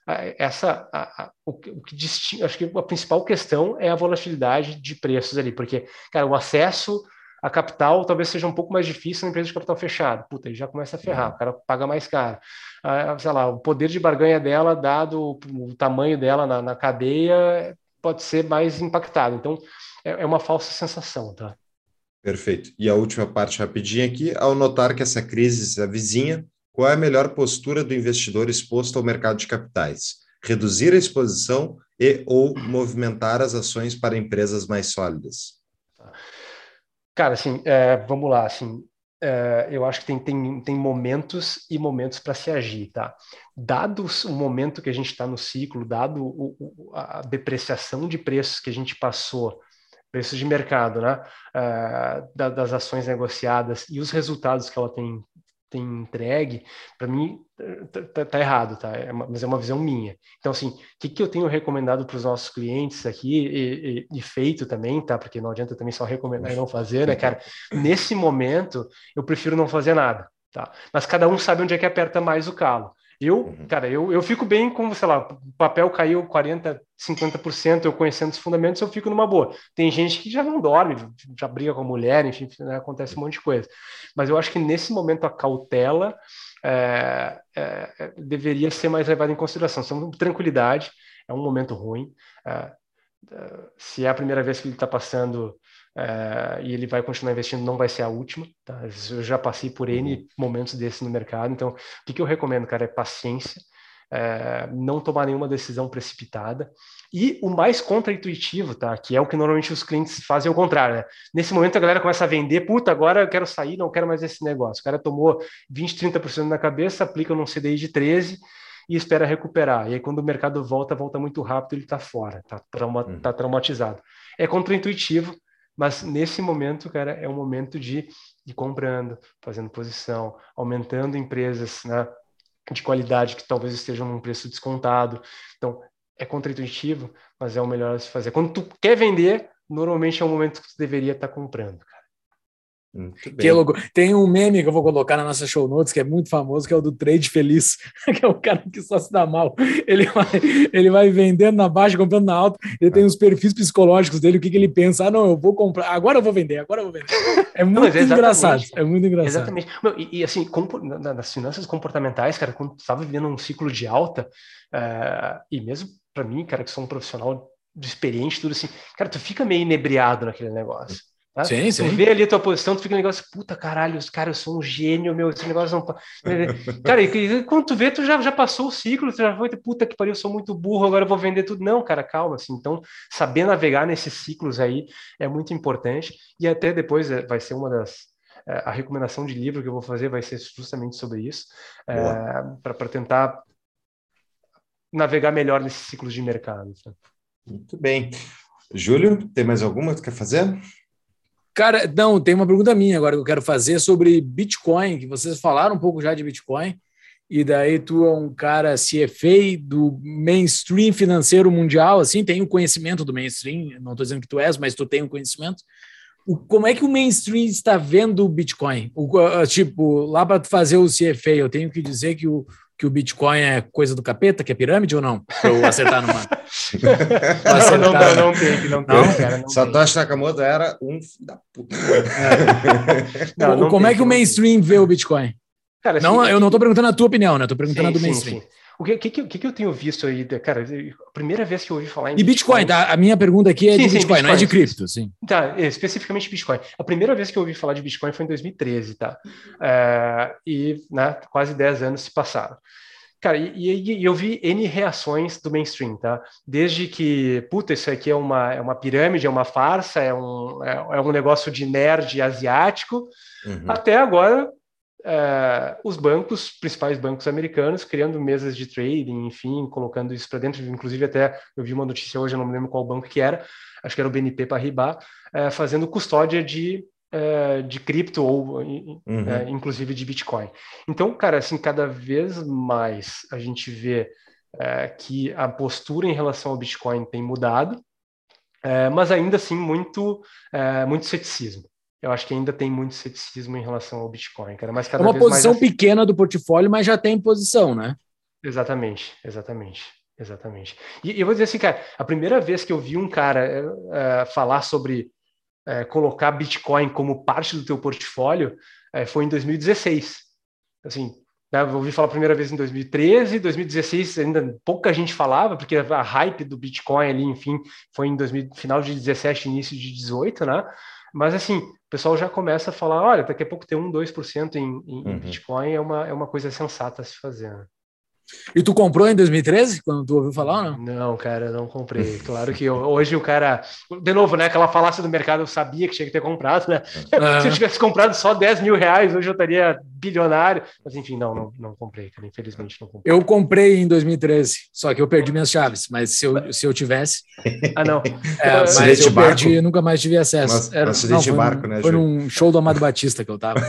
o que distingue, acho que a principal questão é a volatilidade de preços ali, porque, cara, o acesso a capital talvez seja um pouco mais difícil na empresa de capital fechado. Puta, aí já começa a ferrar, o cara paga mais caro. Sei lá, o poder de barganha dela, dado o tamanho dela na cadeia, pode ser mais impactado. Então, é uma falsa sensação, tá? Perfeito. E a última parte rapidinha aqui, ao notar que essa crise se avizinha, qual é a melhor postura do investidor exposto ao mercado de capitais? Reduzir a exposição e ou movimentar as ações para empresas mais sólidas? Cara, assim, vamos lá, assim, eu acho que tem momentos e momentos para se agir, tá? Dado o momento que a gente está no ciclo, dado a depreciação de preços que a gente passou, preços de mercado, né? Das ações negociadas e os resultados que ela tem entregue, para mim tá errado, tá? Mas é uma visão minha. Então, assim, o que eu tenho recomendado para os nossos clientes aqui e feito também, tá? Porque não adianta também só recomendar e não fazer, né, cara? Nesse momento, eu prefiro não fazer nada, tá? Mas cada um sabe onde é que aperta mais o calo. Cara, eu fico bem com, sei lá, o papel caiu 40%, 50%, eu conhecendo os fundamentos, eu fico numa boa. Tem gente que já não dorme, já briga com a mulher, enfim, né, acontece um monte de coisa. Mas eu acho que nesse momento a cautela deveria ser mais levada em consideração. Então, tranquilidade, é um momento ruim. Se é a primeira vez que ele está passando e ele vai continuar investindo, não vai ser a última, tá? Eu já passei por N momentos desses no mercado, então o que eu recomendo, cara, é paciência, não tomar nenhuma decisão precipitada e o mais contraintuitivo, tá? Que é o que normalmente os clientes fazem ao contrário, né? Nesse momento a galera começa a vender, puta, agora eu quero sair, não quero mais esse negócio. O cara tomou 20, 30% na cabeça, aplica num CDI de 13 e espera recuperar. E aí quando o mercado volta muito rápido, ele tá fora, tá traumatizado. É contraintuitivo, mas nesse momento, cara, é um momento de ir comprando, fazendo posição, aumentando empresas, né, de qualidade que talvez estejam num preço descontado. Então, é contraintuitivo, mas é o melhor a se fazer. Quando tu quer vender, normalmente é o momento que tu deveria estar comprando, cara. Que louco. Tem um meme que eu vou colocar na nossa show notes que é muito famoso, que é o do trade feliz, que é o cara que só se dá mal. Ele vai vendendo na baixa, comprando na alta. Ele tem os perfis psicológicos dele, o que ele pensa. Não, eu vou comprar, agora eu vou vender. É muito engraçado. É muito engraçado. Exatamente. E assim, nas finanças comportamentais, cara, quando tu estava vivendo um ciclo de alta, e mesmo para mim, cara, que sou um profissional experiente, tudo assim, cara, tu fica meio inebriado naquele negócio. Tá? Sim, Tu sim. vê ali a tua posição, tu fica um negócio, puta caralho, cara, eu sou um gênio, meu, esse negócio não... Cara, e quando tu vê, tu já passou o ciclo, tu já foi, puta que pariu, eu sou muito burro, agora eu vou vender tudo. Não, cara, calma, assim. Então, saber navegar nesses ciclos aí é muito importante, e até depois vai ser uma das... a recomendação de livro que eu vou fazer vai ser justamente sobre isso, para tentar navegar melhor nesses ciclos de mercado. Tá? Muito bem. Júlio, tem mais alguma que tu quer fazer? Cara, não, tem uma pergunta minha agora que eu quero fazer sobre Bitcoin, que vocês falaram um pouco já de Bitcoin, e daí tu é um cara CFA do mainstream financeiro mundial, assim, tem o conhecimento do mainstream, não estou dizendo que tu és, mas tu tem o conhecimento. Como é que o mainstream está vendo o Bitcoin? Tipo, lá para tu fazer o CFA, eu tenho que dizer que o Bitcoin é coisa do capeta, que é pirâmide ou não? Para eu acertar numa... Não tem, cara. Não Satoshi Nakamoto era um filho da puta. Como é que o mainstream vê o Bitcoin? Cara, não, assim, eu não estou perguntando a tua opinião, né? Estou perguntando a do mainstream. Sim. O que eu tenho visto aí, cara, a primeira vez que eu ouvi falar em Bitcoin, tá? A minha pergunta aqui é de Bitcoin, não é de cripto, sim. Tá, especificamente Bitcoin. A primeira vez que eu ouvi falar de Bitcoin foi em 2013, tá? E né, quase 10 anos se passaram. Cara, e eu vi N reações do mainstream, tá? Desde que, puta, isso aqui é uma pirâmide, é uma farsa, é um negócio de nerd asiático, até agora os principais bancos americanos, criando mesas de trading, enfim, colocando isso para dentro. Inclusive, até eu vi uma notícia hoje, eu não me lembro qual banco que era, acho que era o BNP Paribas, fazendo custódia de cripto ou inclusive de Bitcoin. Então, cara, assim, cada vez mais a gente vê que a postura em relação ao Bitcoin tem mudado, mas ainda assim muito ceticismo. Eu acho que ainda tem muito ceticismo em relação ao Bitcoin, cara. Mas cada vez mais posição assim... pequena do portfólio, mas já tem posição, né? Exatamente. E eu vou dizer assim, cara, a primeira vez que eu vi um cara falar sobre colocar Bitcoin como parte do teu portfólio foi em 2016. Assim, né, eu ouvi falar a primeira vez em 2013, 2016 ainda pouca gente falava, porque a hype do Bitcoin ali, enfim, foi em final de 17, início de 18, né? Mas assim, o pessoal já começa a falar, olha, daqui a pouco ter 1-2% em Bitcoin é uma coisa sensata a se fazer. Né? E tu comprou em 2013, quando tu ouviu falar ou não? Não, cara, não comprei. Claro que hoje o cara... De novo, né? Aquela falácia do mercado, eu sabia que tinha que ter comprado, né? Se eu tivesse comprado só 10 mil reais, hoje eu estaria bilionário. Mas enfim, não comprei, cara. Infelizmente não comprei. Eu comprei em 2013, só que eu perdi minhas chaves. Mas se eu tivesse... não. Mas eu perdi, nunca mais tive acesso. Acidente de barco, né, Foi num show do Amado Batista que eu tava.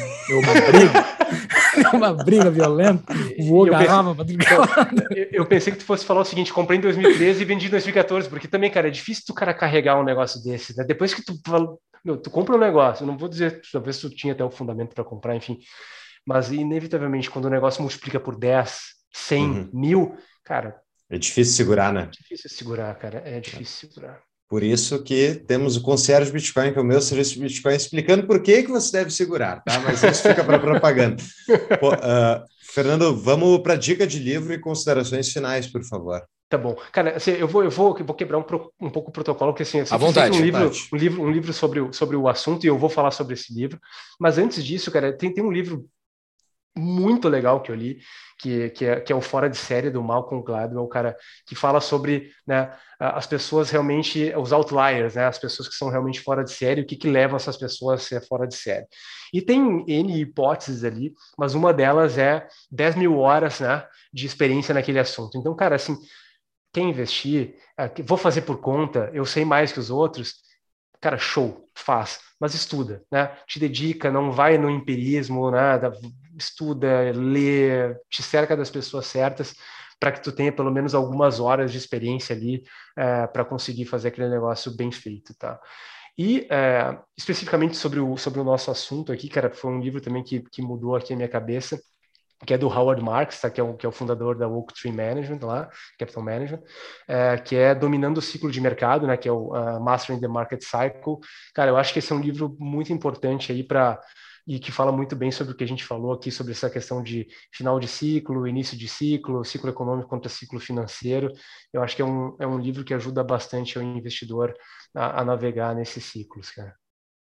Uma briga violenta, voou garrafa pra tudo. Eu pensei que tu fosse falar o seguinte: comprei em 2013 e vendi em 2014, porque também, cara, é difícil tu cara carregar um negócio desse, né? Depois que tu compra um negócio, não vou dizer, talvez tu tinha até o fundamento para comprar, enfim, mas inevitavelmente quando o negócio multiplica por 10, 100, 1000, cara... É difícil segurar, né? É difícil segurar, cara, é difícil segurar. Por isso que temos o Concierge Bitcoin, que é o meu serviço de Bitcoin, explicando por que você deve segurar, tá? Mas isso fica para propaganda. Pô, Fernando, vamos para a dica de livro e considerações finais, por favor. Tá bom. Cara, assim, eu vou quebrar um pouco o protocolo, porque assim, à vontade, um livro sobre o assunto, e eu vou falar sobre esse livro. Mas antes disso, cara, tem um livro muito legal que eu li, que é o Fora de Série, do Malcolm Gladwell, cara, que fala sobre, né, as pessoas realmente, os outliers, né, as pessoas que são realmente fora de série, o que leva essas pessoas a ser fora de série. E tem N hipóteses ali, mas uma delas é 10 mil horas, né, de experiência naquele assunto. Então, cara, assim, quer investir, vou fazer por conta, eu sei mais que os outros, cara, show, faz, mas estuda, né? Te dedica, não vai no empirismo, nada, estuda, lê, te cerca das pessoas certas para que tu tenha pelo menos algumas horas de experiência ali para conseguir fazer aquele negócio bem feito, tá? E especificamente sobre o nosso assunto aqui, cara, foi um livro também que mudou aqui a minha cabeça, que é do Howard Marks, tá? que é o fundador da Oak Tree Management, lá, Capital Management, que é Dominando o Ciclo de Mercado, né? que é o Mastering the Market Cycle. Cara, eu acho que esse é um livro muito importante aí e que fala muito bem sobre o que a gente falou aqui, sobre essa questão de final de ciclo, início de ciclo, ciclo econômico contra ciclo financeiro. Eu acho que é um livro que ajuda bastante o investidor a navegar nesses ciclos, cara.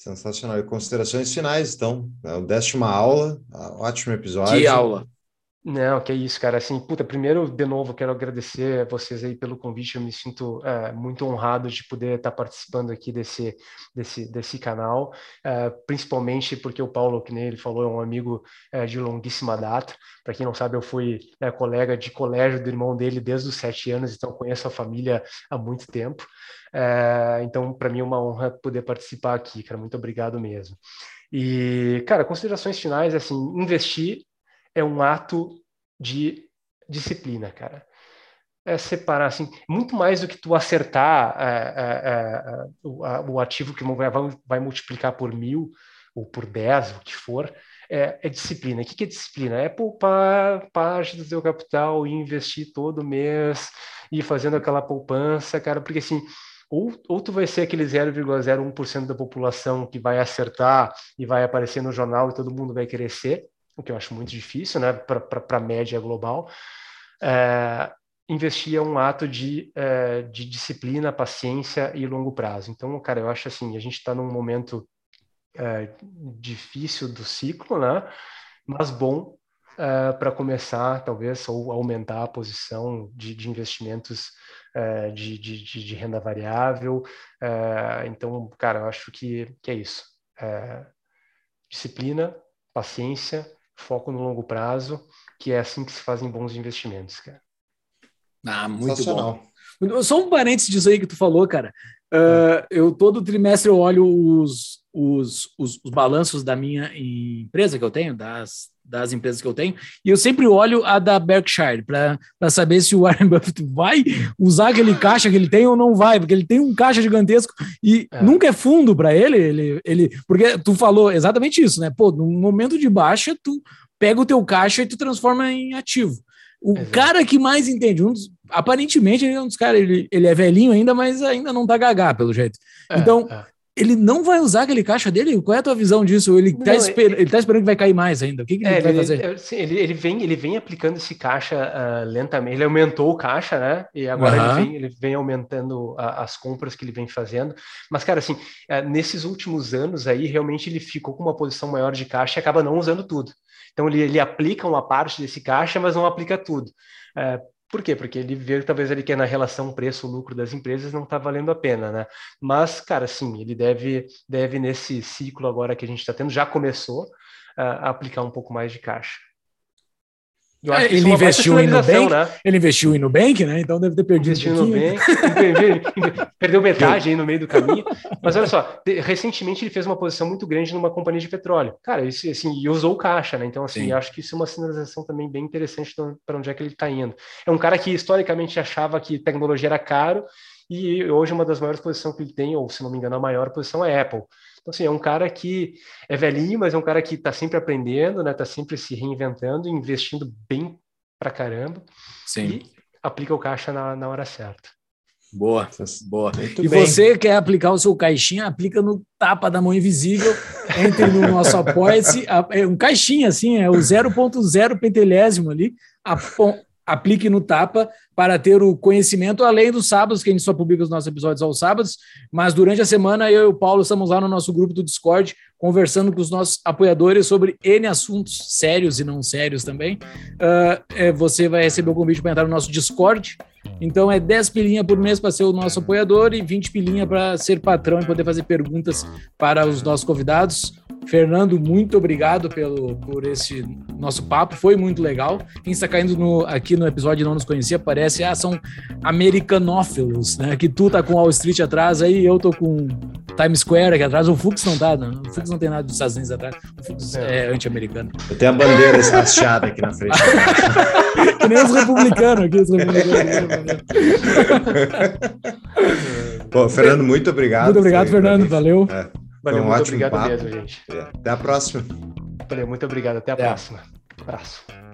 Sensacional. E considerações finais, então. Deste uma aula, ótimo episódio. Que aula! Não, que é isso, cara. Assim, primeiro, de novo, quero agradecer a vocês aí pelo convite. Eu me sinto muito honrado de poder estar participando aqui desse canal, principalmente porque o Paulo, que nem ele falou, é um amigo de longuíssima data. Para quem não sabe, eu fui colega de colégio do irmão dele desde os 7 anos, então conheço a família há muito tempo. Então, para mim é uma honra poder participar aqui, cara. Muito obrigado mesmo. E, cara, considerações finais, assim, investir é um ato de disciplina, cara. É separar, assim, muito mais do que tu acertar o ativo que vai multiplicar por 1.000 ou por 10, o que for, é disciplina. O que é disciplina? É poupar parte do teu capital e investir todo mês e fazendo aquela poupança, cara, porque assim, ou tu vai ser aquele 0,01% da população que vai acertar e vai aparecer no jornal e todo mundo vai querer ser, o que eu acho muito difícil, né, para a média global. Investir é um ato de disciplina, paciência e longo prazo. Então, cara, eu acho assim, a gente está num momento difícil do ciclo, né, mas bom para começar, talvez, ou aumentar a posição de investimentos de renda variável. Então, cara, eu acho que é isso. Disciplina, paciência, foco no longo prazo, que é assim que se fazem bons investimentos, cara. Muito bom. Só um parênteses disso aí que tu falou, cara. Eu todo trimestre eu olho os balanços da minha empresa que eu tenho, das empresas que eu tenho, e eu sempre olho a da Berkshire para saber se o Warren Buffett vai usar aquele caixa que ele tem ou não vai, porque ele tem um caixa gigantesco e nunca é fundo para ele, porque tu falou exatamente isso, né? Pô, no momento de baixa, tu pega o teu caixa e tu transforma em ativo. O cara que mais entende, aparentemente ele é um dos caras, ele é velhinho ainda, mas ainda não tá gagá, pelo jeito. Então, ele não vai usar aquele caixa dele? Qual é a tua visão disso? Ele tá esperando que vai cair mais ainda. O que ele vai fazer? Ele vem aplicando esse caixa lentamente. Ele aumentou o caixa, né? E agora ele vem aumentando as compras que ele vem fazendo. Mas, cara, assim, nesses últimos anos aí, realmente ele ficou com uma posição maior de caixa e acaba não usando tudo. Então, ele aplica uma parte desse caixa, mas não aplica tudo. Por quê? Porque ele vê talvez ele que na relação preço-lucro das empresas não está valendo a pena, né? Mas, cara, sim, ele deve nesse ciclo agora que a gente está tendo, já começou a aplicar um pouco mais de caixa. Ele investiu em Nubank, né? Ele investiu em Nubank, né? Então deve ter perdido. Investiu em Nubank, perdeu metade aí no meio do caminho. Mas olha só, recentemente ele fez uma posição muito grande numa companhia de petróleo. Cara, isso, assim, e usou o caixa, né? Então, assim, eu acho que isso é uma sinalização também bem interessante para onde é que ele está indo. É um cara que historicamente achava que tecnologia era caro e hoje uma das maiores posições que ele tem, ou se não me engano, a maior posição é Apple. Então, assim, é um cara que é velhinho, mas é um cara que está sempre aprendendo, né? Está sempre se reinventando, investindo bem pra caramba. Sim. E aplica o caixa na hora certa. Boa. Muito bem. Você quer aplicar o seu caixinha, aplica no Tapa da Mão Invisível, entre no nosso Apoia-se, é um caixinha assim, é o 0,0 pentelésimo ali, aplique no Tapa para ter o conhecimento, além dos sábados, que a gente só publica os nossos episódios aos sábados, mas durante a semana eu e o Paulo estamos lá no nosso grupo do Discord, conversando com os nossos apoiadores sobre N assuntos sérios e não sérios também. Você vai receber o convite para entrar no nosso Discord, então é 10 pilinha por mês para ser o nosso apoiador e 20 pilinha para ser patrão e poder fazer perguntas para os nossos convidados. Fernando, muito obrigado por esse nosso papo, foi muito legal. Quem está caindo aqui no episódio e não nos conhecia, parece, são americanófilos, né? Que tu tá com Wall Street atrás, aí eu tô com Times Square aqui atrás, o Fux não tá, não. O Fux não tem nada dos Estados Unidos atrás, o Fux é anti-americano. Eu tenho a bandeira hasteada aqui na frente. Que nem os republicanos aqui, Pô, Fernando, muito obrigado. Muito obrigado, Fernando, valeu. Valeu, muito obrigado mesmo, gente. Até a próxima. Valeu, muito obrigado. Até a próxima. Abraço.